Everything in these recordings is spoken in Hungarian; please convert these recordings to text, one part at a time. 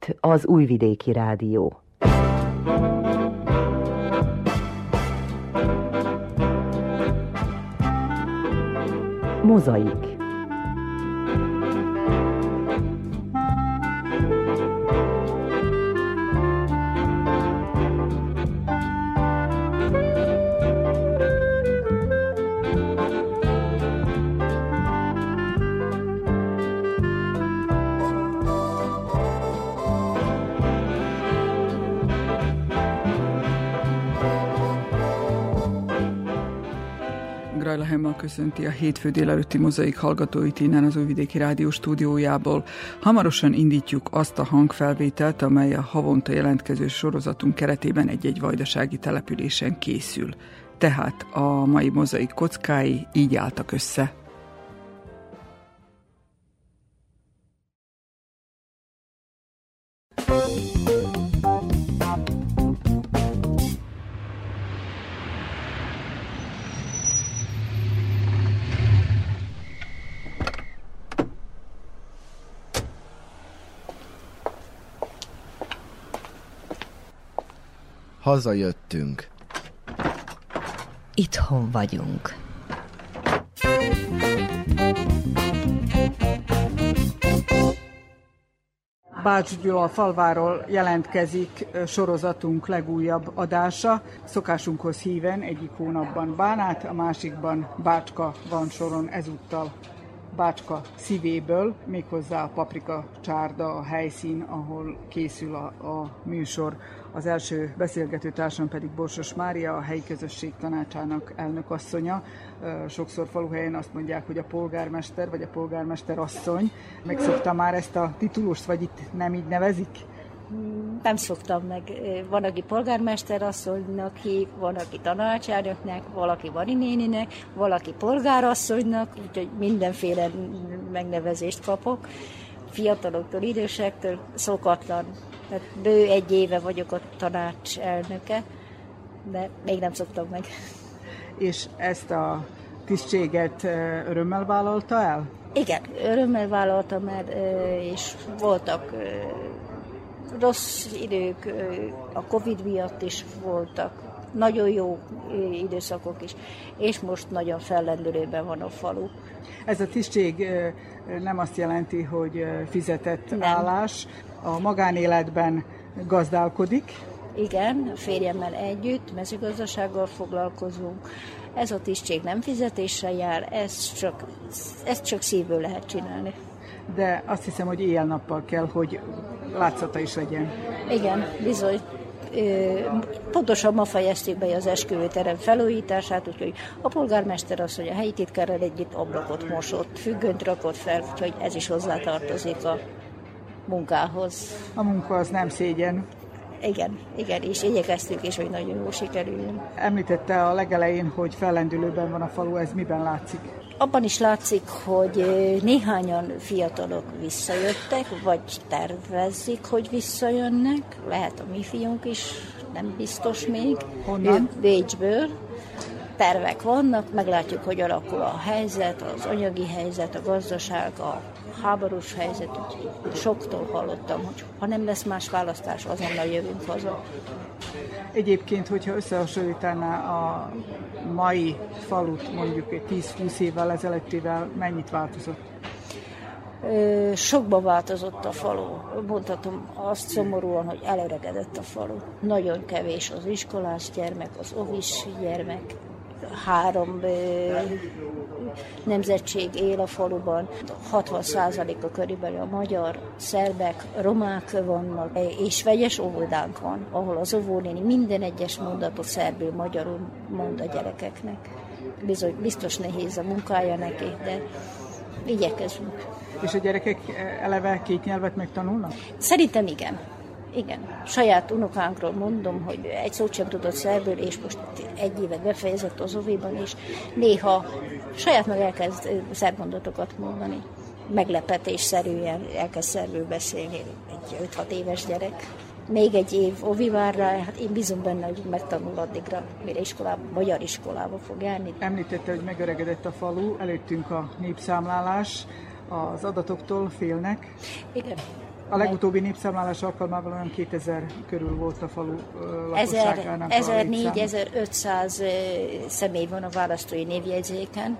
itt az Újvidéki Rádió. Mozaik. Grajla Hemma köszönti a hétfő délelőtti Mozaik hallgatóit innen az Újvidéki Rádió stúdiójából. Hamarosan indítjuk azt a hangfelvételt, amely a havonta jelentkező sorozatunk keretében egy-egy vajdasági településen készül. Tehát a mai Mozaik kockái így álltak össze. Hazajöttünk. Itthon vagyunk. Bács Gyula falváról jelentkezik sorozatunk legújabb adása. Szokásunkhoz híven egyik hónapban Bánát, a másikban Bácska van soron, ezúttal Bácska szívéből, méghozzá a Paprika csárda a helyszín, ahol készül a műsor. Az első beszélgető társam pedig Borsos Mária, a helyi közösség tanácsának elnökasszonya. Sokszor faluhelyen azt mondják, hogy a polgármester vagy a polgármester asszony. Megszoktam már ezt a titulust, vagy itt nem így nevezik? Nem szoktam meg. Van, aki polgármester asszonynak hív, van, aki tanácselnöknek, valaki Mari néninek, valaki polgárasszonynak, úgyhogy mindenféle megnevezést kapok. Fiataloktól, idősektől, szokatlan. Tehát bő egy éve vagyok a tanács elnöke, de még nem szoktam meg. És ezt a tisztséget örömmel vállalta el? Igen, örömmel vállaltam el, és voltak rossz idők, a Covid miatt is voltak, nagyon jó időszakok is, és most nagyon fellendülőben van a falu. Ez a tisztség nem azt jelenti, hogy fizetett állás, a magánéletben gazdálkodik. Igen, a férjemmel együtt, mezőgazdasággal foglalkozunk. Ez a tisztség nem fizetéssel jár, ezt csak szívből lehet csinálni. De azt hiszem, hogy éjjel-nappal kell, hogy látszata is legyen. Igen, bizony. Pontosan ma fejezték be az esküvőterem felújítását, úgyhogy a polgármester az, hogy a helyi titkárral együtt ablakot mosott, függönyt rakott fel, úgyhogy ez is hozzátartozik a munkához. A munka az nem szégyen. Igen, és igyekeztünk is, hogy nagyon jól sikerüljön. Említette a legelején, hogy fellendülőben van a falu, ez miben látszik? Abban is látszik, hogy néhányan fiatalok visszajöttek, vagy tervezzik, hogy visszajönnek. Lehet a mi fiunk is, nem biztos még. Honnan? Bécsből. Tervek vannak, meglátjuk, hogy alakul a helyzet, az anyagi helyzet, a gazdaság, a háborús helyzet. Soktól hallottam, hogy ha nem lesz más választás, azonnal jövünk haza. Egyébként, hogyha összehasonlítaná a mai falut mondjuk egy 10-20 évvel ezelőttivel, mennyit változott? Sokban változott a falu. Mondhatom azt szomorúan, hogy elöregedett a falu. Nagyon kevés az iskolás gyermek, az ovis gyermek. 3 nemzetség él a faluban, 60%-a körülbelül a magyar, szerbek, romák vannak, és vegyes óvodánk van, ahol az óvónéni minden egyes mondatot szerbül, magyarul mond a gyerekeknek. Biztos nehéz a munkája neki, de igyekezünk. És a gyerekek eleve 2 nyelvet megtanulnak? Szerintem igen. Igen. Saját unokánkról mondom, hogy egy szót sem tudott szerbül, és most 1 évet befejezett az óvéban, és néha saját meg elkezd szerbmondatokat mondani. Meglepetésszerűen elkezd szerbül beszélni egy 5-6 éves gyerek. Még 1 év óvi vár rá, hát én bízom benne, hogy megtanul addigra, mire magyar iskolába fog járni. Említette, hogy megöregedett a falu, előttünk a népszámlálás, az adatoktól félnek. Igen. A legutóbbi népszámlálás alkalmával olyan 2000 körül volt a falu lakosságának 1400-1500 személy van a választói névjegyzéken.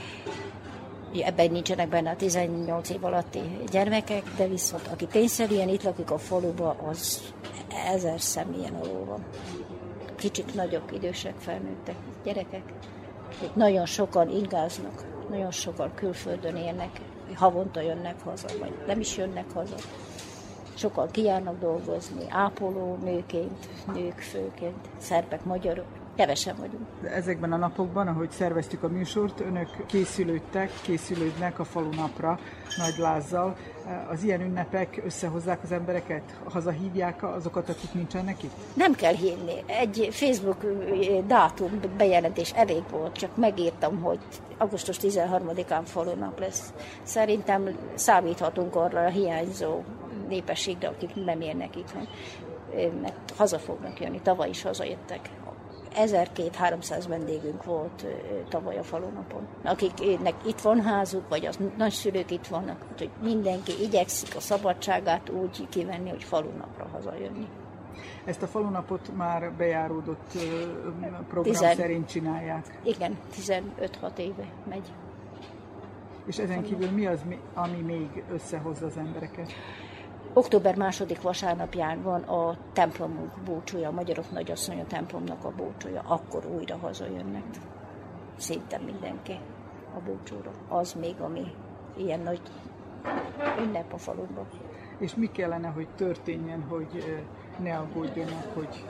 Ebben nincsenek benne a 18 év alatti gyermekek, de viszont aki tényszerűen itt lakik a faluban, az 1000 személyen alól van. Kicsik, nagyok, idősek, felnőttek, gyerekek. Itt nagyon sokan ingáznak, nagyon sokan külföldön élnek, havonta jönnek haza, vagy nem is jönnek haza. Sokan kijárnak dolgozni, ápoló nőként, nők főként, szerbek, magyarok. Kevesen vagyunk. Ezekben a napokban, ahogy szerveztük a műsort, önök készülődnek a falunapra nagy lázzal. Az ilyen ünnepek összehozzák az embereket? Hazahívják azokat, akik nincsenek itt? Nem kell hívni. Egy Facebook dátum bejelentés elég volt, csak megírtam, hogy augusztus 13-án falunap lesz. Szerintem számíthatunk arra a hiányzó népességre, akik nem érnek itt, mert haza fognak jönni. Tavaly is hazajöttek. 1200-300 vendégünk volt tavaly a falunapon. Akiknek itt van házuk, vagy az nagyszülők itt vannak, úgyhogy mindenki igyekszik a szabadságát úgy kivenni, hogy falunapra hazajönni. Ezt a falunapot már bejáródott program szerint csinálják? Igen, 15-6 éve megy. És ezen kívül mi az, ami még összehozza az embereket? Október 2. vasárnapján van a templomunk búcsúja, a Magyarok Nagyasszonya templomnak a búcsúja, akkor újra hazajönnek. Szinte mindenki a búcsúra. Az még, ami ilyen nagy ünnep a faluban. És mi kellene, hogy történjen, hogy ne aggódjanak, hogy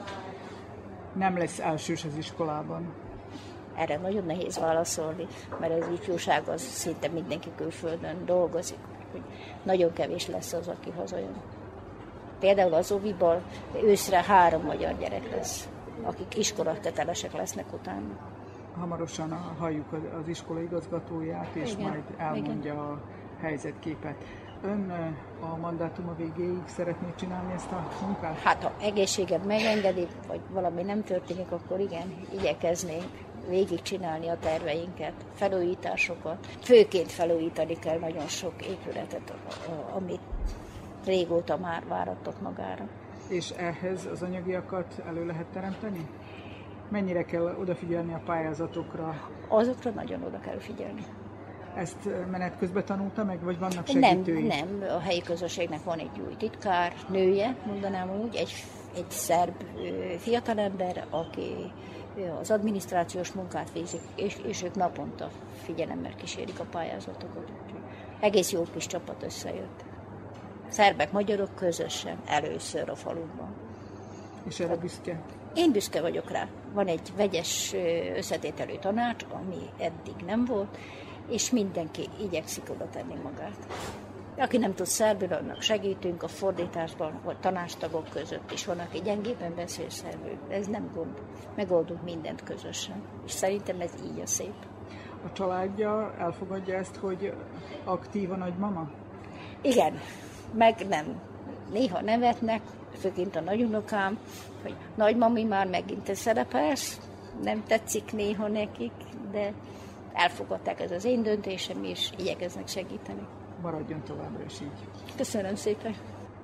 nem lesz elsős az iskolában? Erre nagyon nehéz válaszolni, mert az ifjúság az szinte mindenki külföldön dolgozik. Nagyon kevés lesz az, aki hazajön. Például az óviból őszre 3 magyar gyerek lesz, akik iskolakötelesek lesznek utána. Hamarosan halljuk az iskola igazgatóját, és igen, majd elmondja a helyzetképet. Ön a mandátuma végéig szeretné csinálni ezt a munkát? Hát, ha egészségem megengedi, vagy valami nem történik, akkor igen, igyekeznénk végigcsinálni a terveinket, felújításokat. Főként felújítani kell nagyon sok épületet, amit régóta már váratott magára. És ehhez az anyagiakat elő lehet teremteni? Mennyire kell odafigyelni a pályázatokra? Azokra nagyon oda kell figyelni. Ezt menet közben tanulta meg, vagy vannak segítői? Nem. A helyi közösségnek van egy új titkár, nője, mondanám úgy, egy szerb fiatalember, aki az adminisztrációs munkát végzik, és ők naponta figyelemmel kísérik a pályázatokat. Egész jó kis csapat összejött. Szerbek, magyarok közösen, először a faluban. És erre büszke? Én büszke vagyok rá. Van egy vegyes összetételű tanács, ami eddig nem volt, és mindenki igyekszik oda tenni magát. Aki nem tud szerbül, annak segítünk a fordításban, vagy tanácstagok között is van, aki gyengében beszél szerbül. Ez nem gond. Megoldunk mindent közösen. És szerintem ez így a szép. A családja elfogadja ezt, hogy aktív a nagymama? Igen, meg nem. Néha nevetnek, főként a nagyunokám, hogy nagymami már megint te szerepelsz, nem tetszik néha nekik, de elfogadták, ez az én döntésem, és igyekeznek segíteni. Maradjon továbbra is így. Köszönöm szépen.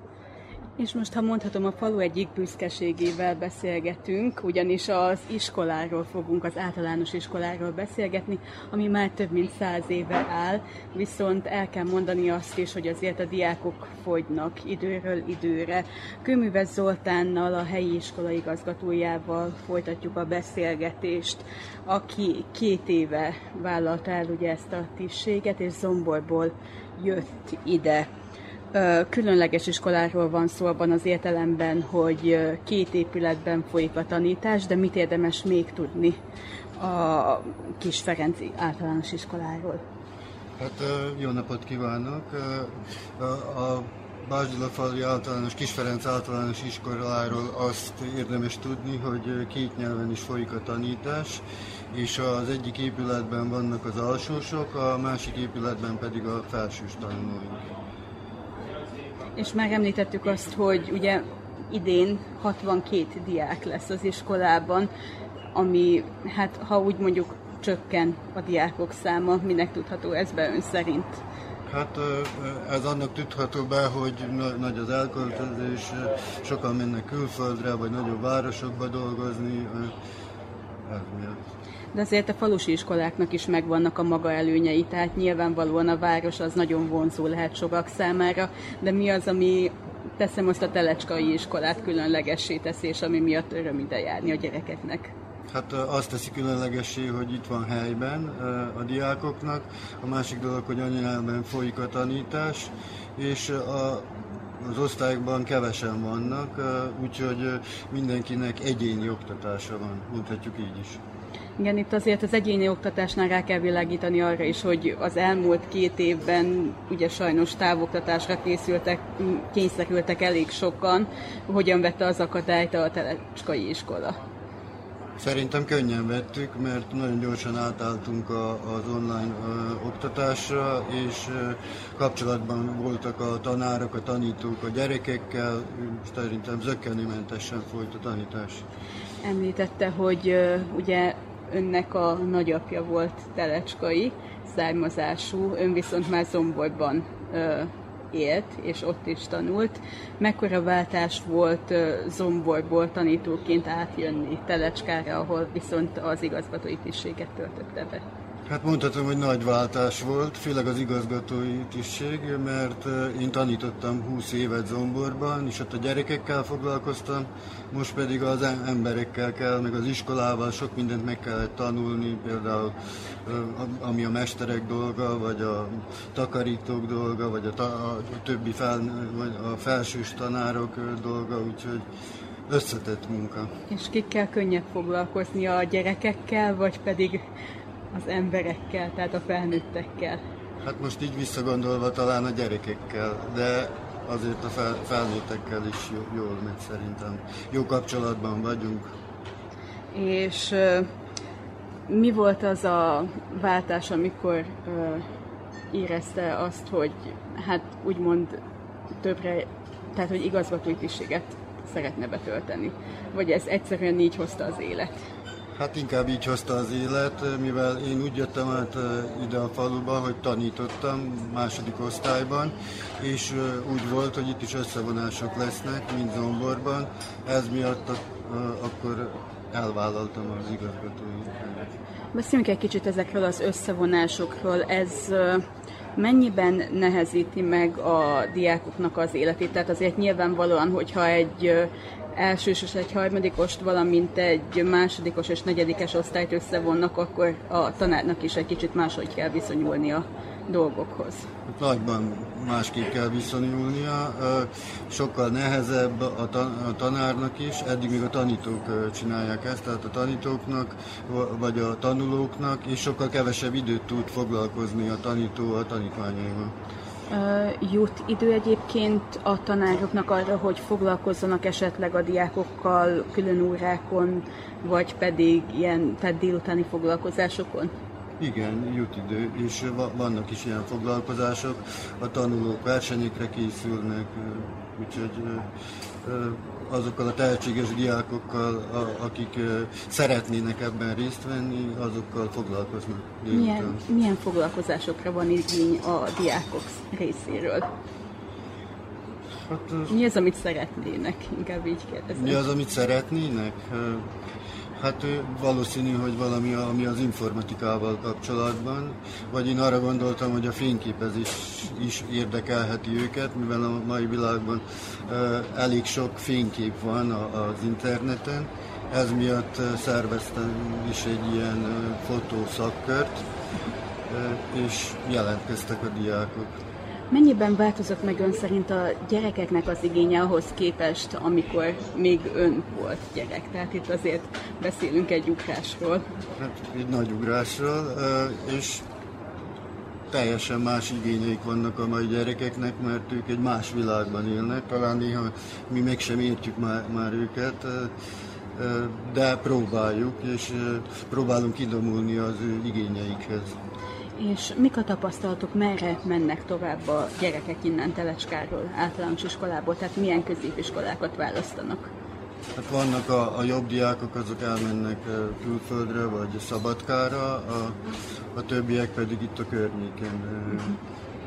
És most, ha mondhatom, a falu egyik büszkeségével beszélgetünk, ugyanis az iskoláról fogunk, az általános iskoláról beszélgetni, ami már több mint 100 éve áll, viszont el kell mondani azt is, hogy azért a diákok fogynak időről időre. Kőműves Zoltánnal, a helyi iskola igazgatójával folytatjuk a beszélgetést, aki 2 éve vállalta el ugye ezt a tisztséget, és Zomborból jött ide. Különleges iskoláról van szó abban az értelemben, hogy 2 épületben folyik a tanítás, de mit érdemes még tudni a Kis Ferenc általános iskoláról? Hát jó napot kívánok! A Básdilafalvi általános, Kis Ferenc általános iskoláról azt érdemes tudni, hogy 2 nyelven is folyik a tanítás, és az egyik épületben vannak az alsósok, a másik épületben pedig a felsős tanulóink. És már említettük azt, hogy ugye idén 62 diák lesz az iskolában, ami, hát ha úgy mondjuk, csökken a diákok száma, minek tudható ez be ön szerint? Hát ez annak tudható be, hogy nagy az elköltözés, sokan mennek külföldre, vagy nagyobb városokba dolgozni, ez miatt. De azért a falusi iskoláknak is megvannak a maga előnyei, tehát nyilvánvalóan a város az nagyon vonzó lehet sokak számára, de mi az, ami teszem azt a telecskai iskolát különlegessé teszi, és ami miatt öröm ide járni a gyerekeknek? Hát azt teszi különlegessé, hogy itt van helyben a diákoknak, a másik dolog, hogy anyanyelven folyik a tanítás, és az osztályokban kevesen vannak, úgyhogy mindenkinek egyéni oktatása van, mondhatjuk így is. Igen, itt azért az egyéni oktatásnál rá kell világítani arra is, hogy az elmúlt 2 évben ugye sajnos távoktatásra kényszerültek elég sokan. Hogyan vette az akadályt a telecskai iskola? Szerintem könnyen vettük, mert nagyon gyorsan átálltunk az online oktatásra, és kapcsolatban voltak a tanárok, a tanítók a gyerekekkel, szerintem zökkenőmentesen folyt a tanítás. Említette, hogy ugye önnek a nagyapja volt telecskai származású, ön viszont már Zomborban élt, és ott is tanult. Mekkora váltás volt Zomborból tanítóként átjönni Telecskára, ahol viszont az igazgatói tisztséget töltötte be? Hát mondhatom, hogy nagy váltás volt, főleg az igazgatói tisztség, mert én tanítottam 20 évet Zomborban, és ott a gyerekekkel foglalkoztam, most pedig az emberekkel kell, meg az iskolával sok mindent meg kellett tanulni, például ami a mesterek dolga, vagy a takarítók dolga, vagy a többi vagy a felsős tanárok dolga, úgyhogy összetett munka. És kikkel könnyebb foglalkozni, a gyerekekkel, vagy pedig az emberekkel, tehát a felnőttekkel? Hát most így visszagondolva talán a gyerekekkel, de azért a felnőttekkel is jól megy szerintem. Jó kapcsolatban vagyunk. És mi volt az a váltás, amikor érezte azt, hogy hát úgymond többre, tehát hogy igazgatói tisztséget szeretne betölteni? Vagy ez egyszerűen így hozta az élet? Hát inkább így hozta az élet, mivel én úgy jöttem át ide a faluba, hogy tanítottam második osztályban, és úgy volt, hogy itt is összevonások lesznek, mint Zomborban, ez miatt akkor elvállaltam az igazgatói helyet. Beszéljünk egy kicsit ezekről az összevonásokról. Ez mennyiben nehezíti meg a diákoknak az életét? Tehát azért nyilvánvalóan, hogyha egy elsős és egy harmadikost, valamint egy másodikos és negyedikes osztályt összevonnak, akkor a tanárnak is egy kicsit máshogy kell viszonyulni a dolgokhoz. Nagyban másképp kell viszonyulnia, sokkal nehezebb a tanárnak is, eddig még a tanítók csinálják ezt, tehát a tanítóknak vagy a tanulóknak, és sokkal kevesebb időt tud foglalkozni a tanító a tanítványaival. Jut idő egyébként a tanároknak arra, hogy foglalkozzanak esetleg a diákokkal külön órákon, vagy pedig ilyen, tehát délutáni foglalkozásokon? Igen, jut idő, és vannak is ilyen foglalkozások, a tanulók versenyekre készülnek, úgyhogy azokkal a tehetséges diákokkal, akik szeretnének ebben részt venni, azokkal foglalkoznak. Milyen foglalkozásokra van igény a diákok részéről? Hát, mi az, amit szeretnének? Inkább így kérdezem. Mi az, amit szeretnének? Hát valószínű, hogy valami, ami az informatikával kapcsolatban, vagy én arra gondoltam, hogy a fényképezés is érdekelheti őket, mivel a mai világban elég sok fénykép van az interneten, ez miatt szerveztem is egy ilyen fotószakkört, és jelentkeztek a diákok. Mennyiben változott meg ön szerint a gyerekeknek az igénye ahhoz képest, amikor még ön volt gyerek? Tehát itt azért beszélünk egy ugrásról. Hát egy nagy ugrásról, és teljesen más igényeik vannak a mai gyerekeknek, mert ők egy más világban élnek. Talán néha mi meg sem értjük már őket, de próbáljuk, és próbálunk idomulni az ő igényeikhez. És mik a tapasztalatok, merre mennek tovább a gyerekek innen Telecskáról, általános iskolából, tehát milyen középiskolákat választanak? Hát vannak a jobb diákok, azok elmennek külföldre vagy Szabadkára, a többiek pedig itt a környéken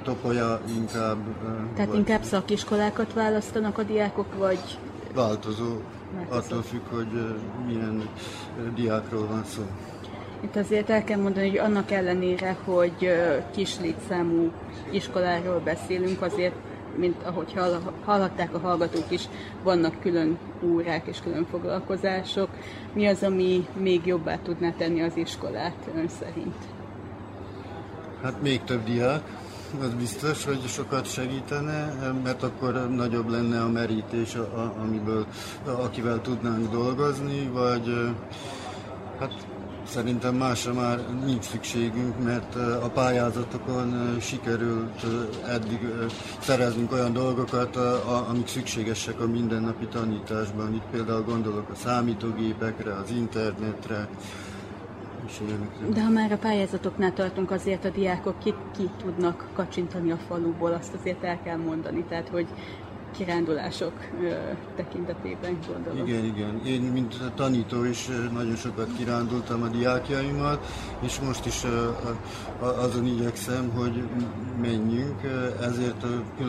Topolya inkább... Tehát inkább szakiskolákat választanak a diákok, vagy... Változó, attól függ, hogy milyen diákról van szó. Itt azért el kell mondani, hogy annak ellenére, hogy kis létszámú iskoláról beszélünk, azért, mint ahogy hallhatták a hallgatók is, vannak külön órák és külön foglalkozások. Mi az, ami még jobbá tudná tenni az iskolát ön szerint? Hát még több diák, az biztos, hogy sokat segítene, mert akkor nagyobb lenne a merítés, akivel tudnánk dolgozni, vagy hát szerintem másra már nincs szükségünk, mert a pályázatokon sikerült eddig szereznünk olyan dolgokat, amik szükségesek a mindennapi tanításban. Itt például gondolok a számítógépekre, az internetre. De ha már a pályázatoknál tartunk, azért a diákok ki tudnak kacsintani a faluból, azt azért el kell mondani, tehát hogy kirándulások tekintetében gondolom. Igen. Én, mint tanító is nagyon sokat kirándultam a diákjaimmal, és most is azon igyekszem, hogy menjünk, ezért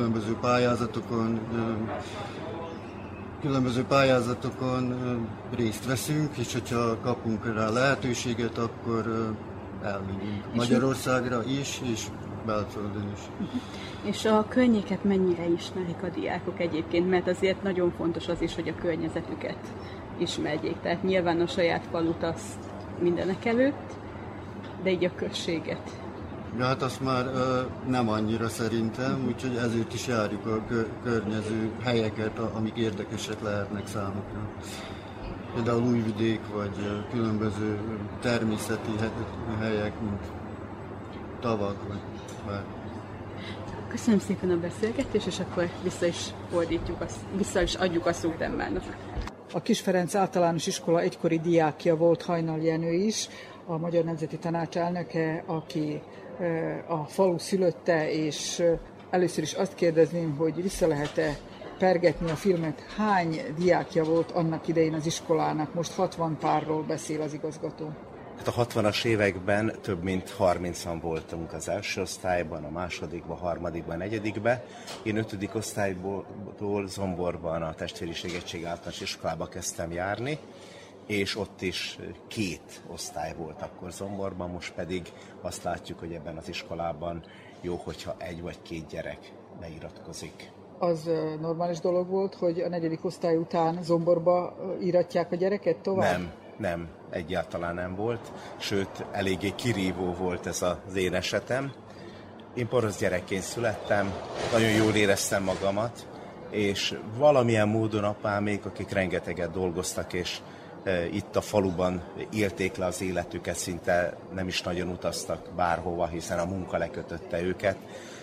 különböző pályázatokon részt veszünk, és hogyha kapunk rá lehetőséget, akkor elmegyünk Magyarországra is, és belföldön is. És a környéket mennyire ismerik a diákok egyébként, mert azért nagyon fontos az is, hogy a környezetüket ismerjék. Tehát nyilván a saját falut azt mindenek előtt, de így a községet. Ja, hát azt már nem annyira szerintem, úgyhogy ezért is járjuk a környező helyeket, amik érdekesek lehetnek számukra. Például Újvidék, vagy különböző természeti helyek, mint tavak, vagy bár. Köszönöm szépen a beszélgetést, és akkor vissza is adjuk a szót Emmárnak. A Kis Ferenc Általános Iskola egykori diákja volt Hajnal Jenő is, a Magyar Nemzeti Tanács elnöke, aki a falu szülötte, és először is azt kérdezném, hogy vissza lehet-e pergetni a filmet, hány diákja volt annak idején az iskolának, most 60 párról beszél az igazgató. Hát a 60-as években több mint 30-an voltunk az első osztályban, a másodikban, harmadikban, negyedikben. Én 5. osztályból Zomborban a Testvériség Egység Általános Iskolába kezdtem járni, és ott is 2 osztály volt akkor Zomborban, most pedig azt látjuk, hogy ebben az iskolában jó, hogyha 1 vagy 2 gyerek beiratkozik. Az normális dolog volt, hogy a 4. osztály után Zomborba íratják a gyereket tovább? Nem, egyáltalán nem volt, sőt, eléggé kirívó volt ez az én esetem. Én porosz gyerekként születtem, nagyon jól éreztem magamat, és valamilyen módon apámék, akik rengeteget dolgoztak, és itt a faluban élték le az életüket, szinte nem is nagyon utaztak bárhova, hiszen a munka lekötötte őket.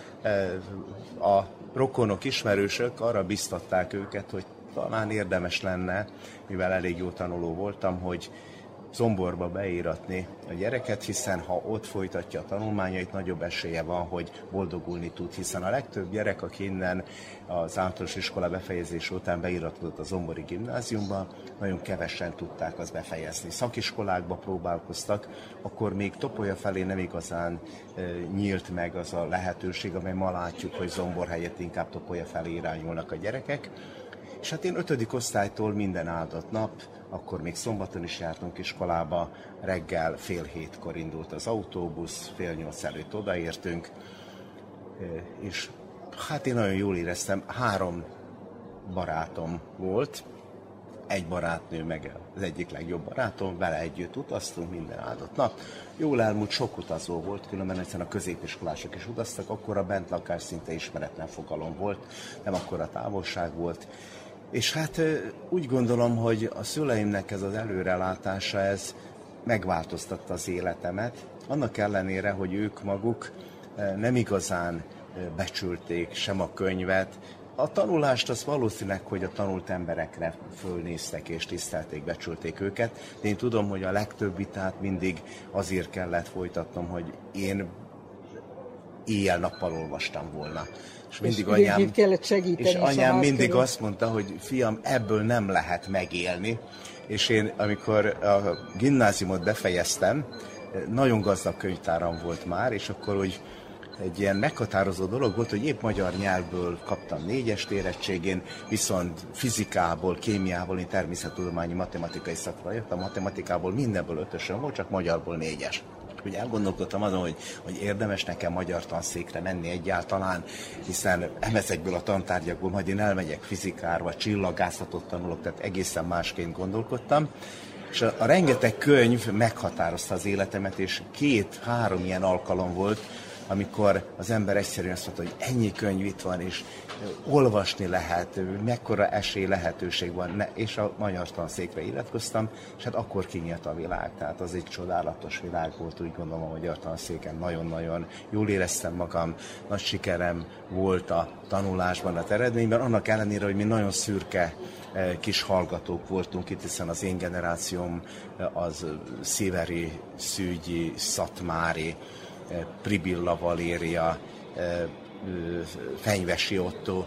A rokonok, ismerősök arra biztatták őket, hogy talán érdemes lenne, mivel elég jó tanuló voltam, hogy Zomborba beíratni a gyereket, hiszen ha ott folytatja a tanulmányait, nagyobb esélye van, hogy boldogulni tud, hiszen a legtöbb gyerek, aki innen az általános iskola befejezés után beiratkozott a zombori gimnáziumba, nagyon kevesen tudták azt befejezni. Szakiskolákba próbálkoztak, akkor még Topolya felé nem igazán nyílt meg az a lehetőség, amely ma látjuk, hogy Zombor helyett inkább Topolya felé irányulnak a gyerekek. És hát én 5. osztálytól minden áldott nap, akkor még szombaton is jártunk iskolába, reggel 6:30 indult az autóbusz, 7:30 előtt odaértünk, és hát én nagyon jól éreztem, 3 barátom volt, 1 barátnő meg az egyik legjobb barátom, vele együtt utaztunk minden áldott nap. Jól elmúlt, sok utazó volt, különben egyszerűen a középiskolások is utaztak, akkor a bentlakás szinte ismeretlen fogalom volt, nem akkora távolság volt. És hát úgy gondolom, hogy a szüleimnek ez az előrelátása, ez megváltoztatta az életemet. Annak ellenére, hogy ők maguk nem igazán becsülték sem a könyvet. A tanulást az valószínűleg, hogy a tanult emberekre fölnéztek és tisztelték, becsülték őket. De én tudom, hogy a legtöbb vitát mindig azért kellett folytatnom, hogy én éjjel-nappal olvastam volna. És mindig anyám mindig azt mondta, hogy fiam, ebből nem lehet megélni. És én, amikor a gimnáziumot befejeztem, nagyon gazdag könyvtáram volt már, és akkor úgy egy ilyen meghatározó dolog volt, hogy épp magyar nyelvből kaptam 4-est érettségén, viszont fizikából, kémiából, én természettudományi matematikai szakra jöttem, matematikából mindenből 5-ösön volt, csak magyarból 4-es. Úgy elgondolkodtam azon, hogy érdemes nekem magyar tanszékre menni egyáltalán, hiszen ezekből a tantárgyakból majd én elmegyek fizikára, vagy csillagászatot tanulok, tehát egészen másként gondolkodtam. És a rengeteg könyv meghatározta az életemet, és 2-3 ilyen alkalom volt, amikor az ember egyszerűen azt mondta, hogy ennyi könyv itt van, és olvasni lehet, mekkora esély, lehetőség van, és a magyar tanszékre iratkoztam, és hát akkor kinyílt a világ. Tehát az egy csodálatos világ volt, úgy gondolom, a magyar tanszéken nagyon-nagyon jól éreztem magam, nagy sikerem volt a tanulásban, az eredményben, annak ellenére, hogy mi nagyon szürke kis hallgatók voltunk itt, hiszen az én generációm az sziveri, szűgyi, szatmári, Pribilla Valéria, Fenyvesi Otto,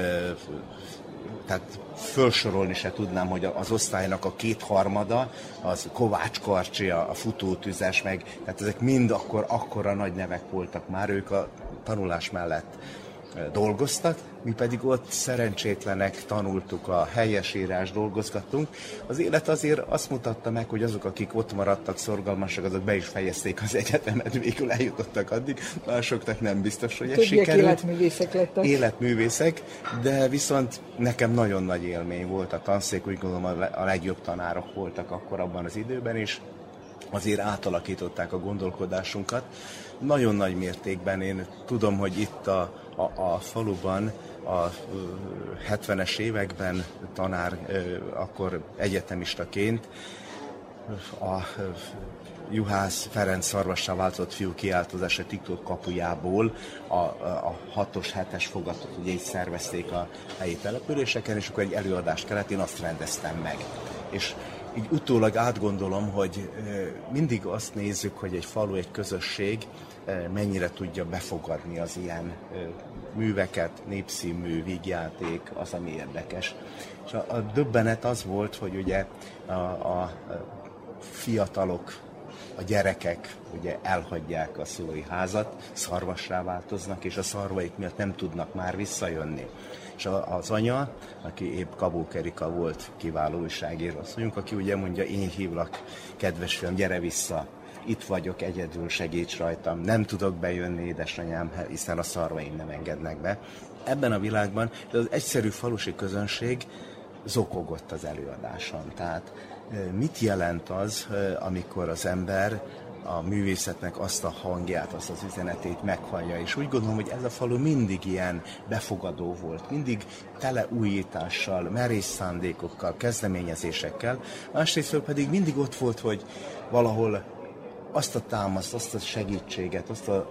tehát felsorolni se tudnám, hogy az osztálynak a 2/3 az Kovács Karcsi, a futótüzes meg, tehát ezek mind akkora nagy nevek voltak már, ők a tanulás mellett dolgoztak, mi pedig ott szerencsétlenek tanultuk, a helyesírás dolgozgattunk. Az élet azért azt mutatta meg, hogy azok, akik ott maradtak szorgalmasak, azok be is fejezték az egyetemet, végül eljutottak addig, másoknak nem biztos, hogy ez sikerült. Életművészek lettek. Életművészek, de viszont nekem nagyon nagy élmény volt a tanszék, úgy gondolom a legjobb tanárok voltak akkor abban az időben is, azért átalakították a gondolkodásunkat. Nagyon nagy mértékben én tudom, hogy itt a faluban a 70-es években tanár, akkor egyetemistaként a Juhász Ferenc szarvassá váltott fiú kiáltozása TikTok kapujából a 6-os, 7-es fogatot ugye így szervezték a helyi településeken, és akkor egy előadást kellett, én azt rendeztem meg. És így utólag átgondolom, hogy mindig azt nézzük, hogy egy falu, egy közösség mennyire tudja befogadni az ilyen műveket, népszínmű, vígjáték, az, ami érdekes. És a döbbenet az volt, hogy ugye a fiatalok, a gyerekek ugye elhagyják a szülői házat, szarvassá változnak, és a szarvaik miatt nem tudnak már visszajönni. És az anya, aki épp Kabók Erika volt, kiváló újságíró asszonyunk, aki ugye mondja, én hívlak, kedves fiam, gyere vissza, itt vagyok, egyedül, segíts rajtam, nem tudok bejönni, édesanyám, hiszen a szarvaim nem engednek be. Ebben a világban az egyszerű falusi közönség zokogott az előadáson. Tehát mit jelent az, amikor az ember a művészetnek azt a hangját, azt az üzenetét meghallja, és úgy gondolom, hogy ez a falu mindig ilyen befogadó volt, mindig tele újítással, merész szándékokkal, kezdeményezésekkel, másrészt pedig mindig ott volt, hogy valahol azt a támaszt, azt a segítséget, azt a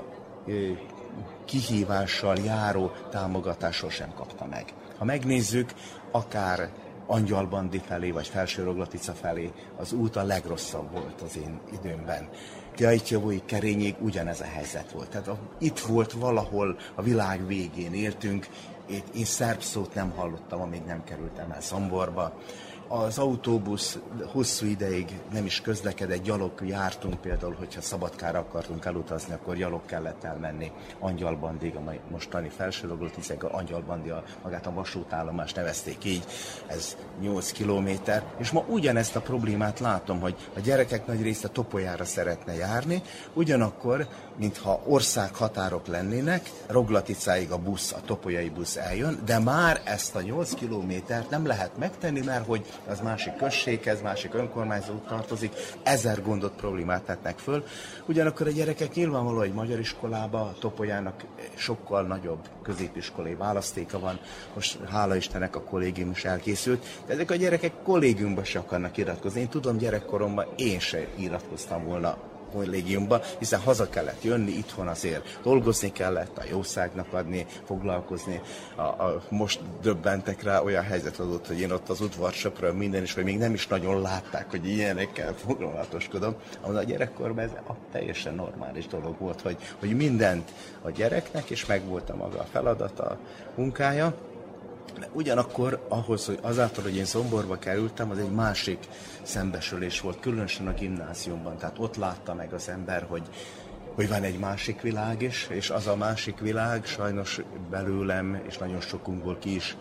kihívással járó támogatást sosem kapta meg. Ha megnézzük, akár Angyalbandi felé, vagy Felső-Roglatica felé, az út a legrosszabb volt az én időmben. Kjajtjavói Kerényig ugyanez a helyzet volt. Tehát itt volt valahol, a világ végén éltünk, én szerb szót nem hallottam, amíg nem kerültem el Szomborba. Az autóbusz hosszú ideig nem is közlekedett, gyalog jártunk például, hogyha Szabadkára akartunk elutazni, akkor gyalog kellett elmenni Angyalbandig, a mostani Felső-Roglaticáig, Angyalbandi, magát a vasútállomást nevezték így, ez 8 kilométer, és ma ugyanezt a problémát látom, hogy a gyerekek nagy része Topolyára szeretne járni, ugyanakkor, mintha országhatárok lennének, Roglaticáig a busz, a topolyai busz eljön, de már ezt a 8 kilométert nem lehet megtenni, mert hogy az másik községhez, másik önkormányzót tartozik, 1000 gondot, problémát tettnek föl. Ugyanakkor a gyerekek nyilvánvalóan egy magyar iskolába, a Topolyának sokkal nagyobb középiskolai választéka van, most hála Istennek a kollégium is elkészült, de ezek a gyerekek kollégiumba se akarnak iratkozni. Én tudom, gyerekkoromban én se iratkoztam volna kollégiumba, hiszen haza kellett jönni, itthon azért dolgozni kellett, a jószágnak adni, foglalkozni. Most döbbentek rá, olyan helyzet adott, hogy én ott az udvarsöprön minden is, vagy még nem is nagyon látták, hogy ilyenekkel foglalatoskodom. A gyerekkorban ez teljesen normális dolog volt, hogy mindent a gyereknek, és megvolt a maga a feladata, a munkája. Ugyanakkor ahhoz, hogy azáltal, hogy én Szomborba kerültem, az egy másik szembesülés volt, különösen a gimnáziumban. Tehát ott látta meg az ember, hogy hogy van egy másik világ is, és az a másik világ sajnos belőlem, és nagyon sokunkból ki is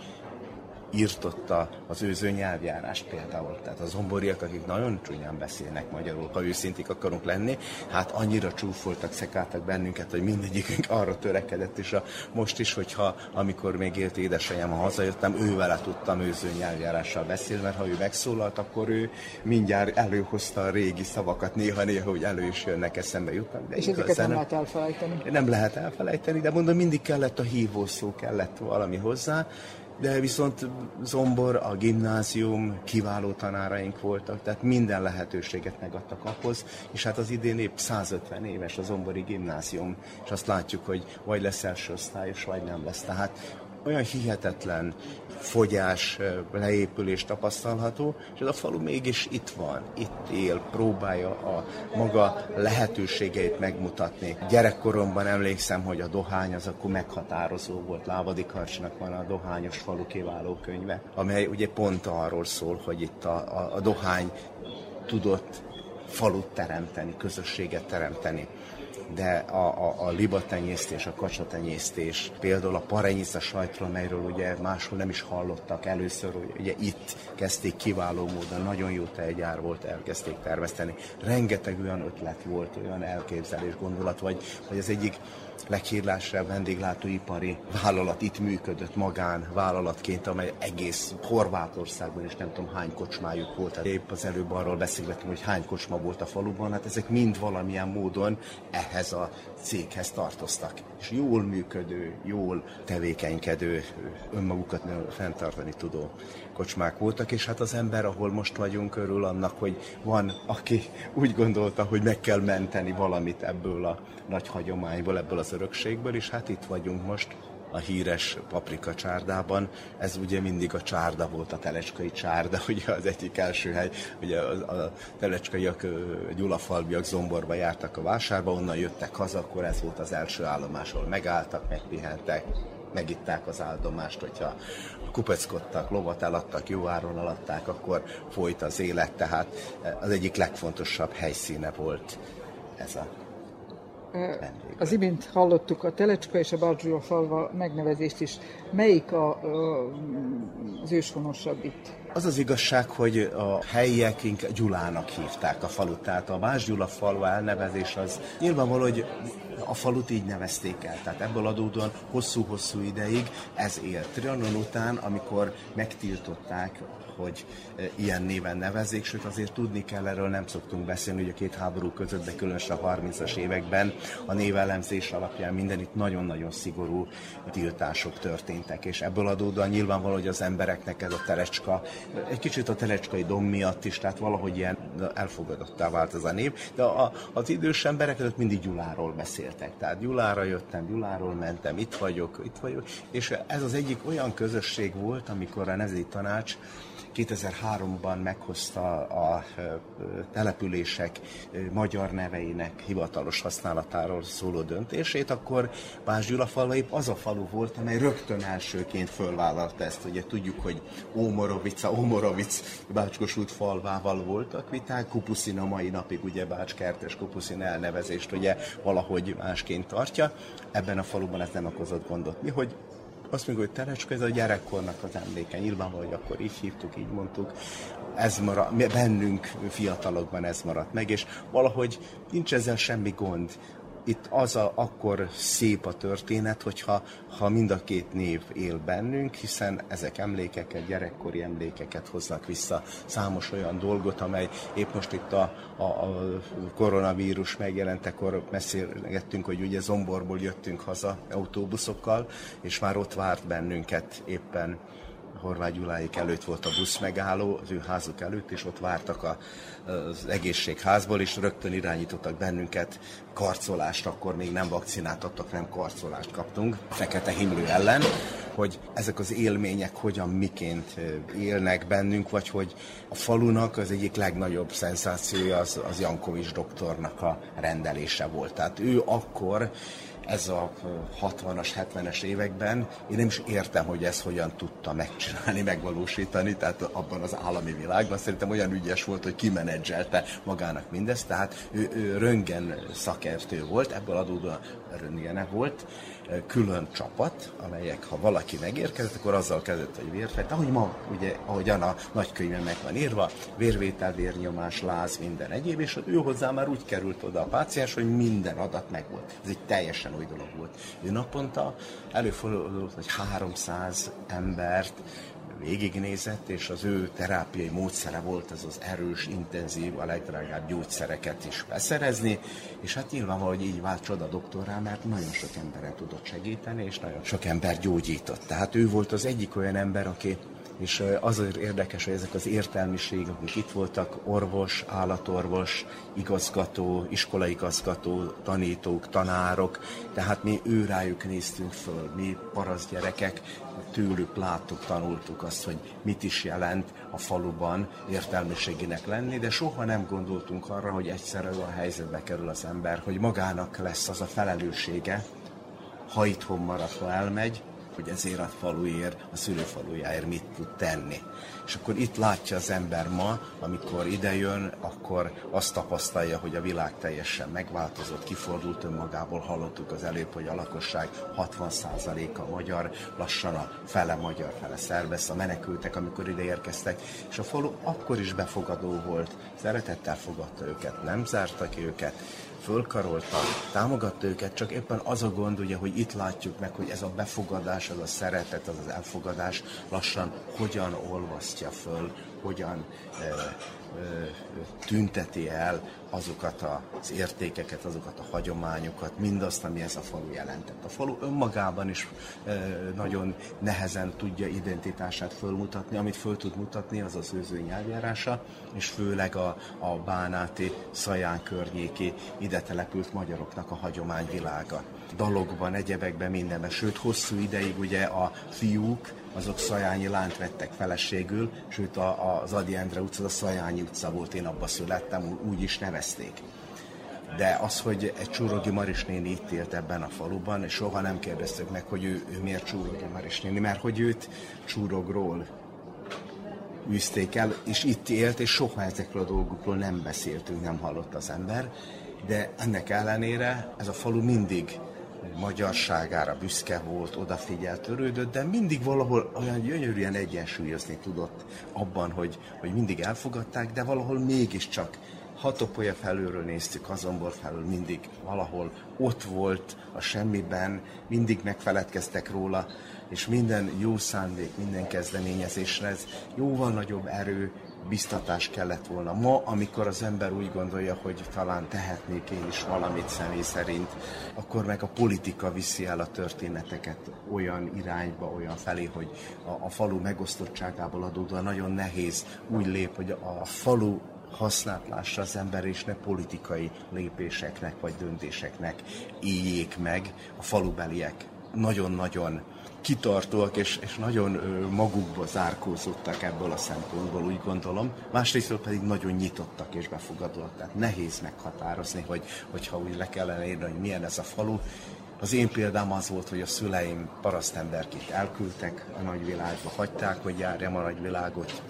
írtotta az őző nyelvjárást például. Tehát a zomboriak, akik nagyon csúnyán beszélnek magyarul, ha őszinték akarunk lenni, hát annyira csúfoltak, szekáltak bennünket, hogy mindegyikünk arra törekedett, és most is, hogyha amikor még élt édesanyám, ha hazajöttem, ővele tudtam őző nyelvjárással beszélni, mert ha ő megszólalt, akkor ő mindjárt előhozta a régi szavakat, néha-néha, hogy elő is jönnek, eszembe jutnak. És ezeket nem lehet elfelejteni? Nem lehet elfelejteni, de mondom, mindig kellett a hívószó, kellett valami hozzá. De viszont Zombor, a gimnázium, kiváló tanáraink voltak, tehát minden lehetőséget megadtak ahhoz, és hát az idén épp 150 éves a zombori gimnázium, és azt látjuk, hogy vagy lesz első osztályos, vagy nem lesz. Tehát olyan hihetetlen fogyás, leépülés tapasztalható, és ez a falu mégis itt van, itt él, próbálja a maga lehetőségeit megmutatni. Gyerekkoromban emlékszem, hogy a dohány az akkor meghatározó volt. Lávadi Karcsnak van a Dohányos falu kiváló könyve, amely ugye pont arról szól, hogy itt a dohány tudott falut teremteni, közösséget teremteni. De a libatenyésztés, a kacsatenyésztés, például a parenyica sajtról, amelyről ugye máshol nem is hallottak először, ugye itt kezdték kiváló módon, nagyon jó tejgyár volt, elkezdték termeszteni. Rengeteg olyan ötlet volt, olyan elképzelés, gondolat, vagy az egyik leghírlásra vendéglátóipari vállalat itt működött magánvállalatként, amely egész Horvátországban is nem tudom hány kocsmájuk volt. Hát épp az előbb arról beszélgetünk, hogy hány kocsma volt a faluban, hát ezek mind valamilyen módon ehhez a céghez tartoztak. És jól működő, jól tevékenykedő, önmagukat fenntartani tudó kocsmák voltak, és hát az ember, ahol most vagyunk, örül annak, hogy van, aki úgy gondolta, hogy meg kell menteni valamit ebből a nagy hagyományból, ebből az örökségből, és hát itt vagyunk most a híres Paprika csárdában. Ez ugye mindig a csárda volt, a telecskai csárda, ugye az egyik első hely, ugye a telecskaiak, gyulafalviak Zomborba jártak a vásárba, onnan jöttek haza, akkor ez volt az első állomás, ahol megálltak, megpihentek, megitták az áldomást, hogyha kupeckodtak, lovat eladtak, jó áron eladták, akkor folyt az élet, tehát az egyik legfontosabb helyszíne volt ez a vendég. Az imént hallottuk a Telecska és a Bárgyulafalva megnevezést is. Melyik az őshonosabb itt? Az az igazság, hogy a helyiek inkább Gyulának hívták a falut, tehát a Bárgyulafalva elnevezés az nyilvánvaló, hogy a falut így nevezték el, tehát ebből adódóan hosszú-hosszú ideig ez élt. Trianon után, amikor megtiltották, hogy ilyen néven nevezzék, sőt azért tudni kell, erről nem szoktunk beszélni, hogy a két háború között, de különösen a 30-as években a névelemzés alapján minden itt nagyon-nagyon szigorú tiltások történtek, és ebből adódóan nyilvánvaló, hogy az embereknek ez a Telecska, egy kicsit a telecskai dom miatt is, tehát valahogy ilyen elfogadottá vált ez a név, de az idős emberek előtt mindig Gyuláról beszéltek, tehát Gyulára jöttem, Gyuláról mentem, itt vagyok, és ez az egyik olyan közösség volt, amikor a Nemzeti Tanács 2003-ban meghozta a települések magyar neveinek hivatalos használatáról szóló döntését, akkor Bárgyulafalva épp az a falu volt, amely rögtön elsőként fölvállalta ezt. Ugye tudjuk, hogy Ómorovic Bács-Kossuth falvával voltak viták, Kupuszin a mai napig ugye Bács-Kertes Kupuszin elnevezést ugye valahogy másként tartja. Ebben a faluban ez nem okozott gondot. Mi, hogy azt mondjuk, hogy Telecska, ez a gyerekkornak az emléke. Nyilvánvaló, hogy akkor így hívtuk, így mondtuk. Ez maradt, bennünk fiatalokban ez maradt meg, és valahogy nincs ezzel semmi gond. Itt akkor szép a történet, hogyha mind a két név él bennünk, hiszen ezek emlékeket, gyerekkori emlékeket hoznak vissza, számos olyan dolgot, amely épp most itt a koronavírus megjelentekor beszélgettünk, hogy ugye Zomborból jöttünk haza autóbuszokkal, és már ott várt bennünket éppen Horváth Gyuláék előtt volt a buszmegálló, az ő házuk előtt, és ott vártak az egészségházból, és rögtön irányítottak bennünket karcolást, akkor még nem vakcinát adtak, nem karcolást kaptunk fekete himlő ellen, hogy ezek az élmények hogyan, miként élnek bennünk, vagy hogy a falunak az egyik legnagyobb szenzációja az Jankovics doktornak a rendelése volt. Tehát ő akkor ez a 60-as, 70-es években én nem is értem, hogy ezt hogyan tudta megcsinálni, megvalósítani, tehát abban az állami világban szerintem olyan ügyes volt, hogy kimenedzselte magának mindezt, tehát ő röntgen szakértő volt, ebből adódóan röntgene volt, külön csapat, amelyek, ha valaki megérkezett, akkor azzal kezdett, hogy vért vett, ahogy ma, ugye, ahogyan a nagykönyvben meg van írva, vérvétel, vérnyomás, láz, minden egyéb, és ő hozzá már úgy került oda a páciens, hogy minden adat megvolt. Ez egy teljesen új dolog volt. Ő naponta előfordult, hogy 300 embert végignézett, és az ő terápiai módszere volt ez az erős, intenzív, a legdrágább gyógyszereket is beszerezni, és hát nyilvánvaló, hogy így vált csoda doktorrá, mert nagyon sok emberen tudott segíteni, és nagyon sok ember gyógyított. Tehát ő volt az egyik olyan ember, aki, és azért érdekes, hogy ezek az értelmiségek, akik itt voltak, orvos, állatorvos, igazgató, iskolaigazgató, tanítók, tanárok, tehát mi őrájuk néztünk föl, mi parasztgyerekek, tőlük láttuk, tanultuk azt, hogy mit is jelent a faluban értelmiséginek lenni, de soha nem gondoltunk arra, hogy egyszerre olyan helyzetbe kerül az ember, hogy magának lesz az a felelőssége, ha itthon marad, ha elmegy, hogy ezért a faluért, a szülőfalujáért mit tud tenni. És akkor itt látja az ember ma, amikor idejön, akkor azt tapasztalja, hogy a világ teljesen megváltozott, kifordult önmagából, hallottuk az előbb, hogy a lakosság 60%-a magyar, lassan a fele magyar, fele szerbesz, a menekültek, amikor ide érkeztek, és a falu akkor is befogadó volt, szeretettel fogadta őket, nem zárta ki őket, fölkarolta, támogatta őket, csak éppen az a gond, ugye, hogy itt látjuk meg, hogy ez a befogadás, az a szeretet, az az elfogadás lassan hogyan olvasztja föl, hogyan tünteti el azokat az értékeket, azokat a hagyományokat, mindazt, ami ez a falu jelentett. A falu önmagában is nagyon nehezen tudja identitását fölmutatni, amit föl tud mutatni, az az őző nyelvjárása, és főleg a bánáti, szaján környéki, ide települt magyaroknak a hagyományvilága. Dalokban, egyebekben, mindenben, sőt hosszú ideig ugye a fiúk, azok szajányi lányt vettek feleségül, sőt az Ady Endre utca, a Szajányi utca volt, én abba születtem, úgy is nevezték. De az, hogy egy Csúrogi Maris néni itt élt ebben a faluban, és soha nem kérdeztük meg, hogy ő miért Csúrogi Maris néni, mert hogy őt Csúrogról űzték el, és itt élt, és soha ezekről a dolgokról nem beszéltünk, nem hallott az ember, de ennek ellenére ez a falu mindig magyarságára büszke volt, odafigyelt, törődött, de mindig valahol olyan gyönyörűen egyensúlyozni tudott abban, hogy mindig elfogadták, de valahol mégiscsak, ha Topolya felülről néztük, Hazombor felül mindig valahol ott volt a semmiben, mindig megfeledkeztek róla, és minden jó szándék, minden kezdeményezésre ez jóval nagyobb erő, biztatás kellett volna. Ma, amikor az ember úgy gondolja, hogy talán tehetnék én is valamit személy szerint, akkor meg a politika viszi el a történeteket olyan irányba, olyan felé, hogy a falu megosztottságából adódóan nagyon nehéz úgy lép, hogy a falu hasznát lássa az ember, és ne politikai lépéseknek vagy döntéseknek éljék meg a falubeliek. Nagyon-nagyon kitartóak, és nagyon magukba zárkózottak ebből a szempontból, úgy gondolom. Másrésztről pedig nagyon nyitottak és befogadóak. Tehát nehéz meghatározni, hogyha úgy le kellene írni, hogy milyen ez a falu. Az én példám az volt, hogy a szüleim parasztemberként elküldtek a nagyvilágba, hagyták, hogy járjam a nagyvilágot,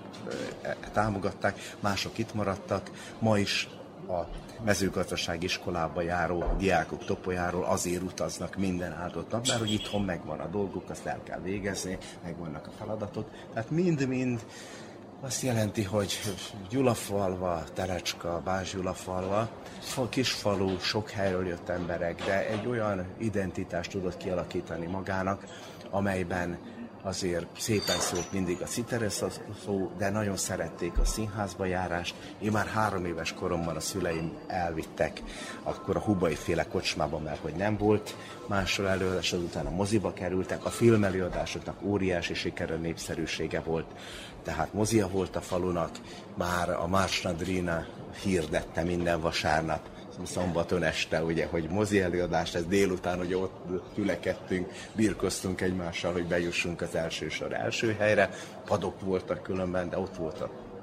támogatták, mások itt maradtak. Ma is a mezőgazdasági iskolába járó diákok Topolyáról azért utaznak minden áldott nap, mert hogy itthon megvan a dolguk, azt el kell végezni, megvannak a feladatok. Tehát mind-mind azt jelenti, hogy Gyulafalva, Terecska, Bács-Gyulafalva, kis falu, sok helyről jött emberek, de egy olyan identitást tudott kialakítani magának, amelyben azért szépen szólt mindig a citeresz szó, de nagyon szerették a színházba járást. Én már 3 éves koromban a szüleim elvittek akkor a Hubai féle kocsmába, mert hogy nem volt másról előadás, azután a moziba kerültek. A filmelőadásoknak óriási sikere, népszerűsége volt, tehát mozia volt a falunak, már a Márcsna Drina hirdette minden vasárnap, szombaton este, ugye, hogy mozi előadás, ez délután, hogy ott tülekedtünk, birkoztunk egymással, hogy bejussunk az első sor első helyre. Padok voltak különben, de ott volt a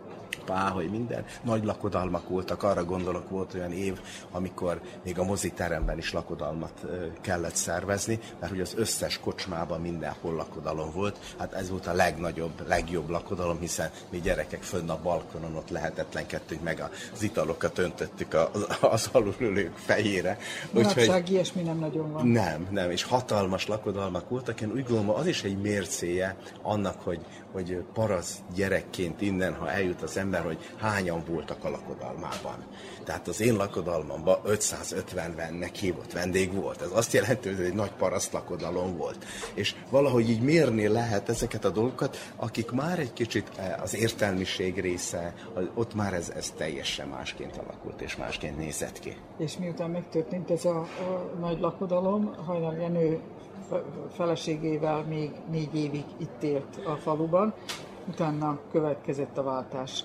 pá, hogy minden. Nagy lakodalmak voltak, arra gondolok, volt olyan év, amikor még a moziteremben is lakodalmat kellett szervezni, mert hogy az összes kocsmában mindenhol lakodalom volt. Hát ez volt a legjobb lakodalom, hiszen mi gyerekek fönn a balkonon ott lehetetlenkedtünk, meg az italokat öntöttük az alulülők fejére. Manapság ilyesmi nem nagyon van. Nem, és hatalmas lakodalmak voltak. Én úgy gondolom, az is egy mércéje annak, hogy parasz gyerekként innen, ha eljut az ember, hogy hányan voltak a lakodalmában. Tehát az én lakodalmamban 550-nek hívott vendég volt. Ez azt jelenti, hogy egy nagy paraszt lakodalom volt. És valahogy így mérni lehet ezeket a dolgokat, akik már egy kicsit az értelmiség része, ott már ez teljesen másként alakult, és másként nézett ki. És miután megtörtént ez a nagy lakodalom, Hajnal Jenő feleségével még 4 évig itt élt a faluban, utána következett a váltás.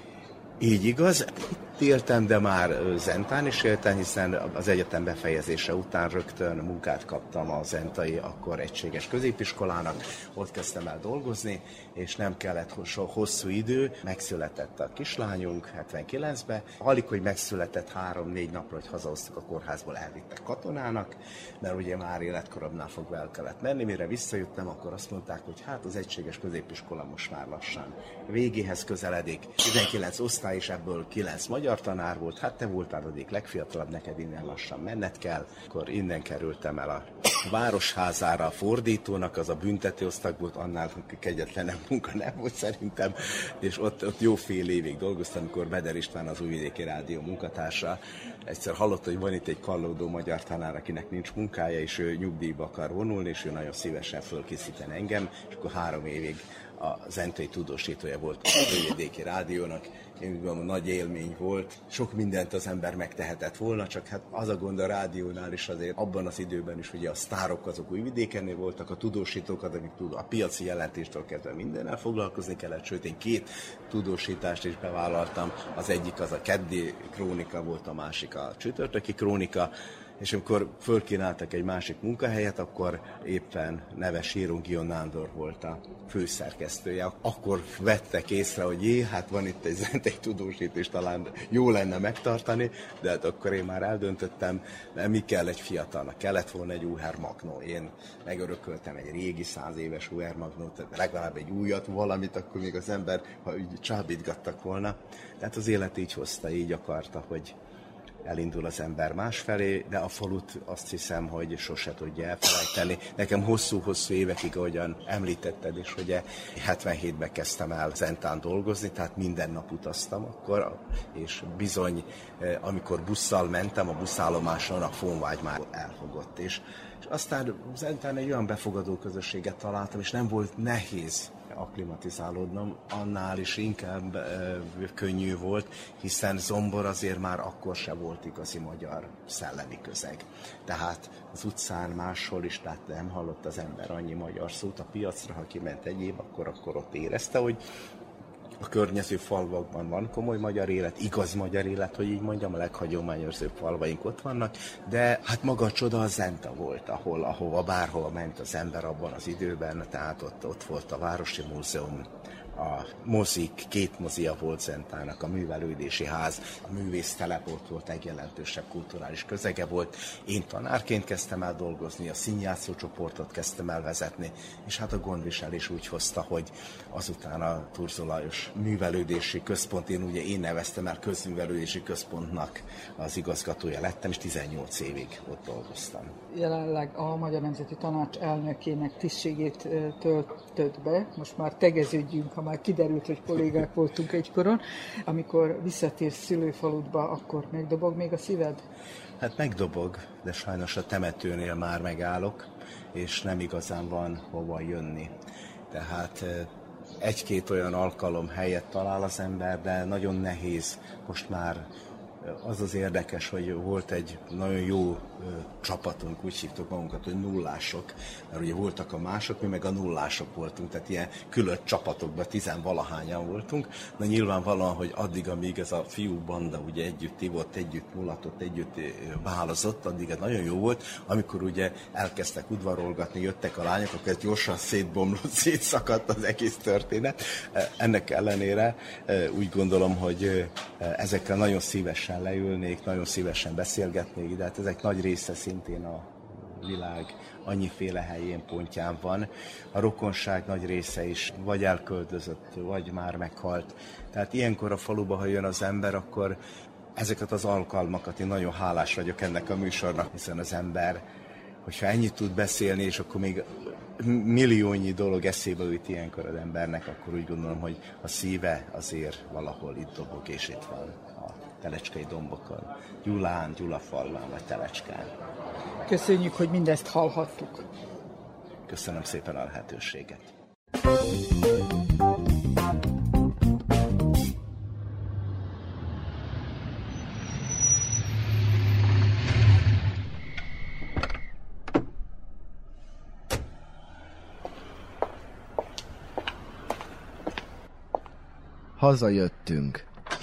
Így igaz, itt éltem, de már Zentán is éltem, hiszen az egyetem befejezése után rögtön munkát kaptam a zentai akkor egységes középiskolának, ott kezdtem el dolgozni, és nem kellett hosszú idő, megszületett a kislányunk 79-ben, alig, hogy megszületett 3-4 napra, hogy hazahoztuk a kórházból, elvittek katonának, mert ugye már életkoromnál fogva el kellett menni, mire visszajöttem, akkor azt mondták, hogy hát az egységes középiskola most már lassan végéhez közeledik, 19 osztály, és ebből 9 magyar tanár volt, hát te voltál az egyik legfiatalabb, neked innen lassan menned kell. Akkor innen kerültem el a városházára, a fordítónak, az a büntetőosztag volt, annál kegyetlenebb munka nem volt szerintem, és ott jó fél évig dolgoztam, amikor Beder István, az Újvidéki Rádió munkatársa, egyszer hallott, hogy van itt egy kallódó magyar tanár, akinek nincs munkája, és ő nyugdíjba akar vonulni, és ő nagyon szívesen fölkészíteni engem, és akkor 3 évig a zentai tudósítója volt a Újvidéki Rádiónak. Én úgy gondolom, nagy élmény volt. Sok mindent az ember megtehetett volna, csak hát az a gond a rádiónál is azért abban az időben is ugye a sztárok azok Újvidékennél voltak, a tudósítók, akik a piaci jelentéstől kezdve mindennel foglalkozni kellett, sőt én 2 tudósítást is bevállaltam. Az egyik az a keddi krónika volt, a másik a csütörtöki krónika, és amikor fölkínáltak egy másik munkahelyet, akkor éppen neves író Gion Nándor volt a főszerkesztője. Akkor vettek észre, hogy hát van itt egy zentai tudósítás, talán jó lenne megtartani, de hát akkor én már eldöntöttem, mert mi kell egy fiatalnak? Kellett volna egy UR Magnó. Én megörököltem egy régi 100 éves UR Magnót, legalább egy újat, valamit, akkor még az ember, ha úgy csábítgattak volna. Tehát az élet így hozta, így akarta, hogy elindul az ember másfelé, de a falut azt hiszem, hogy sose tudja elfelejteni. Nekem hosszú-hosszú évekig, ahogyan említetted is, hogy 77-ben kezdtem el Zentán dolgozni, tehát minden nap utaztam akkor, és bizony, amikor busszal mentem, a buszállomáson a Fonvágy már elfogott. És aztán Zentán egy olyan befogadó közösséget találtam, és nem volt nehéz akklimatizálódnom, annál is inkább könnyű volt, hiszen Zombor azért már akkor se volt igazi magyar szellemi közeg. Tehát az utcán máshol is, tehát nem hallott az ember annyi magyar szót, a piacra, ha kiment egyéb, akkor ott érezte, hogy a környező falvakban van komoly magyar élet, igaz magyar élet, hogy így mondjam, a leghagyományőrzőbb falvaink ott vannak, de hát maga a csoda a Zenta volt, ahova bárhova ment az ember abban az időben, tehát ott volt a Városi Múzeum, a mozik, 2 mozia volt Zentának, a művelődési ház, a művésztelep, ott volt egy jelentősebb kulturális közege volt. Én tanárként kezdtem el dolgozni, a színjátszó csoportot kezdtem el vezetni, és hát a gondviselés úgy hozta, hogy azután a Thurzó Lajos művelődési központ, én neveztem el közművelődési központnak az igazgatója lettem, és 18 évig ott dolgoztam. Jelenleg a Magyar Nemzeti Tanács elnökének tisztségét töltöd be, most már tegeződjünk, ha már kiderült, hogy kollégák voltunk egykoron. Amikor visszatérsz szülőfaludba, akkor megdobog még a szíved? Hát megdobog, de sajnos a temetőnél már megállok, és nem igazán van hova jönni. Tehát 1-2 olyan alkalom helyet talál az ember, de nagyon nehéz most már az érdekes, hogy volt egy nagyon jó csapatunk, úgy hívtuk magunkat, hogy nullások, mert ugye voltak a mások, mi meg a nullások voltunk, tehát ilyen külön csapatokban 10-valahányan voltunk. Na nyilvánvalóan, hogy addig, amíg ez a fiú banda ugye együtt ivott, együtt mulatott, együtt válozott, addig ez nagyon jó volt. Amikor ugye elkezdtek udvarolgatni, jöttek a lányok, akkor ez gyorsan szétbomlott, szétszakadt az egész történet. Ennek ellenére úgy gondolom, hogy ezekkel nagyon szívesen leülnék, nagyon szívesen beszélgetnék, de hát ezek nagy része szintén a világ annyiféle helyén, pontján van. A rokonság nagy része is vagy elköltözött, vagy már meghalt. Tehát ilyenkor a faluba, ha jön az ember, akkor ezeket az alkalmakat, én nagyon hálás vagyok ennek a műsornak, hiszen az ember, hogyha ennyit tud beszélni, és akkor még milliónyi dolog eszébe jut ilyenkor az embernek, akkor úgy gondolom, hogy a szíve azért valahol itt dobog, és itt van a telecskei dombokon. Gyulán, Gyulafalván vagy Telecskán. Köszönjük, hogy mindezt hallhattuk. Köszönöm szépen a lehetőséget. Hazajöttünk.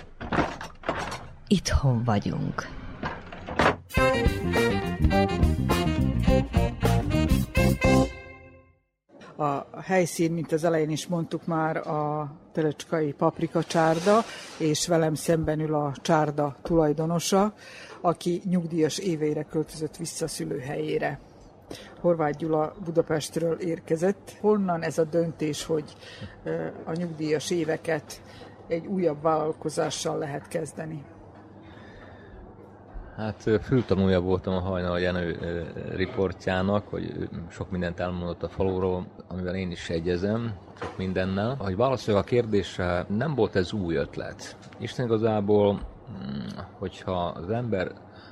Itthon vagyunk. A helyszín, mint az elején is mondtuk már, a telecskai paprika csárda, és velem szemben ül a csárda tulajdonosa, aki nyugdíjas éveire költözött vissza szülőhelyére. Horváth Gyula Budapestről érkezett. Honnan ez a döntés, hogy a nyugdíjas éveket egy újabb vállalkozással lehet kezdeni? Hát fültanúja voltam a Hajnal Jenő riportjának, hogy sok mindent elmondott a faluról, amivel én is egyezem, sok mindennel. Hogy válaszoljak a kérdésre, nem volt ez új ötlet. Isten igazából, hogyha az ember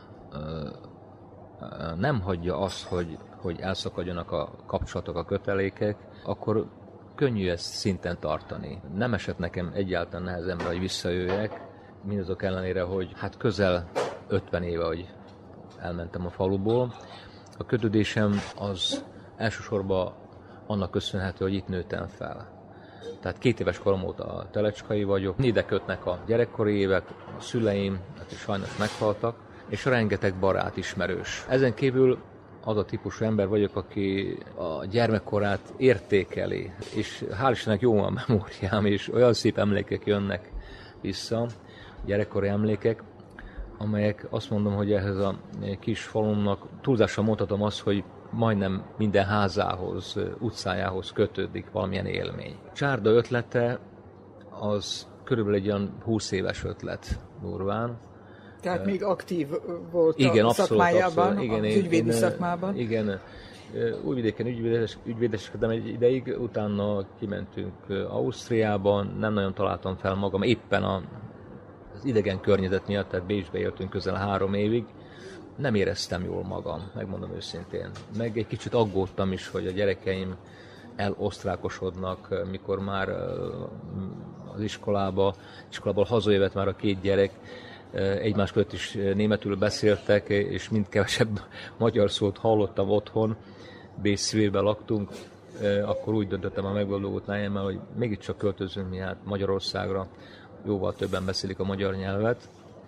nem hagyja azt, hogy elszakadjanak a kapcsolatok, a kötelékek, akkor könnyű ezt szinten tartani. Nem esett nekem egyáltalán nehezemre, hogy visszajöjjek, mindazok ellenére, hogy hát közel 50 éve, hogy elmentem a faluból. A kötődésem az elsősorban annak köszönhető, hogy itt nőttem fel. Tehát 2 éves korom óta telecskai vagyok. Ide kötnek a gyerekkori évek, a szüleim, hát sajnos meghaltak, és rengeteg barát, ismerős. Ezen kívül az a típusú ember vagyok, aki a gyermekkorát értékeli, és hál' Istennek jó a memóriám, és olyan szép emlékek jönnek vissza, gyerekkori emlékek, amelyek azt mondom, hogy ehhez a kis falumnak túlzással mondhatom azt, hogy majdnem minden házához, utcájához kötődik valamilyen élmény. Csárda ötlete az körülbelül egy olyan 20 éves ötlet durván. Tehát még aktív volt igen, a abszolút, szakmájában, abszolút. az ügyvédi szakmában. Igen, Újvidéken ügyvédeskedtem egy ideig, utána kimentünk Ausztriában, nem nagyon találtam fel magam, éppen az idegen környezet miatt, tehát Bécsbe éltünk közel 3 évig, nem éreztem jól magam, megmondom őszintén. Meg egy kicsit aggódtam is, hogy a gyerekeim elosztrákosodnak, mikor már az iskolából hazajövet már a 2 gyerek, egymás között is németül beszéltek, és mind kevesebb magyar szót hallottam otthon, Bécs szívében laktunk, akkor úgy döntöttem a megboldogult lányommal, hogy mégiscsak költözünk mi hát Magyarországra, jóval többen beszélik a magyar nyelvet,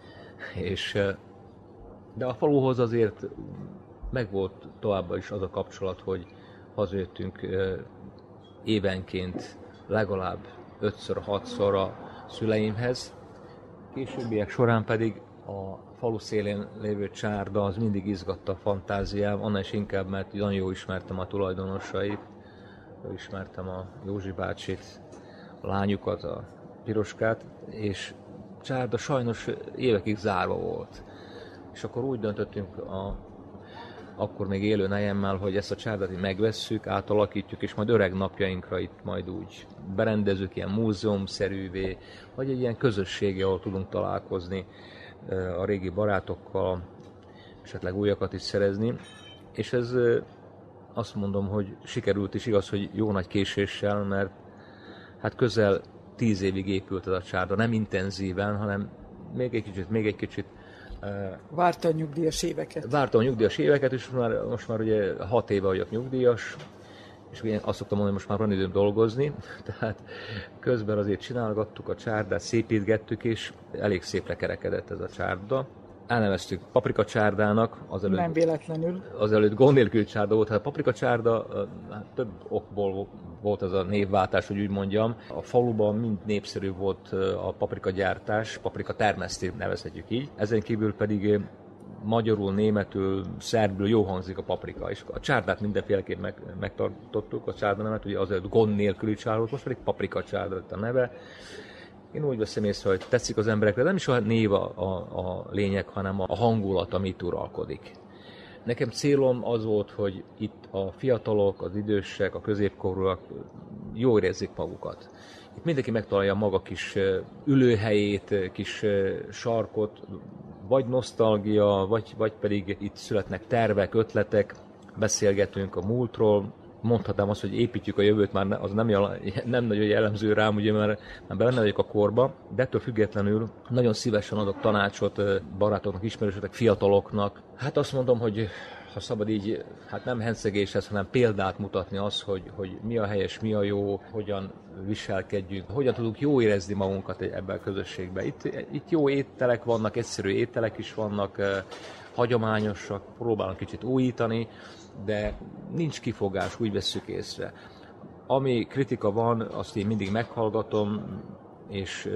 de a faluhoz azért megvolt továbbá is az a kapcsolat, hogy hazajöttünk évenként legalább 5-6-szor a szüleimhez. Későbbiek során pedig a falu szélén lévő csárda az mindig izgatta a fantáziám, annál is inkább, mert nagyon jól ismertem a tulajdonosait, ismertem a Józsi bácsit, a lányukat, a Piroskát, és csárda sajnos évekig zárva volt. És akkor úgy döntöttünk akkor még élő nejemmel, hogy ezt a csárdát megvesszük, átalakítjuk, és majd öreg napjainkra itt majd úgy berendezünk, ilyen múzeumszerűvé, vagy egy ilyen közösségi, ahol tudunk találkozni a régi barátokkal, esetleg újakat is szerezni. És ez azt mondom, hogy sikerült is, igaz, hogy jó nagy késéssel, mert hát közel 10 évig épült ez a csárda, nem intenzíven, hanem még egy kicsit Várta a nyugdíjas éveket. Vártam a nyugdíjas éveket, és most már ugye 6 éve vagyok nyugdíjas, és ugye azt szoktam mondani, hogy most már van időm dolgozni, tehát közben azért csinálgattuk a csárdát, szépítgettük, és elég szépre kerekedett ez a csárda. Elneveztük paprikacsárdának, nem véletlenül. Azelőtt gond nélkül csárda volt. Hát a paprikacsárda, több okból volt ez a névváltás, hogy úgy mondjam. A faluban mind népszerű volt a paprikagyártás, paprikatermesztés nevezhetjük így. Ezen kívül pedig magyarul, németül, szerbül jó hangzik a paprika, és a csárdát mindenféleképp megtartottuk, a csárdanemet, ugye azért gond nélküli csárda volt, most pedig paprikacsárda lett a neve. Én úgy veszem észre, hogy tetszik az emberekre, nem is a név a lényeg, hanem a hangulat, ami itt uralkodik. Nekem célom az volt, hogy itt a fiatalok, az idősek, a középkorúak jól érezzék magukat. Itt mindenki megtalálja maga kis ülőhelyét, kis sarkot, vagy nosztalgia, vagy pedig itt születnek tervek, ötletek, beszélgetünk a múltról. Mondhatnám azt, hogy építjük a jövőt, már az nem nagyon jellemző rám, ugye már benne vagyok a korba, de ettől függetlenül nagyon szívesen adok tanácsot barátoknak, ismerősöknek, fiataloknak. Hát azt mondom, hogy ha szabad így, hát nem henszegéshez, hanem példát mutatni az, hogy mi a helyes, mi a jó, hogyan viselkedjünk, hogyan tudunk jó érezni magunkat ebben a közösségben. Itt jó ételek vannak, egyszerű ételek is vannak, hagyományosak, próbálunk kicsit újítani, de nincs kifogás, úgy vesszük észre. Ami kritika van, azt én mindig meghallgatom, és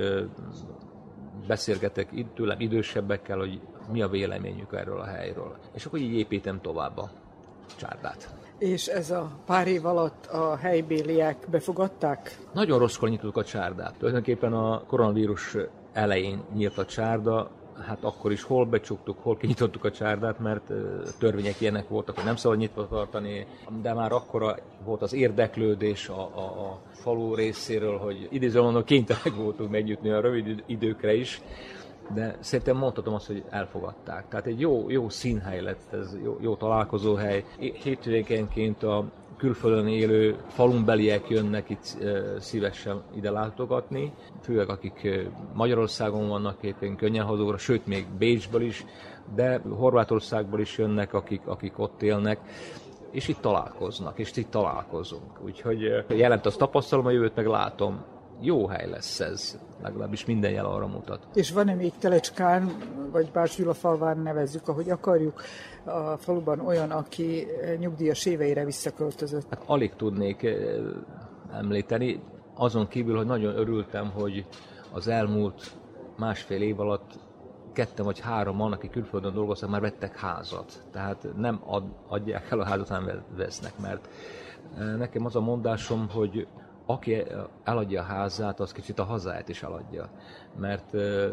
beszélgetek tőlem idősebbekkel, hogy mi a véleményük erről a helyről. És akkor így építem tovább a csárdát. És ez a pár év alatt a helybéliek befogadták? Nagyon rosszkor nyitottuk a csárdát. Tulajdonképpen a koronavírus elején nyílt a csárda, hát akkor is hol becsuktuk, hol kinyitottuk a csárdát, mert törvények ilyenek voltak, hogy nem szabad nyitva tartani, de már akkora volt az érdeklődés a falu részéről, hogy idézően kénytelenek voltunk megnyitni a rövid időkre is, de szerintem mondhatom azt, hogy elfogadták. Tehát egy jó színhely lett, ez jó találkozóhely. Hétvégenként a külföldön élő falunbeliek jönnek itt szívesen ide látogatni, főleg akik Magyarországon vannak, éppen könnyen hazóra, sőt még Bécsből is, de Horvátországból is jönnek, akik ott élnek, és itt találkoznak, és itt találkozunk. Úgyhogy jelent azt tapasztalom, a jövőt meg látom. Jó hely lesz ez, legalábbis minden jel arra mutat. És van-e még Telecskán, vagy Bács-Gyulafalván, nevezzük, ahogy akarjuk, a faluban olyan, aki nyugdíjas éveire visszaköltözött? Hát alig tudnék említeni, azon kívül, hogy nagyon örültem, hogy az elmúlt másfél év alatt 2 vagy 3 akik külföldön dolgoztak, már vettek házat. Tehát nem adják el a házat, hanem vesznek, mert nekem az a mondásom, hogy aki eladja a házát, az kicsit a hazáját is eladja. Mert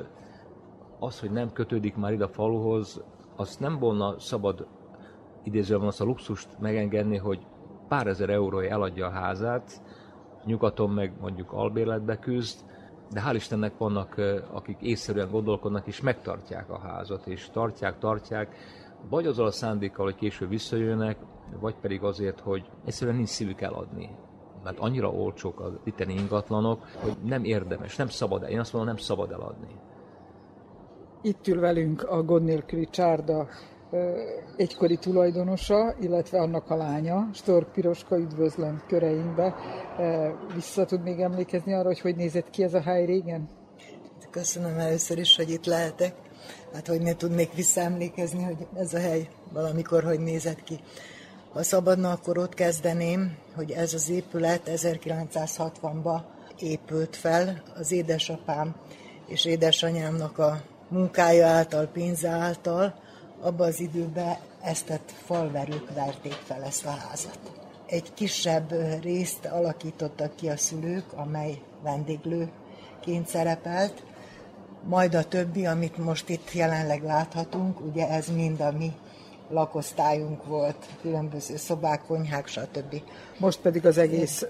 az, hogy nem kötődik már ide a faluhoz, azt nem volna szabad idézően azt a luxust megengedni, hogy pár ezer euróért eladja a házát, nyugaton meg mondjuk albérletbe küzd, de hál' Istennek vannak, akik észszerűen gondolkodnak és megtartják a házat, és tartják, vagy azzal a szándékkal, hogy később visszajönnek, vagy pedig azért, hogy egyszerűen nincs szívük eladni. Mert annyira olcsók az itteni ingatlanok, hogy nem érdemes, nem szabad el. Én azt mondom, nem szabad eladni. Itt ül velünk a gond nélküli csárda egykori tulajdonosa, illetve annak a lánya, Stork Piroska, üdvözlöm köreinkbe. Vissza tud még emlékezni arra, hogy nézett ki ez a hely régen? Köszönöm először is, hogy itt lehetek. Hát hogy ne tudnék visszaemlékezni, hogy ez a hely valamikor hogy nézett ki. Ha szabadna, akkor ott kezdeném, hogy ez az épület 1960-ban épült fel az édesapám és édesanyámnak a munkája által, pénze által. Abban az időben eztett falverők verték fel ezt a házat. Egy kisebb részt alakítottak ki a szülők, amely vendéglőként szerepelt, majd a többi, amit most itt jelenleg láthatunk, ugye ez mind a mi lakosztályunk volt, különböző szobák, konyhák, stb. Most pedig az egész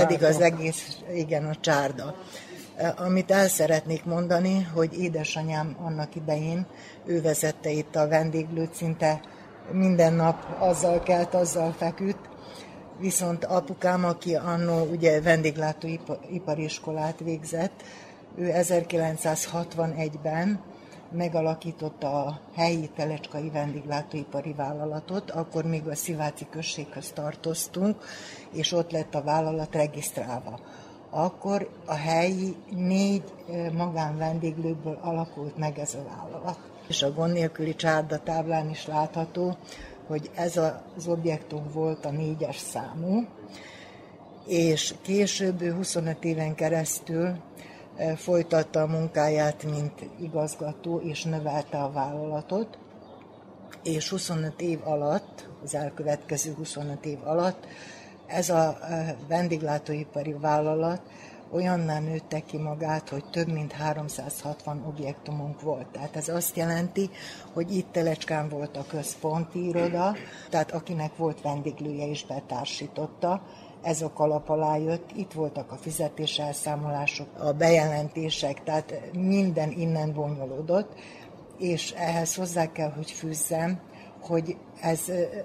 igen, a csárda. Amit el szeretnék mondani, hogy édesanyám annak idején, ő vezette itt a vendéglőt, szinte minden nap azzal kelt, azzal feküdt, viszont apukám, aki annó ugye vendéglátóipari iskolát végzett, ő 1961-ben megalakította a helyi Telecskai Vendéglátóipari Vállalatot, akkor még a Sziváci községhöz tartoztunk, és ott lett a vállalat regisztrálva. Akkor a helyi 4 magánvendéglőből alakult meg ez a vállalat. És a gond nélküli csárdatáblán is látható, hogy ez az objektum volt a 4-es számú, és később 25 éven keresztül folytatta a munkáját, mint igazgató, és növelte a vállalatot, és 25 év alatt, az elkövetkező 25 év alatt ez a vendéglátóipari vállalat olyanná nőtte ki magát, hogy több mint 360 objektumunk volt. Tehát ez azt jelenti, hogy itt Telecskán volt a központi iroda, tehát akinek volt vendéglője is betársította, ez a kalap alá jött, itt voltak a fizetéselszámolások, a bejelentések, tehát minden innen bonyolódott, és ehhez hozzá kell, hogy fűzzem, hogy ez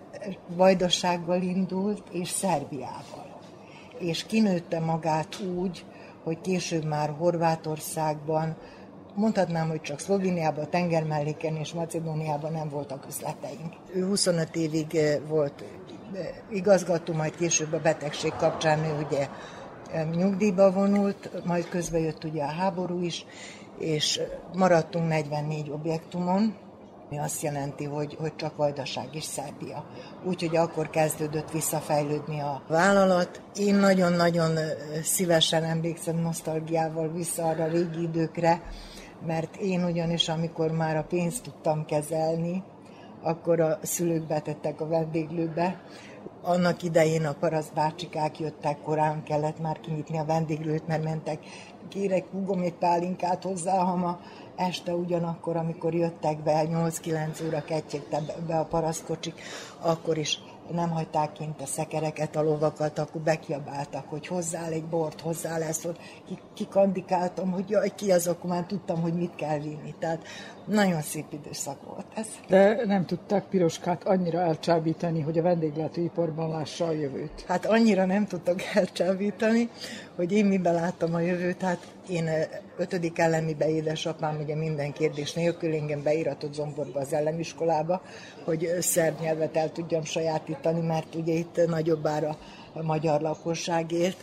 Vajdasággal indult, és Szerbiával. És kinőtte magát úgy, hogy később már Horvátországban, mondhatnám, hogy csak Szlovéniában, Tengermelléken és Macedóniában nem voltak üzleteink. Ő 25 évig volt igazgató, majd később a betegség kapcsán ő ugye nyugdíjba vonult, majd közben jött ugye a háború is, és maradtunk 44 objektumon, ami azt jelenti, hogy csak Vajdaság és Szerbia. Úgyhogy akkor kezdődött visszafejlődni a vállalat. Én nagyon-nagyon szívesen emlékszem nosztalgiával vissza arra régi időkre, mert én ugyanis, amikor már a pénzt tudtam kezelni, akkor a szülők betettek a vendéglőbe. Annak idején a parasztbácsikák jöttek, korán kellett már kinyitni a vendéglőt, mert mentek, kérek húgomét pálinkát hozzá, ha ma este ugyanakkor, amikor jöttek be, 8-9 óra kettyegte be a parasztkocsik, akkor is nem hagyták kint a szekereket, a lovakat, akkor bekiabáltak, hogy hozzál egy bort, hozzál ezt, kikandikáltam, hogy jaj, ki az, akkor már tudtam, hogy mit kell vinni. Tehát nagyon szép időszak volt ez. De nem tudták Piroskát annyira elcsábítani, hogy a vendéglátóiparban lássa a jövőt? Hát annyira nem tudtak elcsábítani, hogy én miben láttam a jövőt. Hát én 5. elemibe édesapám ugye minden kérdés nélkül engem beíratott Zomborba az elemiskolába, hogy szerb nyelvet el tudjam sajátítani, mert ugye itt nagyobbára a magyar lakosság élt.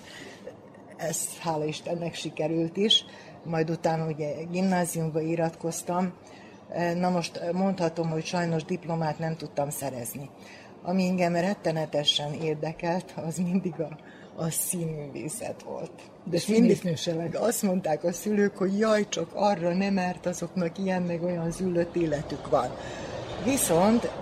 Ez hála Istennek sikerült is. Majd utána ugye gimnáziumba iratkoztam. Na most mondhatom, hogy sajnos diplomát nem tudtam szerezni. Ami engem rettenetesen érdekelt, az mindig a színművészet volt. De színésznő se lett. Azt mondták a szülők, hogy jaj, csak arra nem, mert azoknak ilyen meg olyan züllött életük van. Viszont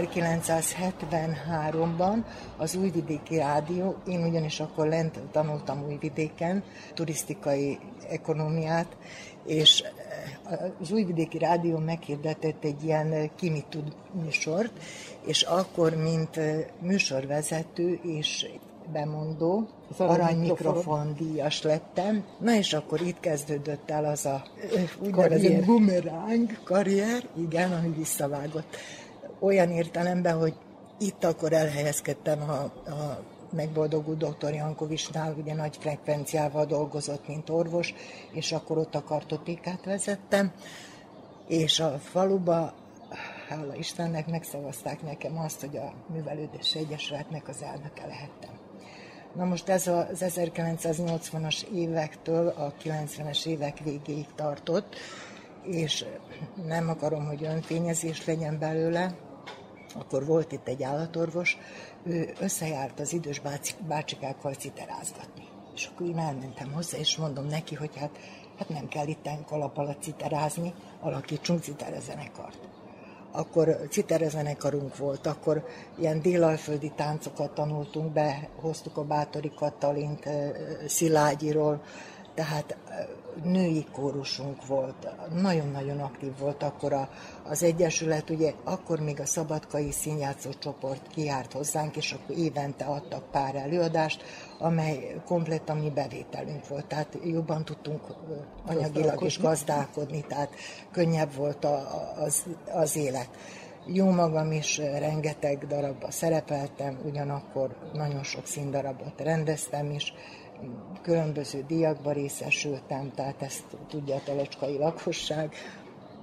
1973-ban az Újvidéki Rádió, én ugyanis akkor lent tanultam Újvidéken, turisztikai ekonómiát, és az Újvidéki Rádió meghirdetett egy ilyen Ki mit tud műsort, és akkor, mint műsorvezető és bemondó, aranymikrofon díjas lettem. Na és akkor itt kezdődött el az a úgynevezett bumeráng karrier, igen, ami visszavágott. Olyan értelemben, hogy itt akkor elhelyezkedtem a megboldogult dr. Jankovicsnál, ugye nagy frekvenciával dolgozott, mint orvos, és akkor ott a kartotékát vezettem, és a faluba, hála Istennek, megszavazták nekem azt, hogy a Művelődési Egyesületnek az elnöke lehettem. Na most ez az 1980-as évektől a 90-es évek végéig tartott, és nem akarom, hogy önfényezés legyen belőle, akkor volt itt egy állatorvos, ő összejárt az idős bácsikákkal citerázgatni. És akkor én elmentem hozzá, és mondom neki, hogy hát nem kell itten kalap alatt citerázni, alakítsunk citerezenekart. Akkor citerezenekarunk volt, akkor ilyen délalföldi táncokat tanultunk be, hoztuk a Bátori Katalint Szilágyiról, tehát női kórusunk volt, nagyon-nagyon aktív volt akkor az Egyesület, ugye akkor még a szabadkai színjátszó csoport kijárt hozzánk, és akkor évente adtak pár előadást, amely komplett a mi bevételünk volt, tehát jobban tudtunk anyagilag is gazdálkodni, tehát könnyebb volt az élet. Jó magam is rengeteg darabba szerepeltem, ugyanakkor nagyon sok színdarabot rendeztem is, különböző díjakba részesültem, tehát ezt tudja a telecskai lakosság.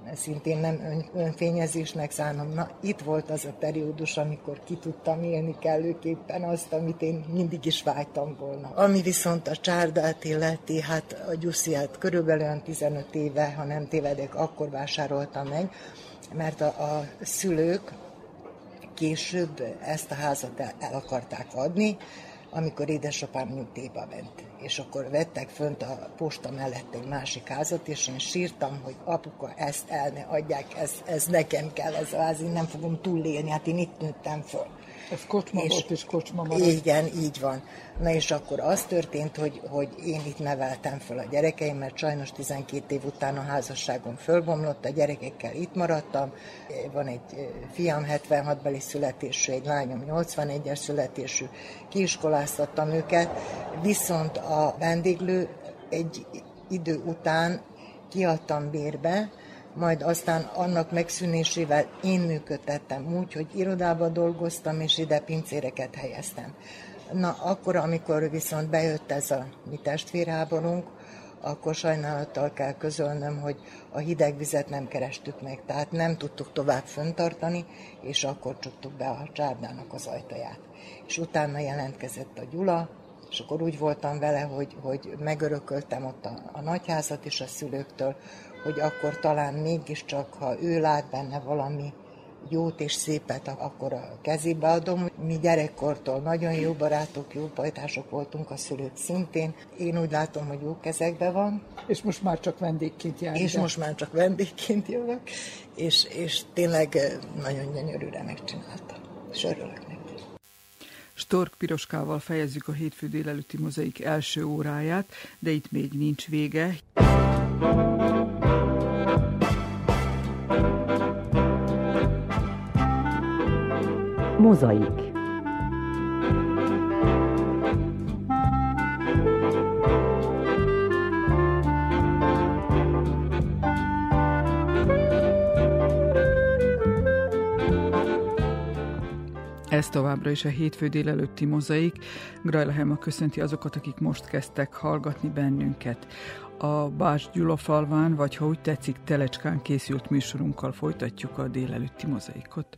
szintén nem önfényezésnek szánom. Na, itt volt az a periódus, amikor ki tudtam élni kellőképpen azt, amit én mindig is vágytam volna. Ami viszont a csárdát illeti, hát a Gyusziát körülbelül 15 éve, ha nem tévedek, akkor vásároltam meg, mert a szülők később ezt a házat el akarták adni, amikor édesapám nyugdíjba ment. És akkor vettek fönt a posta mellett egy másik házat, és én sírtam, hogy apuka, ezt el ne adják, ez nekem kell, ez a ház, én nem fogom túlélni, hát én itt nőttem föl. Ez kocsma volt, és kocsma maradt. Igen, így van. Na és akkor az történt, hogy én itt neveltem föl a gyerekeim, mert sajnos 12 év után a házasságom fölbomlott, a gyerekekkel itt maradtam. Van egy fiam 76-beli születésű, egy lányom 81-es születésű, kiiskoláztattam őket, viszont a vendéglő egy idő után kiadtam bérbe, majd aztán annak megszűnésével én működtettem úgy, hogy irodában dolgoztam, és ide pincéreket helyeztem. Na, akkor, amikor viszont bejött ez a mi testvérháborunk, akkor sajnálattal kell közölnöm, hogy a hideg vizet nem kerestük meg, tehát nem tudtuk tovább föntartani, és akkor csuktuk be a csárdának az ajtaját. És utána jelentkezett a Gyula, és akkor úgy voltam vele, hogy megörököltem ott a nagyházat is a szülőktől, hogy akkor talán mégiscsak, ha ő lát benne valami jót és szépet, akkor a kezébe adom. Mi gyerekkortól nagyon jó barátok, jó pajtások voltunk, a szülők szintén. Én úgy látom, hogy jó kezekben van. És most már csak vendégként jár. És most már csak vendégként jövök, és tényleg nagyon gyönyörűre megcsinálta. És örülök neki. Stork Piroskával fejezzük a hétfő délelőtti mozaik első óráját, de itt még nincs vége. Mozaik. Ez továbbra is a hétfő délelőtti mozaik. Grajla Helma köszönti azokat, akik most kezdtek hallgatni bennünket. A Bács Gyula falván, vagy ha úgy tetszik, Telecskán készült műsorunkkal folytatjuk a délelőtti mozaikot.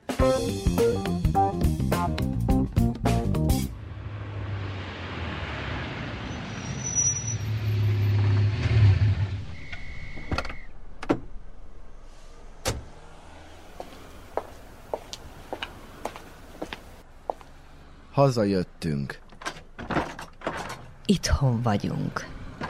Hazajöttünk. Itthon vagyunk.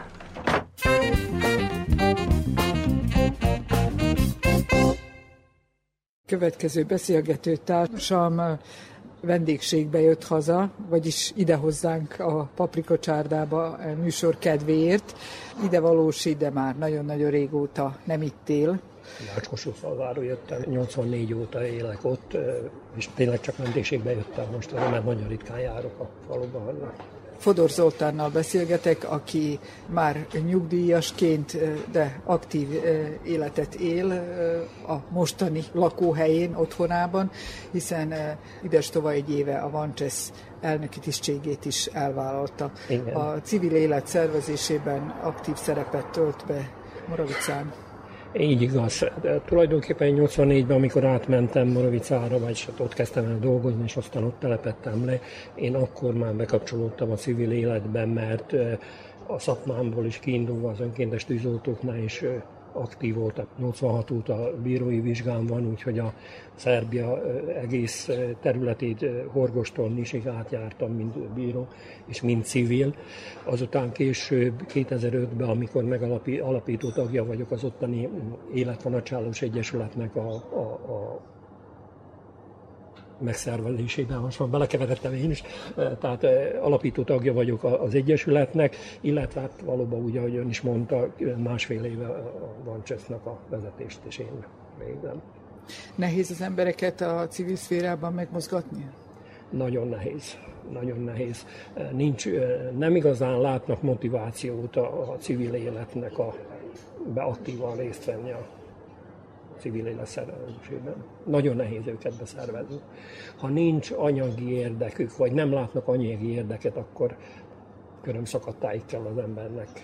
Következő beszélgető társam vendégségbe jött haza, vagyis ide hozzánk a Paprika csárdába műsor kedvéért. Ide valósi, de már nagyon-nagyon régóta nem itt él. Bács-Kossuthfalváról jöttem, 84 óta élek ott, és tényleg csak vendégségbe jöttem most, mert nagyon ritkán járok a faluban. Fodor Zoltánnal beszélgetek, aki már nyugdíjasként, de aktív életet él a mostani lakóhelyén, otthonában, hiszen idestova egy éve a Vancsesz elnöki tisztségét is elvállalta. Igen. A civil élet szervezésében aktív szerepet tölt be Moravicán. Így igaz. De tulajdonképpen 84-ben, amikor átmentem Moravicára, vagyis ott kezdtem el dolgozni, és aztán ott telepettem le, én akkor már bekapcsolódtam a civil életben, mert a szakmámból is kiindulva az önkéntes tűzoltóknál is aktív voltam. 86 óta bírói vizsgám van, úgyhogy a Szerbia egész területét Horgostól Nisig átjártam, mint bíró és mint civil. Azután később, 2005-ben, amikor megalapító tagja vagyok az ottani Élettanácsolós Egyesületnek a megszervezésében, most már belekeveredtem én is, tehát alapító tagja vagyok az Egyesületnek, illetve hát valóban úgy, ahogy ön is mondta, másfél éve a Vancsesznek a vezetést is én végzem. Nehéz az embereket a civil szférában megmozgatni? Nagyon nehéz. Nagyon nehéz. Nem igazán látnak motivációt a civil életnek aktívan részt venni a civil élet szervezésében. Nagyon nehéz őket beszervezni. Ha nincs anyagi érdekük, vagy nem látnak anyagi érdeket, akkor körömszakadtáig kell az embernek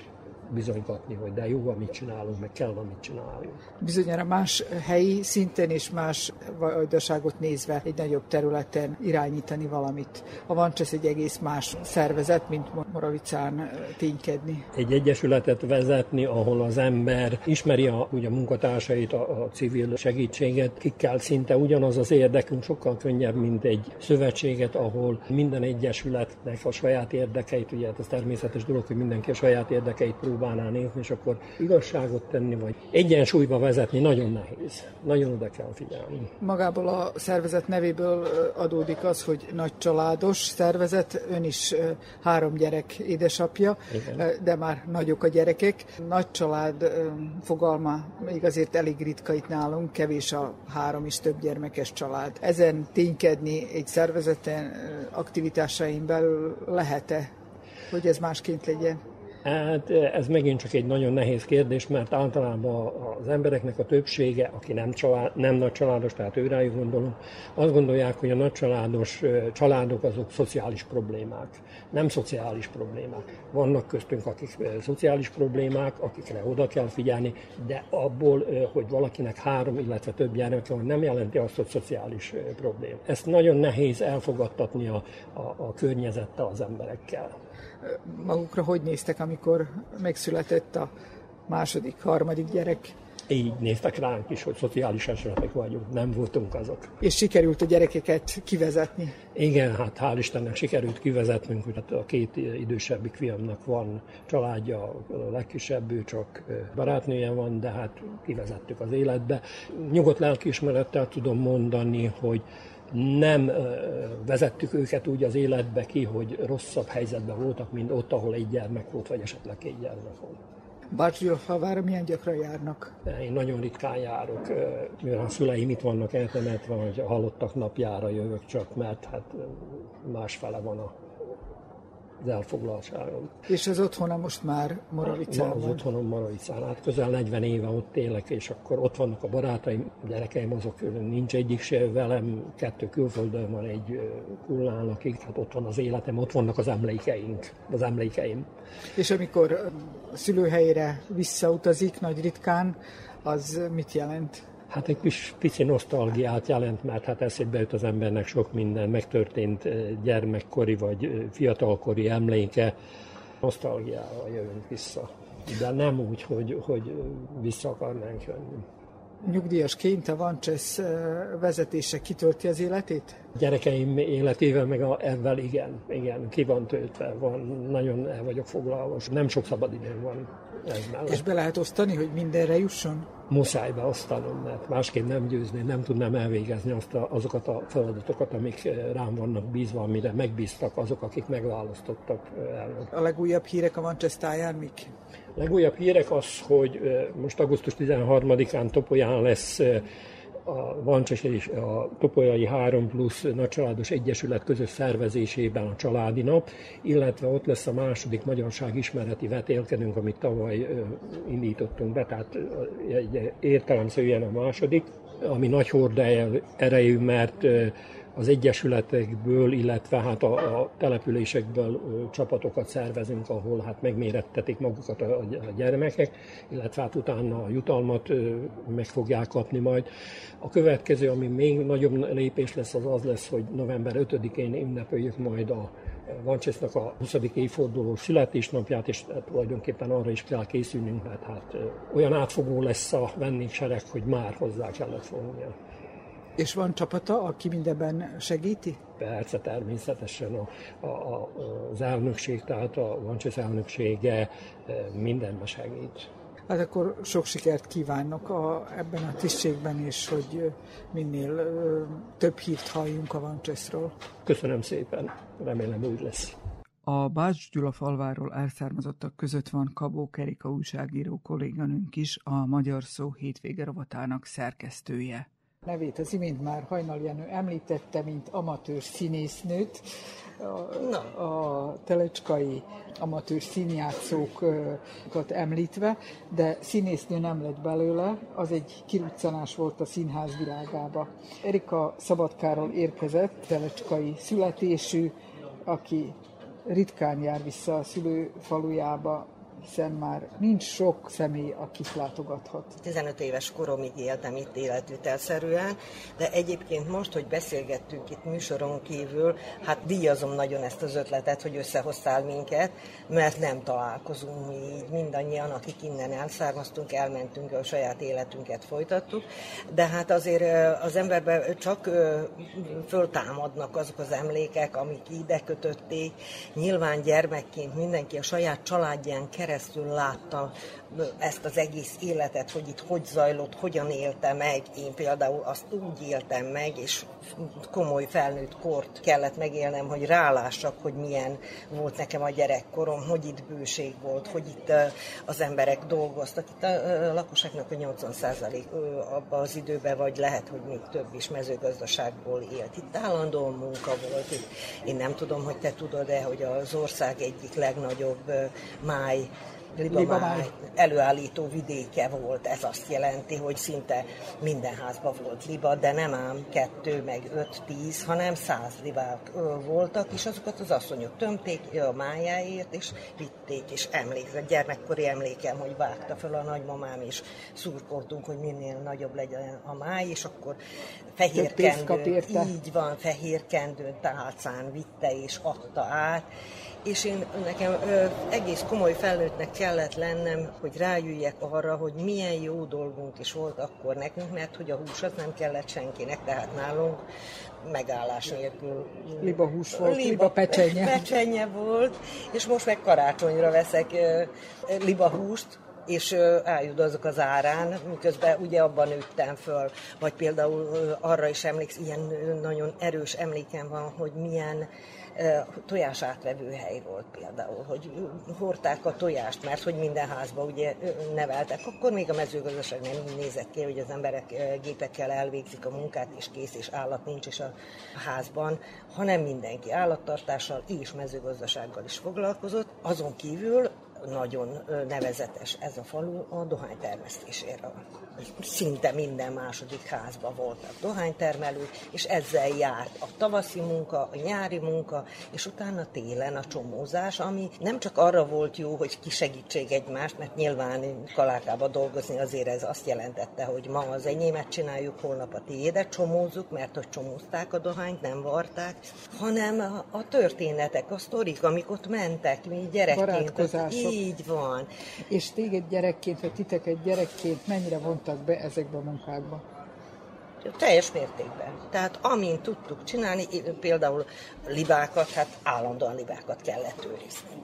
bizonygatni, hogy de jó, amit csinálunk, meg kell, amit csinálunk. Bizonyára más helyi szinten és más vajdaságot nézve egy nagyobb területen irányítani valamit. A Vancsesz egy egész más szervezet, mint Moravicán ténykedni. Egy egyesületet vezetni, ahol az ember ismeri a munkatársait, a civil segítséget, kikkel szinte ugyanaz az érdekünk, sokkal könnyebb, mint egy szövetséget, ahol minden egyesületnek a saját érdekeit, ugye hát ez természetes dolog, hogy mindenki a saját érdekeit próbálná nézni, és akkor igazságot tenni, vagy egyensúlyba vezetni nagyon nehéz. Nagyon oda kell figyelni. Magából a szervezet nevéből adódik az, hogy nagy családos szervezet, ön is 3 gyerek édesapja, igen. De már nagyok a gyerekek. Nagy család fogalma még azért elég ritka itt nálunk, kevés a 3 és több gyermekes család. Ezen ténykedni egy szervezeten aktivitásain belül lehet-e, hogy ez másként legyen? Hát ez megint csak egy nagyon nehéz kérdés, mert általában az embereknek a többsége, aki nem nagy családos, tehát őrájuk gondolom, azt gondolják, hogy a nagycsaládos családok azok szociális problémák, nem szociális problémák. Vannak köztünk, akik szociális problémák, akikre oda kell figyelni, de abból, hogy valakinek 3, illetve több gyermeke van, nem jelenti azt, hogy szociális probléma. Ezt nagyon nehéz elfogadtatni a környezettel, az emberekkel. Magukra hogy néztek, amikor megszületett a második, harmadik gyerek? Így néztek ránk is, hogy szociális esetek vagyunk, nem voltunk azok. És sikerült a gyerekeket kivezetni? Igen, hát hál' Istennek sikerült kivezetnünk, hogy a 2 idősebbik fiamnak van családja, a legkisebb, ő csak barátnője van, de hát kivezettük az életbe. Nyugodt lelkiismerettel tudom mondani, hogy nem vezettük őket úgy az életbe ki, hogy rosszabb helyzetben voltak, mint ott, ahol egy gyermek volt, vagy esetleg 2 gyermek volt. Bács-Gyulafalvára milyen gyakran járnak? Én nagyon ritkán járok, mivel a szüleim itt vannak eltemetve, vagy a halottak napjára jövök csak, mert hát másfele van az elfoglaltságom. És az otthona most már Moravicán van? Az otthonom Moravicán, hát közel 40 éve ott élek, és akkor ott vannak a barátaim, a gyerekeim, azok nincs egyik se velem, 2 külföldön van, 1 Kullán, akik, hát ott van az életem, ott vannak az emlékeim. És amikor a szülőhelyére visszautazik nagy ritkán, az mit jelent? Hát egy pici nosztalgiát jelent, mert hát eszébe jut az embernek sok minden megtörtént gyermekkori vagy fiatalkori emléke. Nosztalgiával jövünk vissza, de nem úgy, hogy vissza akarnánk jönni. Nyugdíjasként a Vancsesz vezetése kitölti az életét? Gyerekeim életével, meg ebben igen, ki van töltve, nagyon el vagyok foglalva, nem sok szabadidőm van ez mellett. És be lehet osztani, hogy mindenre jusson? Muszáj beosztanom, mert másképp nem győzni, nem tudnám elvégezni azokat a feladatokat, amik rám vannak bízva, amire megbíztak azok, akik megválasztottak elnök. A legújabb hírek a Vancsesz táján mik? A legújabb hírek az, hogy most augusztus 13-án Topolyán lesz a Vancsesz és a Topolyai 3+ nagycsaládos egyesület közös szervezésében a családi nap, illetve ott lesz a második magyarság ismereti vetélkedőnk, amit tavaly indítottunk be, tehát értelemszerűen a második, ami nagy horderejű, mert az egyesületekből, illetve hát a településekből csapatokat szervezünk, ahol hát megmérettetik magukat a gyermekek, illetve hát utána a jutalmat meg fogják kapni majd. A következő, ami még nagyobb lépés lesz, az lesz, hogy november 5-én ünnepeljük majd a Vancsesznak a 20. évforduló születésnapját, és tulajdonképpen arra is kell készülnünk, mert hát olyan átfogó lesz a vendégsereg, hogy már hozzá kellett fognia. És van csapata, aki mindenben segíti? Persze, természetesen az elnökség, tehát a Vancsesz elnöksége mindenben segít. Hát akkor sok sikert kívánok ebben a tisztségben, és hogy minél több hírt halljunk a Vancseszről. Köszönöm szépen, remélem úgy lesz. A Bács-Gyulafalváról elszármazottak között van Kabó Erika újságíró kolléganőnk is, a Magyar Szó hétvége rovatának szerkesztője. Nevét az imént már Hajnal Jenő említette, mint amatőr színésznőt. A telecskai amatőr színjátszókat említve, de színésznő nem lett belőle, az egy kiruccanás volt a színház világába. Erika Szabadkáról érkezett, telecskai születésű, aki ritkán jár vissza a szülőfalujába, hiszen már nincs sok személy, akit látogathat. 15 éves koromig éltem itt életvitelszerűen, de egyébként most, hogy beszélgettünk itt műsoron kívül, hát díjazom nagyon ezt az ötletet, hogy összehoztál minket, mert nem találkozunk mi így mindannyian, akik innen elszármaztunk, elmentünk, a saját életünket folytattuk, de hát azért az emberben csak föltámadnak azok az emlékek, amik ide kötötték. Nyilván gyermekként mindenki a saját családján keresztül látta ezt az egész életet, hogy itt hogy zajlott, hogyan élte meg. Én például azt úgy éltem meg, és komoly felnőtt kort kellett megélnem, hogy rálássak, hogy milyen volt nekem a gyerekkorom, hogy itt bőség volt, hogy itt az emberek dolgoztak. Itt a lakosságnak a 80% abban az időben, vagy lehet, hogy még több is mezőgazdaságból élt. Itt állandó munka volt. Itt, én nem tudom, hogy te tudod-e, hogy az ország egyik legnagyobb libamáj előállító vidéke volt. Ez azt jelenti, hogy szinte minden házban volt liba, de nem ám 2, meg 5, 10, hanem 100 libák voltak, és azokat az asszonyok tömték a májáért, és vitték, és gyermekkori emlékem, hogy vágta fel a nagymamám, és szurkoltunk, hogy minél nagyobb legyen a máj, és akkor fehér kendőn, így van, fehér kendőn tálcán vitte és adta át. És nekem egész komoly felnőttnek kellett lennem, hogy rájöjjek arra, hogy milyen jó dolgunk is volt akkor nekünk, mert hogy a hús az nem kellett senkinek, tehát nálunk megállás nélkül. Libahús volt, libapecsenye. Pecsenye volt, és most meg karácsonyra veszek libahúst, és eljut azok az árán, miközben ugye abban nőttem föl. Vagy például arra is ilyen nagyon erős emlékem van, hogy milyen tojás átvevő hely volt például, hogy hordták a tojást, mert hogy minden házban ugye neveltek. Akkor még a mezőgazdaság nem így nézett ki, hogy az emberek gépekkel elvégzik a munkát, és kész, és állat nincs is a házban, hanem mindenki állattartással és mezőgazdasággal is foglalkozott. Azon kívül nagyon nevezetes ez a falu a dohánytermesztéséről. Szinte minden második házban voltak dohánytermelők, és ezzel járt a tavaszi munka, a nyári munka, és utána télen a csomózás, ami nem csak arra volt jó, hogy kisegítség egymást, mert nyilván Kalákába dolgozni azért ez azt jelentette, hogy ma az enyémet csináljuk, holnap a tiédet csomózzuk, mert hogy csomózták a dohányt, nem varták, hanem a történetek, a sztorik, amik ott mentek, mi gyerekként. Így van. És téged gyerekként, vagy titeket gyerekként mennyire vontak be ezekbe a munkákba? Teljes mértékben. Tehát amint tudtuk csinálni, például libákat, hát állandóan libákat kellett őrizni.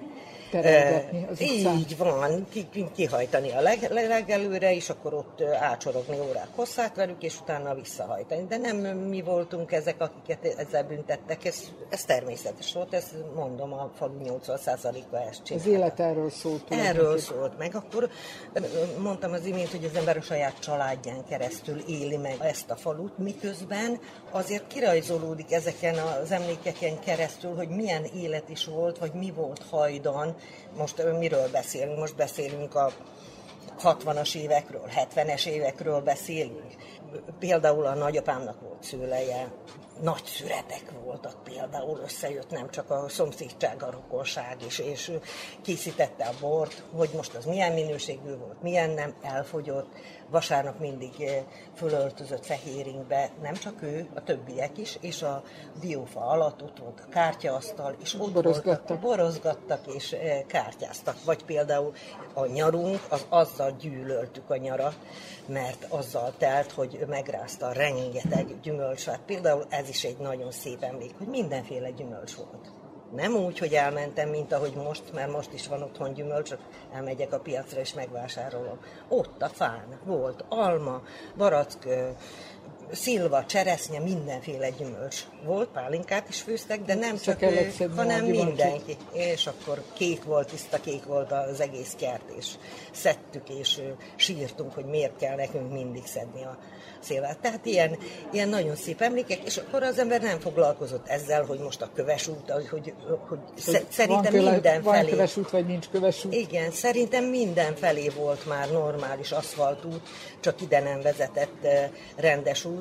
Így van, kihajtani a legelőre, és akkor ott átsorogni órák hosszát velük, és utána visszahajtani. De nem mi voltunk ezek, akiket ezzel büntettek, ez természetes volt, ezt mondom, a falu 80%-a ezt csinálta. Az élet erről szólt. Erről szólt meg. Akkor mondtam az imént, hogy az ember a saját családján keresztül éli meg ezt a falut, miközben azért kirajzolódik ezeken az emlékeken keresztül, hogy milyen élet is volt, vagy mi volt hajdan. Most miről beszélünk? Most beszélünk a 60-as évekről, 70-es évekről beszélünk. Például a nagyapámnak volt szőleje, nagy szüretek voltak például, összejött nem csak a szomszédság, a rokonság is, és készítette a bort, hogy most az milyen minőségű volt, milyen nem, elfogyott. Vasárnap mindig fölöltözött fehéringbe, nem csak ő, a többiek is, és a diófa alatt ott volt a kártyaasztal, és ott borozgattak és kártyáztak. Vagy például a nyarunk, azzal gyűlöltük a nyarat, mert azzal telt, hogy megrázta rengeteg gyümölcsfát. Például ez is egy nagyon szép emlék, hogy mindenféle gyümölcs volt. Nem úgy, hogy elmentem, mint ahogy most, mert most is van otthon gyümölcs, elmegyek a piacra és megvásárolom. Ott a fán volt alma, barack, szilva, cseresznye, mindenféle gyümölcs volt, pálinkát is főztek, de nem csak ő, hanem mindenki. És akkor kék volt, tiszta kék volt az egész kert, és szedtük, és sírtunk, hogy miért kell nekünk mindig szedni a szilvát. Tehát ilyen nagyon szép emlékek, és akkor az ember nem foglalkozott ezzel, hogy most a kövesút, hogy szerintem mindenfelé. Van kövesút, vagy nincs kövesút? Igen, szerintem mindenfelé volt már normális aszfaltút, csak ide nem vezetett rendes út,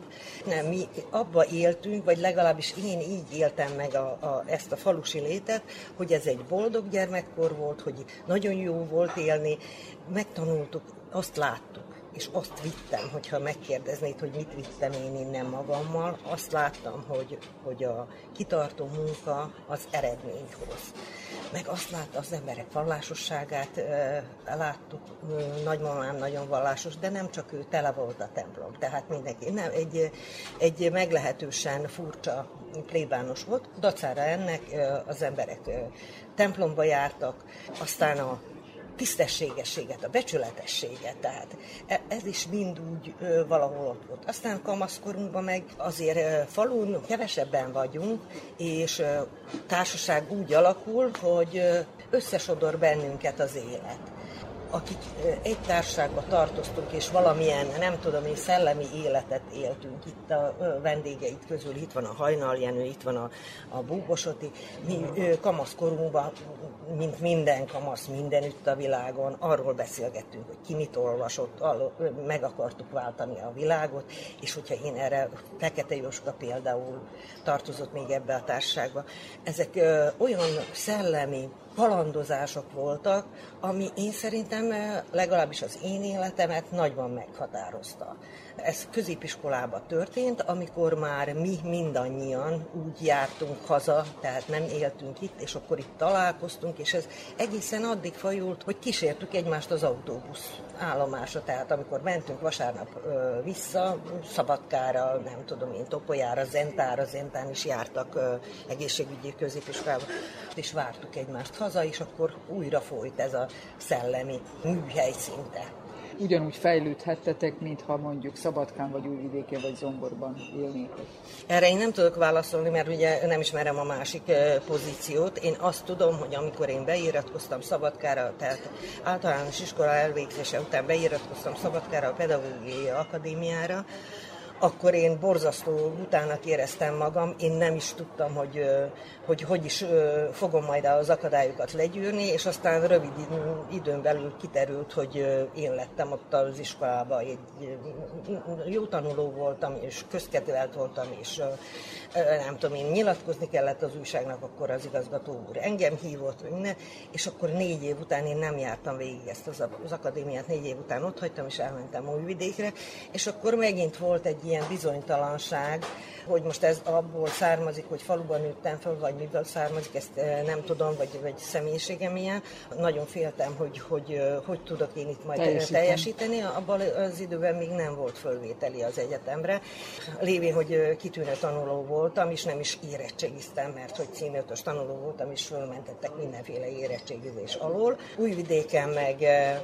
volt. Nem, mi abba éltünk, vagy legalábbis én így éltem meg ezt a falusi létet, hogy ez egy boldog gyermekkor volt, hogy nagyon jó volt élni, megtanultuk, azt láttuk. És azt vittem, hogyha megkérdeznéd, hogy mit vittem én innen magammal, azt láttam, hogy a kitartó munka az eredményt hoz. Meg azt látta az emberek vallásosságát, láttuk, nagymamám nagyon vallásos, de nem csak ő, tele volt a templom. Tehát mindenki, nem, egy meglehetősen furcsa plébános volt. Dacára ennek az emberek templomba jártak, aztán a tisztességességet, a becsületességet, tehát ez is mind úgy valahol ott volt. Aztán kamaszkorunkban meg azért falun kevesebben vagyunk, és társaság úgy alakul, hogy összesodor bennünket az élet. Akik egy társaságba tartoztunk, és valamilyen, nem tudom én, szellemi életet éltünk itt a vendégeid közül, itt van a Hajnal Jenő, itt van a Búbosoti, mi kamaszkorunkban, mint minden kamasz mindenütt a világon, arról beszélgettünk, hogy ki mit olvasott, meg akartuk váltani a világot, és hogyha én erre, Fekete Jóska például tartozott még ebbe a társaságba, ezek olyan szellemi kalandozások voltak, ami én szerintem legalábbis az én életemet nagyban meghatározta. Ez középiskolában történt, amikor már mi mindannyian úgy jártunk haza, tehát nem éltünk itt, és akkor itt találkoztunk, és ez egészen addig fajult, hogy kísértük egymást az autóbusz állomásra, tehát amikor mentünk vasárnap vissza, Szabadkára, nem tudom én, Topolyára, Zentára, Zentán is jártak egészségügyi középiskolába, és vártuk egymást haza, és akkor újra folyt ez a szellemi műhely szinte. Ugyanúgy fejlődhettetek, mintha mondjuk Szabadkán, vagy Újvidéken, vagy Zomborban élnétek? Erre én nem tudok válaszolni, mert ugye nem ismerem a másik pozíciót. Én azt tudom, hogy amikor én beiratkoztam Szabadkára, tehát általános iskola elvégzése után beiratkoztam Szabadkára a Pedagógiai Akadémiára, akkor én borzasztó utának éreztem magam, én nem is tudtam, hogy is fogom majd az akadályokat legyűrni, és aztán rövid időn belül kiterült, hogy én lettem ott az iskolában, egy jó tanuló voltam, és közkedvelt voltam, és nem tudom én, nyilatkozni kellett az újságnak, akkor az igazgató úr engem hívott, és akkor 4 év után én nem jártam végig ezt az akadémiát, 4 év után ott hagytam, és elmentem Újvidékre, és akkor megint volt egy ilyen bizonytalanság, hogy most ez abból származik, hogy faluban nőttem fel, vagy miből származik, ezt nem tudom, vagy személyiségem ilyen. Nagyon féltem, hogy tudok én itt majd teljesíteni. Abban az időben még nem volt fölvételi az egyetemre. Lévén, hogy kitűnő tanuló voltam, és nem is érettségiztem, mert hogy címötös tanuló voltam, és fölmentettek mindenféle érettségizés alól. Újvidéken meg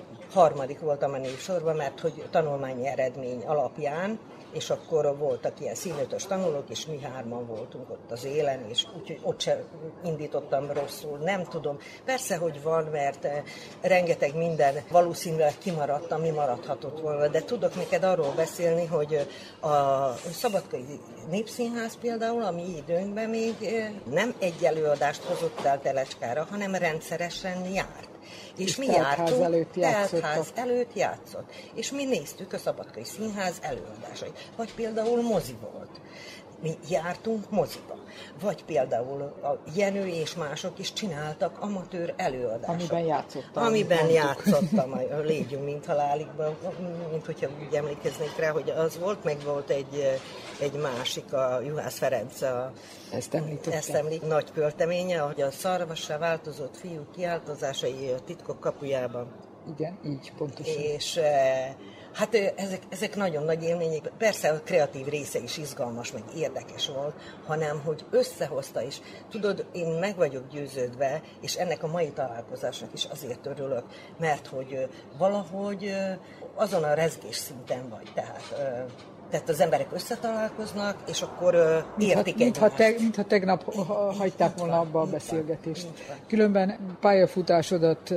3. voltam a névsorban, mert hogy tanulmányi eredmény alapján, és akkor voltak ilyen színötös tanulók, és mi 3 voltunk ott az élen, és úgyhogy ott sem indítottam rosszul, nem tudom. Persze, hogy van, mert rengeteg minden valószínűleg kimaradt, ami maradhatott volna, de tudok neked arról beszélni, hogy a Szabadkai Népszínház például a mi időnkben még nem egy előadást hozott el Telecskára, hanem rendszeresen járt. És mi jártunk, teltház előtt játszott. És mi néztük a Szabadkai Színház előadásait. Vagy például mozi volt. Mi jártunk moziba. Vagy például a Jenő és mások is csináltak amatőr előadásokat. Amiben játszottam, légyünk mint halálikban, mint hogyha úgy emlékeznék rá, hogy az volt, meg volt egy másik, a Juhász Ferenc, ezt említ, nagy költeménye, hogy a szarvassá változott fiú kiáltozásai a titkok kapujában. Igen, így pontosan. És hát ezek nagyon nagy élmények. Persze a kreatív része is izgalmas, meg érdekes volt, hanem hogy összehozta is. Tudod, én meg vagyok győződve, és ennek a mai találkozásnak is azért örülök, mert hogy valahogy azon a rezgés szinten vagy. Tehát az emberek összetalálkoznak, és akkor értik egymást. Mintha tegnap hagyták volna abba a beszélgetést. Különben pályafutásodat